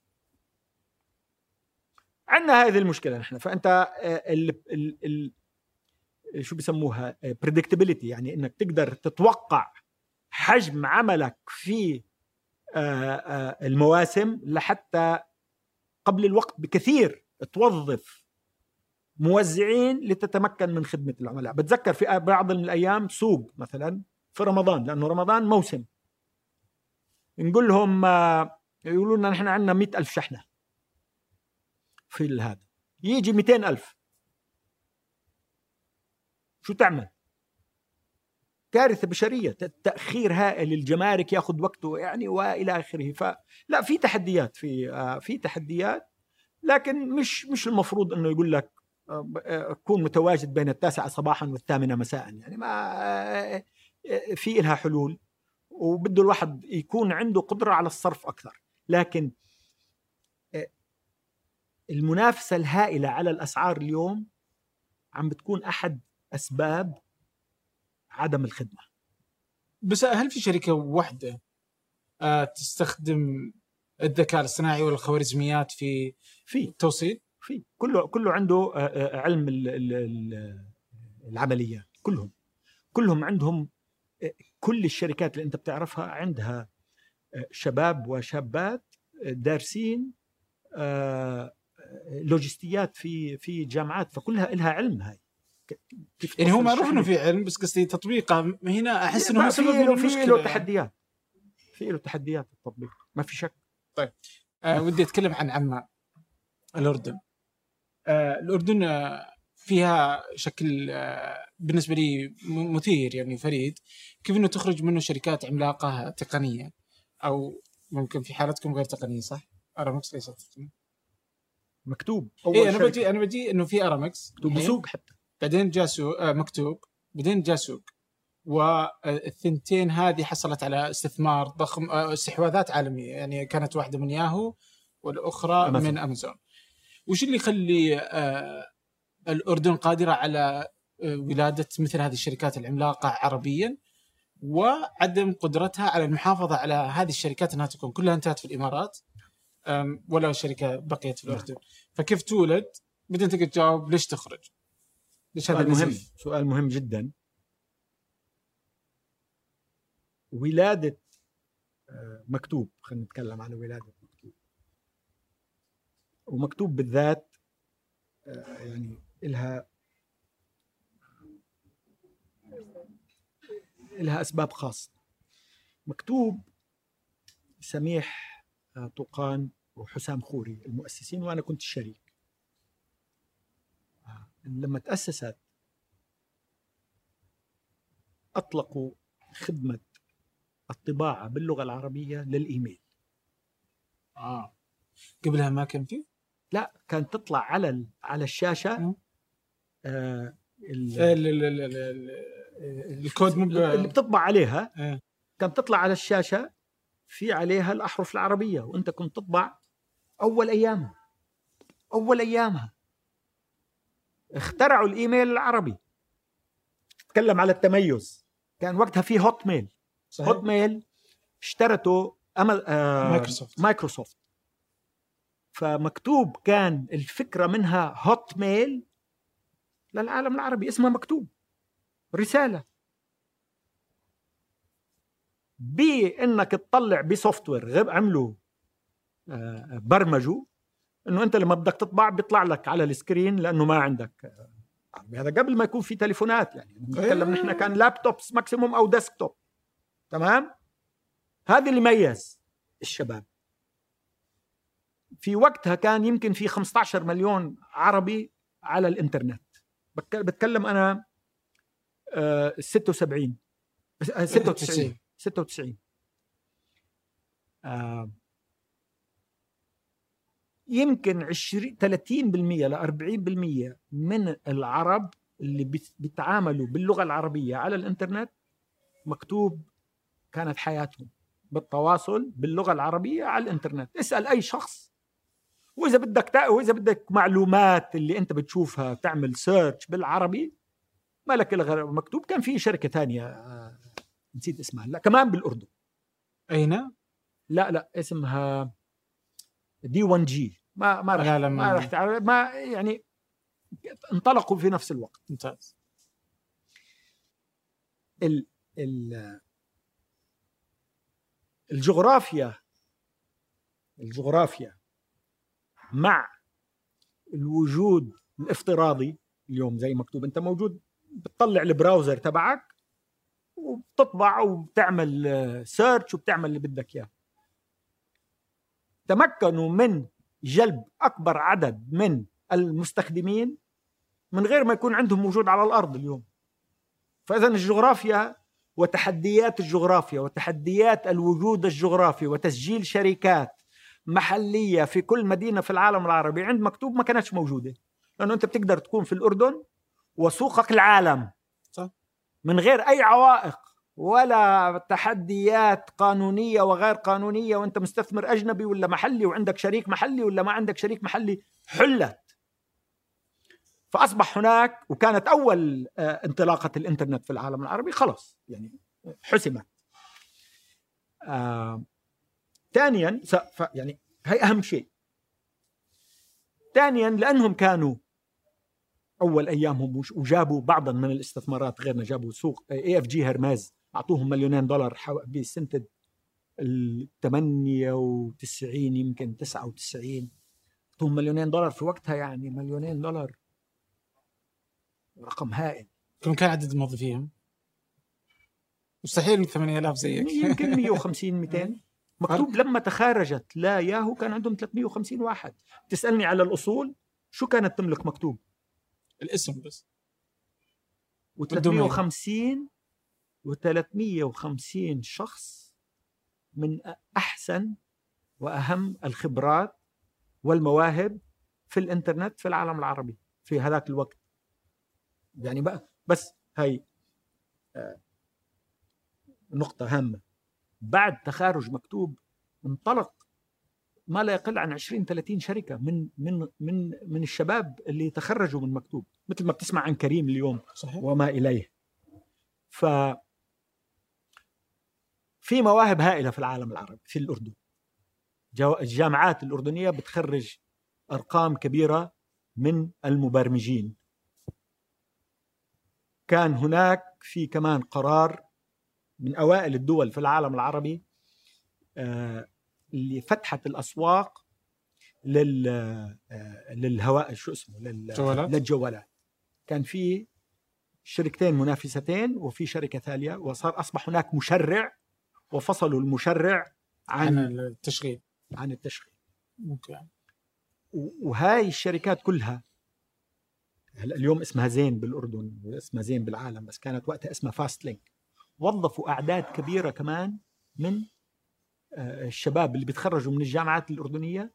عندنا هذه المشكلة نحن. فأنت ال ال ال شو بيسموها predictability، يعني إنك تقدر تتوقع حجم عملك في المواسم لحتى قبل الوقت بكثير توظف موزعين لتتمكن من خدمة العملاء. بتذكر في بعض من الأيام سوق مثلا في رمضان، لأنه رمضان موسم، نقول لهم يقولوا لنا نحن عندنا مئة ألف شحنة في هذا، يجي مئتين ألف، شو تعمل؟ كارثة بشرية، تأخير هائل، الجمارك يأخذ وقته يعني وإلى آخره. فلا في تحديات في في تحديات، لكن مش مش المفروض إنه يقول لك أكون متواجد بين التاسعة صباحا والثامنة مساء، يعني ما في لها حلول، وبده الواحد يكون عنده قدرة على الصرف أكثر. لكن المنافسة الهائلة على الأسعار اليوم عم بتكون أحد أسباب عدم الخدمة. بس هل في شركة واحدة تستخدم الذكاء الاصطناعي والخوارزميات في في التوصيل؟ في كله كله عنده علم العمليات، كلهم كلهم عندهم. كل الشركات اللي انت بتعرفها عندها شباب وشابات دارسين لوجستيات في في جامعات، فكلها لها علم. هاي يعني هو معروف انه في علم، بس قصدي تطبيقه هنا احس انه سبب من المشكله. في له تحديات، في له تحديات التطبيق، ما في شك. طيب آه ودي اتكلم عن عمان، الاردن. آه الأردن آه فيها شكل آه بالنسبة لي مثير يعني فريد، كيف أنه تخرج منه شركات عملاقة تقنية، أو ممكن في حالتكم غير تقنية، صح؟ أرامكس ليست تقنية. مكتوب أول إيه أنا بجي أنا بجي إنه في أرامكس مكتوب سوق، حتى بعدين جاء سوق آه مكتوب، بعدين جاء سوق، والثنتين هذه حصلت على استثمار ضخم، آه استحواذات عالمية، يعني كانت واحدة من ياهو والأخرى أمازون. من أمازون. وش اللي يخلي آه الأردن قادرة على آه ولادة مثل هذه الشركات العملاقة عربيا، وعدم قدرتها على المحافظة على هذه الشركات أنها تكون كلها انتهت في الإمارات ولا شركة بقيت في الأردن؟ فكيف تولد؟ بدين تقدر تجاوب ليش تخرج؟ ليش هذا مهم؟ سؤال مهم جدا. ولادة مكتوب، خلينا نتكلم عن ولادة مكتوب. ومكتوب بالذات يعني إلها إلها أسباب خاصة. مكتوب سميح طوقان وحسام خوري المؤسسين، وأنا كنت الشريك. لما تأسست أطلقوا خدمة الطباعة باللغة العربية للإيميل. آه. قبلها ما كان فيه؟ لا، كانت تطلع على على الشاشة آه الكود مب... اللي بتطبع عليها آه. كانت تطلع على الشاشة في عليها الأحرف العربية، وأنت كنت تطبع. أول أيامها أول أيامها اخترعوا الإيميل العربي. تكلم على التميز، كان وقتها في هوت ميل. صحيح. هوت ميل اشترته أمل... آه... مايكروسوفت. مايكروسوفت. فمكتوب كان الفكرة منها هوت ميل للعالم العربي، اسمها مكتوب، رسالة بأنك تطلع بسوفتوير. غير عملوا آه... برمجوا انه انت لما بدك تطبع بيطلع لك على السكرين لانه ما عندك عربي. هذا قبل ما يكون في تليفونات، يعني نتكلم نحن كان لابتوبس ماكسيموم او ديسكتوب. تمام. هذا اللي ميز الشباب في وقتها. كان يمكن في خمسة عشر مليون عربي على الانترنت. بتكلم انا ستة وسبعين ستة وتسعين ستة وتسعين آه يمكن عشرين ثلاثين بالمئة ل أربعين بالمئة من العرب اللي بيتعاملوا باللغة العربية على الانترنت مكتوب كانت حياتهم بالتواصل باللغة العربية على الانترنت. اسأل أي شخص، وإذا بدك تق... وإذا بدك معلومات اللي أنت بتشوفها تعمل سيرش بالعربي ما لك إلا غير مكتوب. كان في شركة تانية آه... نسيت اسمها، لا كمان بالأردن. أين؟ لا لا اسمها دي ون جي. ما ما رح ما, ما رح تعرف. ما يعني انطلقوا في نفس الوقت. ممتاز. ال ال الجغرافيا الجغرافيا مع الوجود الافتراضي اليوم زي مكتوب، انت موجود بتطلع البراوزر تبعك وبتطبع وبتعمل سيرش وبتعمل اللي بدك اياه. تمكنوا من جلب اكبر عدد من المستخدمين من غير ما يكون عندهم وجود على الارض اليوم. فاذا الجغرافيا وتحديات الجغرافيا وتحديات الوجود الجغرافي وتسجيل شركات محلية في كل مدينة في العالم العربي عند مكتوب ما كانتش موجودة، لأنه أنت بتقدر تكون في الأردن وسوقك العالم صح؟ من غير أي عوائق ولا تحديات قانونية وغير قانونية، وأنت مستثمر أجنبي ولا محلي وعندك شريك محلي ولا ما عندك شريك محلي حلت. فأصبح هناك، وكانت أول انطلاقة الإنترنت في العالم العربي خلص يعني حسمت. آه ثانيا يعني هي أهم شيء. ثانيا لأنهم كانوا أول أيامهم وجابوا بعضا من الاستثمارات غيرنا، جابوا سوق اي اف جي هرماز أعطوهم مليونين دولار بسنة الثمانية وتسعين يمكن تسعة وتسعين، أعطوهم مليونين دولار في وقتها. يعني مليونين دولار رقم هائل. كم كان عدد الموظفين؟ مستحيل ثمانية آلاف زيك. يمكن مية وخمسين مئتين. مكتوب لما تخارجت لا ياهو كان عندهم ثلاثمية وخمسين واحد. تسألني على الأصول شو كانت تملك مكتوب؟ الاسم بس. وثلاثمية وخمسين وثلاثمية وخمسين شخص من أحسن وأهم الخبرات والمواهب في الإنترنت في العالم العربي في هذاك الوقت. يعني بقى بس هاي آه نقطة هامة. بعد تخارج مكتوب انطلق ما لا يقل عن عشرين ثلاثين شركة من من من من الشباب اللي تخرجوا من مكتوب، مثل ما بتسمع عن كريم اليوم صحيح. وما إليه. ف في مواهب هائلة في العالم العربي في الأردن. الجامعات الأردنية بتخرج أرقام كبيرة من المبرمجين. كان هناك في كمان قرار من أوائل الدول في العالم العربي آه اللي فتحت الأسواق لل آه للهواء شو اسمه لل... للجوالات. كان في شركتين منافستين وفي شركة ثانية، وصار أصبح هناك مشرع وفصلوا المشرع عن, عن التشغيل عن التشغيل ممكن. وهاي الشركات كلها اليوم اسمها زين بالأردن واسمها زين بالعالم، بس كانت وقتها اسمها فاست لينك. وظفوا أعداد كبيرة كمان من الشباب اللي بيتخرجوا من الجامعات الأردنية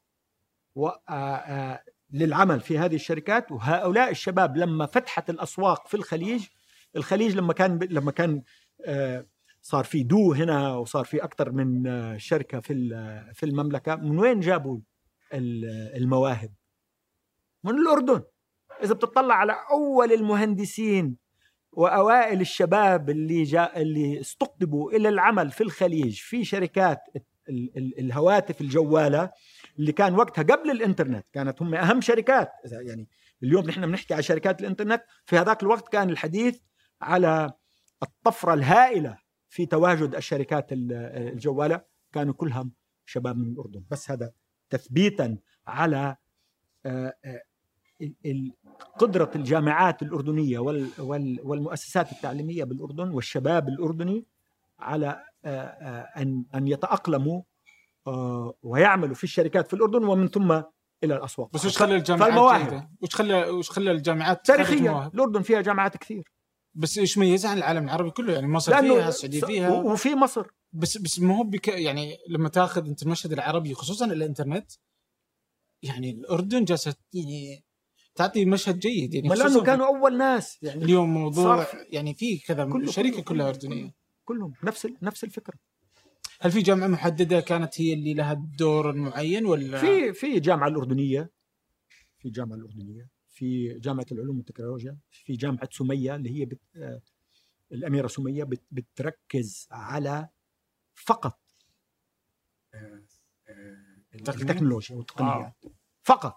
للعمل في هذه الشركات. وهؤلاء الشباب لما فتحت الأسواق في الخليج، الخليج لما كان لما كان صار في دو هنا وصار في أكثر من شركة في في المملكة، من وين جابوا المواهب؟ من الأردن. إذا بتطلع على أول المهندسين وأوائل الشباب اللي جاء اللي استقطبوا إلى العمل في الخليج في شركات الهواتف الجوالة اللي كان وقتها قبل الإنترنت، كانت هم أهم شركات. يعني اليوم نحن بنحكي على شركات الإنترنت، في هذاك الوقت كان الحديث على الطفرة الهائلة في تواجد الشركات الجوالة، كانوا كلهم شباب من الأردن. بس هذا تثبيتا على قدرة الجامعات الأردنية والمؤسسات التعليمية بالأردن والشباب الأردني على أن أن يتأقلموا ويعملوا في الشركات في الأردن ومن ثم إلى الأسواق. بس وش خلى الجامعات جيدة؟ وش خلى وش خلى الجامعات تاريخيا؟ الأردن فيها جامعات كثير، بس إيش ميزها عن العالم العربي كله؟ يعني مصر فيها، السعودية فيها، وفي مصر. بس بس ما هو بك يعني لما تاخذ أنت المشهد العربي خصوصا الإنترنت، يعني الأردن جالسة يعني تعطي مشهد جيد، يعني لأنه كانوا أول ناس. يعني اليوم موضوع يعني في كذا كله شركة كله كلها أردنية، كلهم نفس نفس الفكرة. هل في جامعة محددة كانت هي اللي لها الدور المعين ولا؟ في في جامعة الأردنية، في جامعة الأردنية، في جامعة العلوم والتكنولوجيا، في جامعة سمية اللي هي بت... آه الأميرة سمية بت... بتركز على فقط آه آه التكنولوجيا والتقنيات آه. فقط.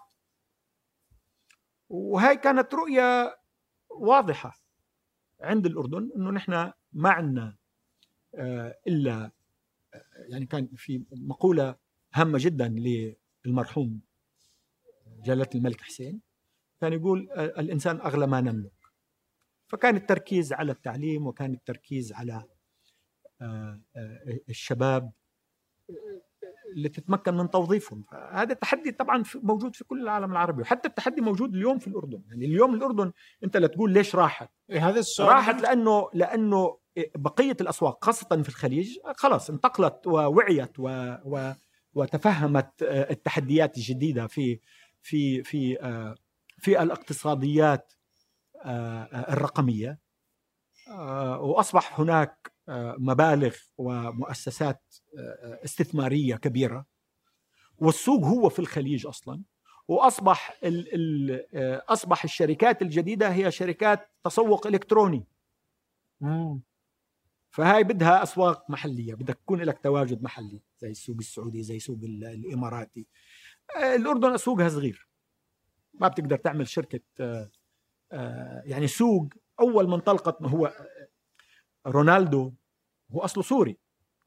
وهي كانت رؤية واضحة عند الأردن إنه نحن ما عندنا آه إلا آه يعني كان في مقولة هامة جدا للمرحوم جلالة الملك حسين، كان يقول آه الإنسان أغلى ما نملك. فكان التركيز على التعليم وكان التركيز على آه آه الشباب اللي تتمكن من توظيفهم. هذا التحدي طبعا موجود في كل العالم العربي، وحتى التحدي موجود اليوم في الأردن. يعني اليوم الأردن أنت لا تقول ليش راحت، هذا السؤال راحت لأنه لأنه بقية الأسواق خاصة في الخليج خلاص انتقلت ووعيت و و وتفهمت التحديات الجديدة في في في في الاقتصاديات الرقمية، وأصبح هناك مبالغ ومؤسسات استثمارية كبيرة، والسوق هو في الخليج أصلا. وأصبح ال ال أصبح الشركات الجديدة هي شركات تسوق إلكتروني. مم. فهاي بدها أسواق محلية، بدك يكون لك تواجد محلي زي السوق السعودي زي سوق الإماراتي. الأردن سوقها صغير، ما بتقدر تعمل شركة يعني سوق. أول من طلقت هو رونالدو، هو أصله سوري،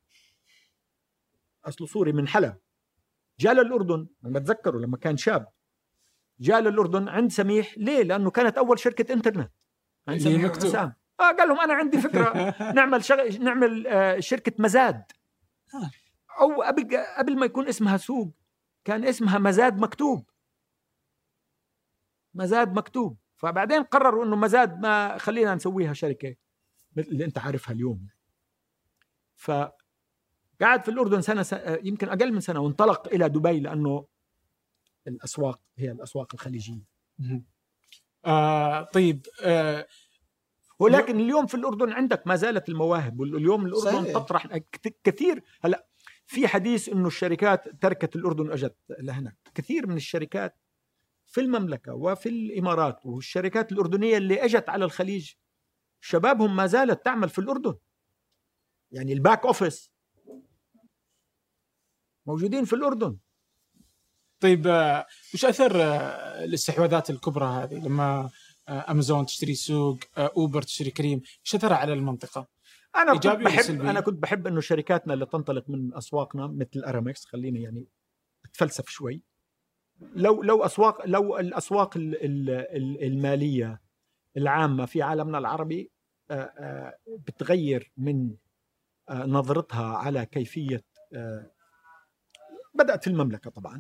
أصله سوري من حلب، جاء للأردن. أنا بتذكره لما كان شاب جاء للأردن عند سميح. ليه؟ لأنه كانت أول شركة إنترنت عند سميح حسام. آه قال لهم أنا عندي فكرة نعمل شغ... نعمل آه شركة مزاد. أو قبل قبل ما يكون اسمها سوق كان اسمها مزاد مكتوب، مزاد مكتوب. فبعدين قرروا إنه مزاد ما خلينا نسويها شركة اللي أنت عارفها اليوم. فقعد في الأردن سنة, سنة يمكن أقل من سنة وانطلق إلى دبي، لأنه الأسواق هي الأسواق الخليجية. آه طيب آه ولكن اليوم في الأردن عندك ما زالت المواهب، واليوم الأردن صحيح. تطرح كثير. هلا في حديث إنه الشركات تركت الأردن أجت لهناك. كثير من الشركات في المملكة وفي الإمارات والشركات الأردنية اللي أجت على الخليج شبابهم ما زالت تعمل في الأردن. يعني الباك أوفيس موجودين في الأردن. طيب وش أثر الاستحواذات الكبرى هذه لما أمازون تشتري سوق، أوبر تشتري كريم، إيش أثر على المنطقة؟ أنا كنت بحب أنا كنت بحب إنه شركاتنا اللي تنطلق من أسواقنا مثل أرامكس، خليني يعني أتفلسف شوي. لو لو أسواق لو الأسواق المالية العامة في عالمنا العربي بتغير من نظرتها على كيفية، بدأت في المملكة طبعا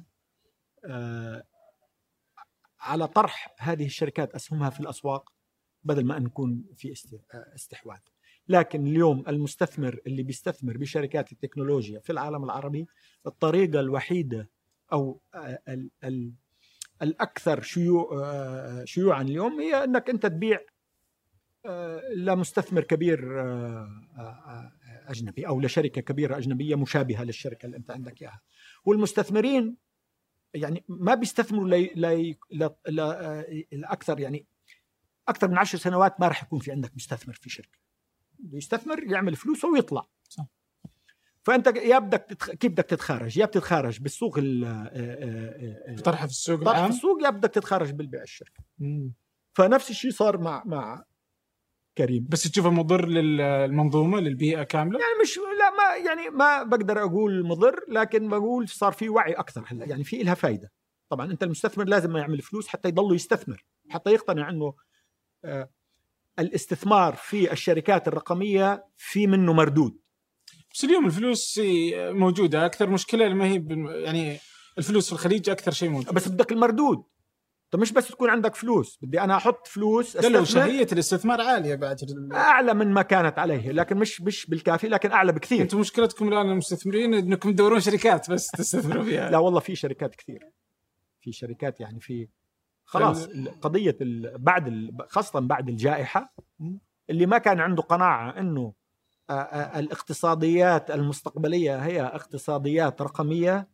على طرح هذه الشركات أسهمها في الأسواق بدل ما أن نكون في استحواذ. لكن اليوم المستثمر اللي بيستثمر بشركات التكنولوجيا في العالم العربي، الطريقة الوحيدة أو ال ال الأكثر شيوع شيوعا اليوم هي أنك أنت تبيع لمستثمر كبير أجنبي أو لشركة كبيرة أجنبية مشابهة للشركة اللي أنت عندك إياها. والمستثمرين يعني ما بيستثمروا لي لي لأكثر يعني أكثر من عشر سنوات ما راح يكون في عندك مستثمر في شركة. يستثمر يعمل فلوسه ويطلع. صح. فأنت يا بدك تتخ... كيف بدك تتخارج؟ يا بتتخارج بالسوق ال طرحها في السوق طرح في السوق، يا بدك تتخارج بالبيع الشركة. مم. فنفس الشيء صار مع مع كريم. بس تشوفه مضر للمنظومة للبيئة كاملة؟ يعني مش لا ما يعني ما بقدر أقول مضر، لكن بقول صار في وعي أكثر هلا، يعني في إلها فايدة. طبعا أنت المستثمر لازم ما يعمل فلوس حتى يضل يستثمر، حتى يقتنع أنه آه الاستثمار في الشركات الرقمية في منه مردود. بس اليوم الفلوس موجودة، أكثر مشكلة ما هي يعني الفلوس في الخليج أكثر شيء موجود، بس بدك المردود. طب مش بس تكون عندك فلوس، بدي أنا أحط فلوس لو شهية الاستثمار عالية بعد أعلى من ما كانت عليه، لكن مش مش بالكافي، لكن أعلى بكثير. أنتم مشكلتكم الآن المستثمرين أنكم تدورون شركات بس تستثمروا فيها. لا والله في شركات كثير، في شركات يعني في خلاص قضية بعد خاصة بعد الجائحة اللي ما كان عنده قناعة إنه الاقتصاديات المستقبلية هي اقتصاديات رقمية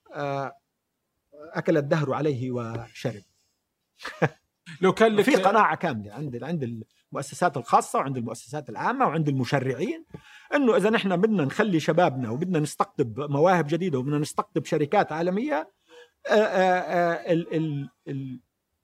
أكلت دهره عليه وشرب. لو كان لك في قناعة كاملة عند عند المؤسسات الخاصة وعند المؤسسات العامة وعند المشرعين إنه إذا نحن بدنا نخلي شبابنا وبدنا نستقطب مواهب جديدة وبدنا نستقطب شركات عالمية، ال ال ال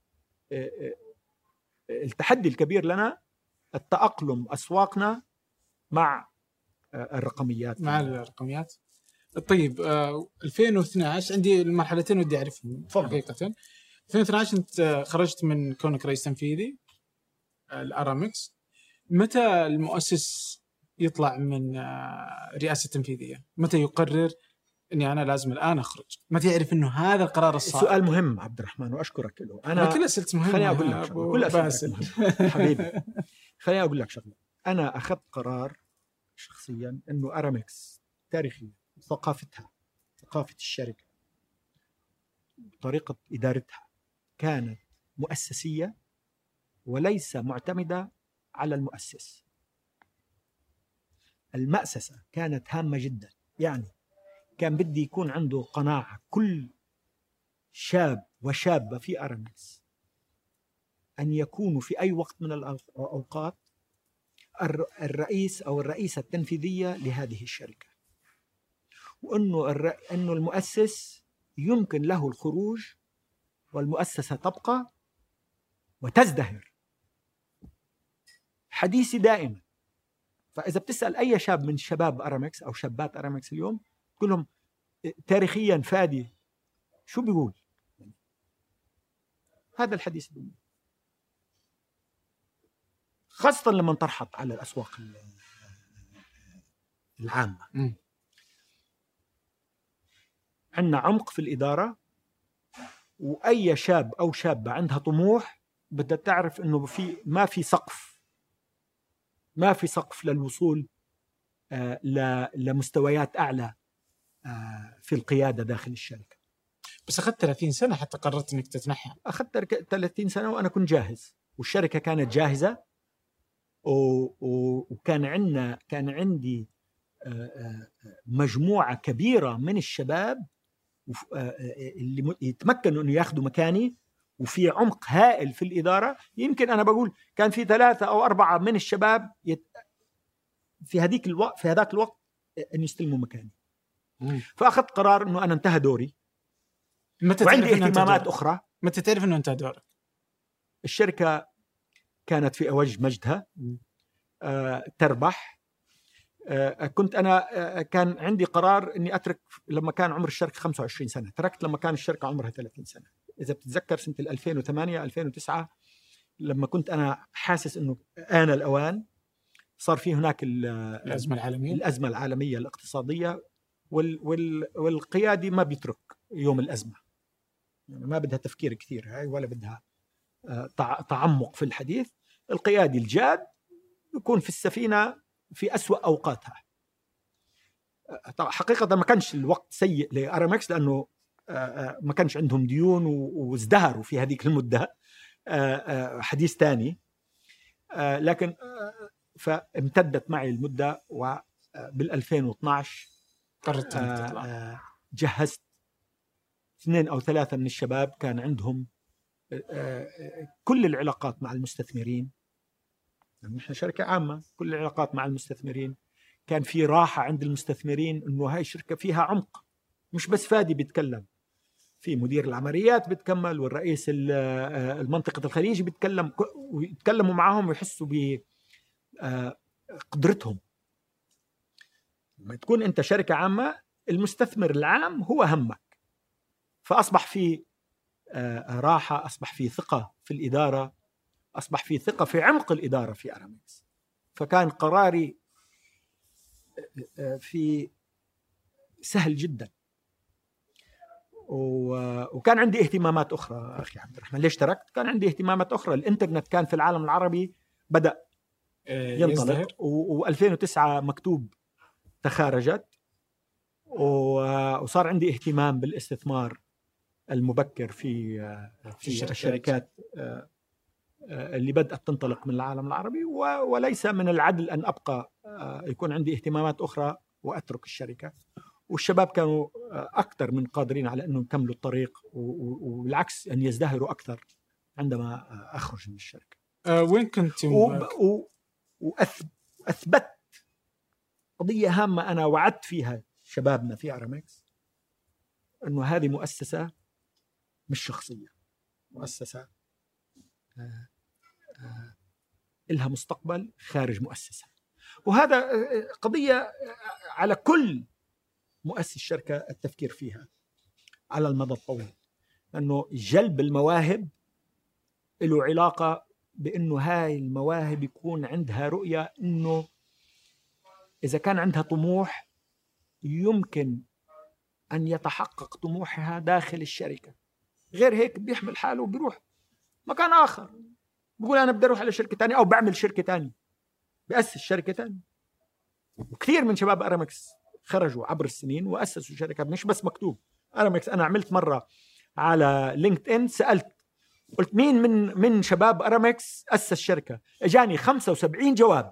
التحدي الكبير لنا التأقلم أسواقنا مع الرقميات. مع الرقميات. طيب ألفين واثناشر عندي المرحلتين ودي أعرفهم حقيقة. ألفين واثناشر أنت خرجت من كونك رئيس تنفيذي الأرامكس، متى المؤسس يطلع من رئاسة تنفيذية؟ متى يقرر إني أنا لازم الآن أخرج؟ متى يعرف إنه هذا القرار الصائب؟ سؤال مهم عبد الرحمن وأشكرك له. أنا كل أسئلة مهمة. خليني أقول لك شغلة. كل أسئلة حبيبي. خليني أقول لك شغلة. أنا أخذت قرار شخصيا إنه أرامكس تاريخيا ثقافتها، ثقافة الشركة، طريقة إدارتها كانت مؤسسية وليس معتمدة على المؤسس. المؤسسة كانت هامة جدا، يعني كان بدي يكون عنده قناعة كل شاب وشابة في أرامكس أن يكونوا في أي وقت من الأوقات الرئيس أو الرئيسة التنفيذية لهذه الشركة، وأنه أنه المؤسس يمكن له الخروج والمؤسسة تبقى وتزدهر. حديثي دائما، فإذا بتسأل أي شاب من شباب أرامكس أو شابات أرامكس اليوم تقول لهم تاريخيا فادي شو بيقول؟ هذا الحديث بيقول، خاصة لما انطرحت على الأسواق العامة. عندنا عمق في الإدارة، وأي شاب أو شابة عندها طموح بدها تعرف إنه في ما في سقف، ما في سقف للوصول آه لمستويات أعلى آه في القيادة داخل الشركة. بس أخذت ثلاثين سنة حتى قررت إنك تتنحى. أخذت ثلاثين سنة وأنا كنت جاهز، والشركة كانت جاهزة، وكان عندنا كان عندي مجموعة كبيرة من الشباب اللي يتمكنوا أن يأخذوا مكاني، وفي عمق هائل في الإدارة. يمكن أنا بقول كان في ثلاثة أو أربعة من الشباب في هذيك الوقت في هذاك الوقت أن يستلموا مكاني. فأخذت قرار أنه أنا انتهى دوري، وعندي اهتمامات أخرى. متى تعرف أنه انتهى دورك؟ الشركة كانت في أوج مجدها، آه، تربح. آه، كنت أنا آه، كان عندي قرار أني أترك لما كان عمر الشركة خمسة وعشرين سنة، تركت لما كان الشركة عمرها ثلاثين سنة. إذا بتتذكر سنة ألفين وثمانية ألفين وتسعة لما كنت أنا حاسس أنه آن الأوان، صار في هناك الأزمة العالمية الأزمة العالمية الاقتصادية، وال وال والقيادي ما بيترك يوم الأزمة، يعني ما بدها تفكير كثير هاي ولا بدها تعمق في الحديث. القيادي الجاد يكون في السفينة في أسوأ أوقاتها. حقيقة ما كانش الوقت سيء لأرامكس لأنه ما كانش عندهم ديون وازدهروا في هذه المدة، حديث تاني. لكن فامتدت معي المدة، وبالألفين واثناشر قررت أنك تطلع. جهزت اثنين أو ثلاثة من الشباب كان عندهم كل العلاقات مع المستثمرين، يعني نحن شركة عامة، كل العلاقات مع المستثمرين. كان في راحة عند المستثمرين إنه هاي الشركة فيها عمق، مش بس فادي بيتكلم، في مدير العمليات بيتكمل، والرئيس المنطقة الخليج بيتكلم، ويتكلموا معهم ويحسوا بقدرتهم. لما تكون أنت شركة عامة المستثمر العام هو همك، فأصبح في راحة، أصبح في ثقة في الإدارة، أصبح في ثقة في عمق الإدارة في أرامكس. فكان قراري في سهل جدا، وكان عندي اهتمامات أخرى. أخي عبد الرحمن، ليش تركت؟ كان عندي اهتمامات أخرى. الإنترنت كان في العالم العربي بدأ ينطلق، وألفين وتسعة مكتوب تخارجت، وصار عندي اهتمام بالاستثمار المبكر في في الشركات, الشركات اللي بدأت تنطلق من العالم العربي، وليس من العدل أن أبقى يكون عندي اهتمامات أخرى وأترك الشركة. والشباب كانوا أكثر من قادرين على أنهم يكملوا الطريق، وبالعكس أن يزدهروا أكثر عندما أخرج من الشركة. أه وين كنت؟ وأثبت قضية هامة أنا وعدت فيها شبابنا في أرامكس، أنه هذه مؤسسة مش شخصية، مؤسسة آه آه إلها مستقبل خارج مؤسسة. وهذا قضية على كل مؤسس شركة التفكير فيها على المدى الطويل، أنه جلب المواهب له علاقة بأنه هاي المواهب يكون عندها رؤية، أنه إذا كان عندها طموح يمكن أن يتحقق طموحها داخل الشركة. غير هيك بيحمل حاله وبيروح مكان آخر، بيقول أنا بدي أروح على شركة تانية، أو بعمل شركة تانية، بأسس شركة تانية. وكثير من شباب أرامكس خرجوا عبر السنين وأسسوا شركات، مش بس مكتوب أرامكس. أنا عملت مرة على لينكد إن، سألت قلت مين من من شباب أرامكس أسس شركة؟ اجاني خمسة وسبعين جواب،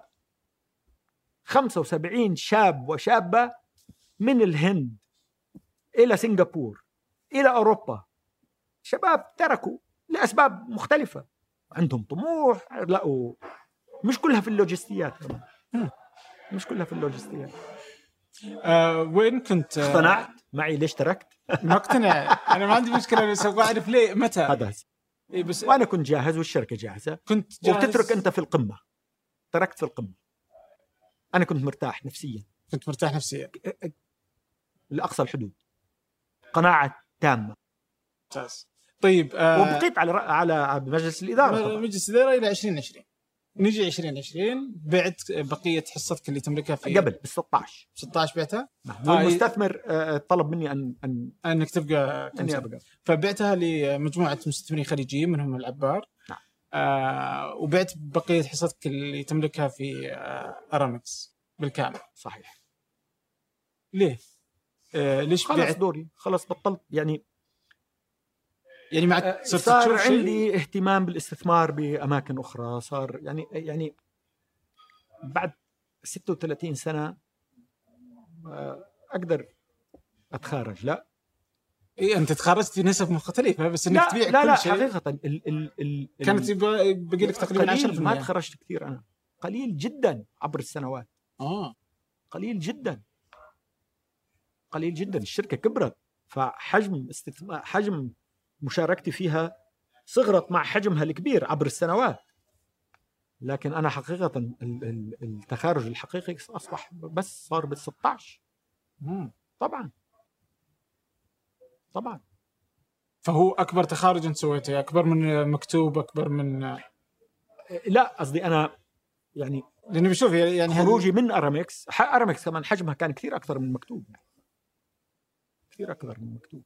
خمسة وسبعين شاب وشابة من الهند إلى سنغافورة إلى أوروبا، شباب تركوا لأسباب مختلفة، عندهم طموح، لقوا مش كلها في اللوجستيات، مش كلها في اللوجستيات. أه وين كنت؟ اقتنعت معي ليش تركت؟ ما اقتنع، أنا ما عندي مشكلة، بس أبغى أعرف ليه متى. هذا إيه بس وأنا كنت جاهز والشركة جاهزة، كنت جاهز. وتترك أنت في القمة، تركت في القمة. أنا كنت مرتاح نفسيا، كنت مرتاح نفسيا لأقصى الحدود، قناعة تامة. ممتاز. طيب آه وبقيت على على مجلس الإدارة طبعا. مجلس الإدارة إلى عشرين عشرين. نجي عشرين عشرين بعت بقية حصتك اللي تملكها في قبل بالستة عشر ستة عشر بعتها. والمستثمر آه طلب مني أن أن أنك تبقى أني أبقى، فبعتها لمجموعة مستثمرين خليجيين منهم العبار. نعم. آه وبعت بقية حصتك اللي تملكها في آه أرامكس بالكامل. صحيح. ليه؟ آه ليش خلص بعت؟ دوري، خلص بطلت يعني. يعني مع صار عندي اهتمام بالاستثمار بأماكن أخرى، صار يعني يعني بعد ستة وثلاثين سنة أقدر أتخارج. لا إيه أنت تخرجت في نسب مختلفة، بس إنك لا تبيع لا كل لا شيء. حقيقة ال ال ال كانت بقي لك تقريبا عشرة بالمئة. ما تخرجت كثير، أنا قليل جدا عبر السنوات. آه قليل جدا قليل جدا. الشركة كبرت، فحجم استثمار حجم مشاركتي فيها صغرت مع حجمها الكبير عبر السنوات. لكن أنا حقيقة التخارج الحقيقي أصبح بس صار بالستة عشر. طبعا طبعا. فهو أكبر تخارج أنت سويته، أكبر من مكتوب، أكبر من لا قصدي أنا يعني لأني بشوف يعني خروجي من أرامكس. أرامكس كمان حجمها كان كثير أكثر من مكتوب، كثير أكثر من مكتوب.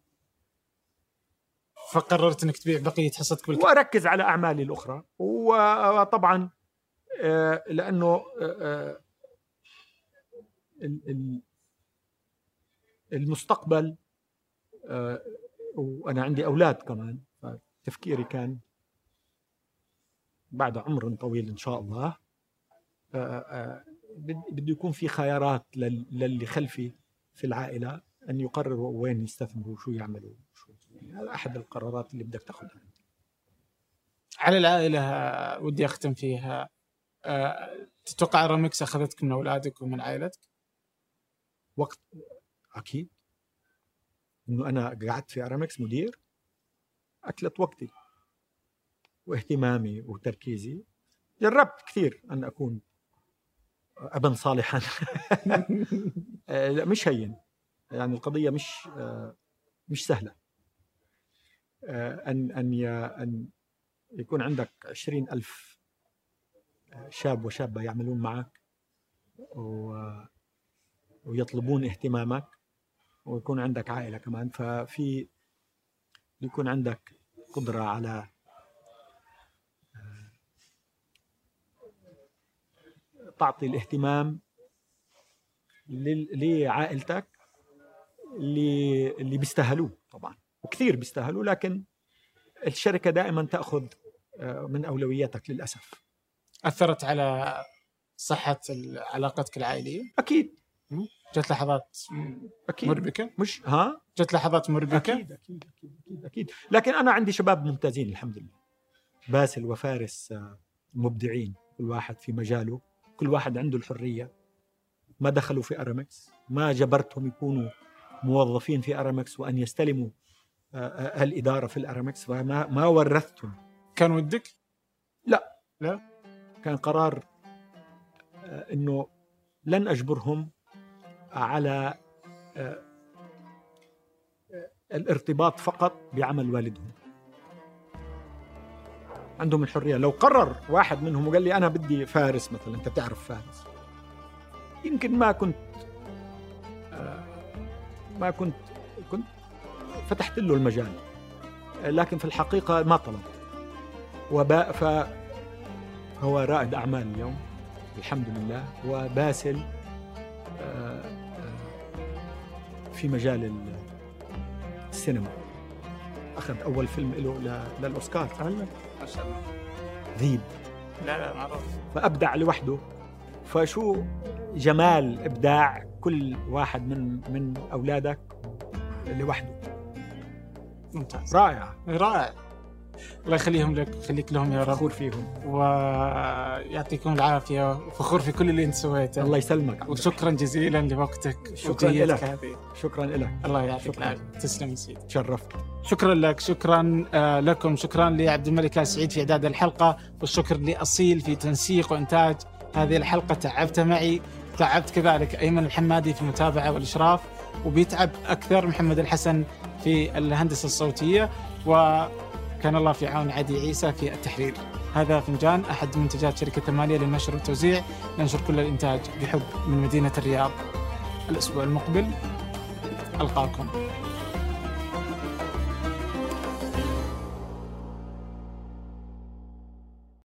فقررت أنك تبيع بقية حصتك بالكامل وأركز على أعمالي الأخرى. وطبعا لأنه المستقبل، وأنا عندي أولاد كمان، تفكيري كان بعد عمر طويل إن شاء الله بده يكون في خيارات للي خلفي في العائلة أن يقرروا وين يستثمروا وشو يعملوا. هذا أحد القرارات اللي بدك تأخذها. على العائلة ودي أختم فيها. أه، تتوقع أرامكس أخذتك من أولادك ومن عائلتك؟ وقت أكيد إنه أنا قعدت في أرامكس مدير، أكلت وقتي واهتمامي وتركيزي. جربت كثير أن أكون أبا صالحا لا مش هين، يعني القضية مش مش سهلة. أن أن أن يكون عندك عشرين ألف شاب وشابة يعملون معك ويطلبون اهتمامك، ويكون عندك عائلة كمان، ففي يكون عندك قدرة على تعطي الاهتمام لعائلتك اللي اللي بيستاهلوه طبعا، وكثير بيستاهلوا، لكن الشركة دائما تأخذ من أولوياتك للأسف. أثرت على صحة علاقتك العائلية؟ أكيد. جت لحظات أكيد. مربكة؟ مش ها؟ جت لحظات مربكة؟ أكيد أكيد أكيد أكيد, أكيد. لكن أنا عندي شباب ممتازين الحمد لله، باسل وفارس مبدعين، كل واحد في مجاله، كل واحد عنده الحرية. ما دخلوا في أرامكس، ما جبرتهم يكونوا موظفين في أرامكس وأن يستلموا الإدارة في الأرامكس، فما ما ورثتهم. كان ودك؟ لا لا، كان قرار إنه لن أجبرهم على الارتباط فقط بعمل والدهم. عندهم الحرية. لو قرر واحد منهم وقال لي أنا بدي فارس مثلا، أنت بتعرف فارس، يمكن ما كنت ما كنت كنت فتحت له المجال، لكن في الحقيقة ما طلب. وباء فهو رائد أعمال اليوم الحمد لله، وباسل في مجال السينما، أخذ أول فيلم له للأوسكار. ما شاء الله. ذيب. لا لا معروف. فأبدع لوحده. فشو جمال إبداع كل واحد من من أولادك لوحده. ممتاز. رائع رائع. الله يخليهم لك ويخليك لهم يا رب. فخور فيهم ويعطيكم العافية، وفخور في كل اللي انت سويته. الله يسلمك. وشكرا جزيلا لوقتك. شكرا لك. شكرا لك. الله يعطيك العافية. تسلم سيدي. تشرفت. شكرا لك. شكرا لكم. شكرا لعبد الملك آل سعيد في إعداد الحلقة، والشكر لأصيل في تنسيق وإنتاج هذه الحلقة. تعبت معي، تعبت كذلك أيمن الحمادي في المتابعة والإشراف، وبيتعب أكثر محمد الحسن في الهندسة الصوتية، وكان الله في عون عدي عيسى في التحرير. هذا فنجان، أحد منتجات شركة ثمانية للنشر والتوزيع، ننشر كل الإنتاج بحب من مدينة الرياض. الأسبوع المقبل ألقاكم.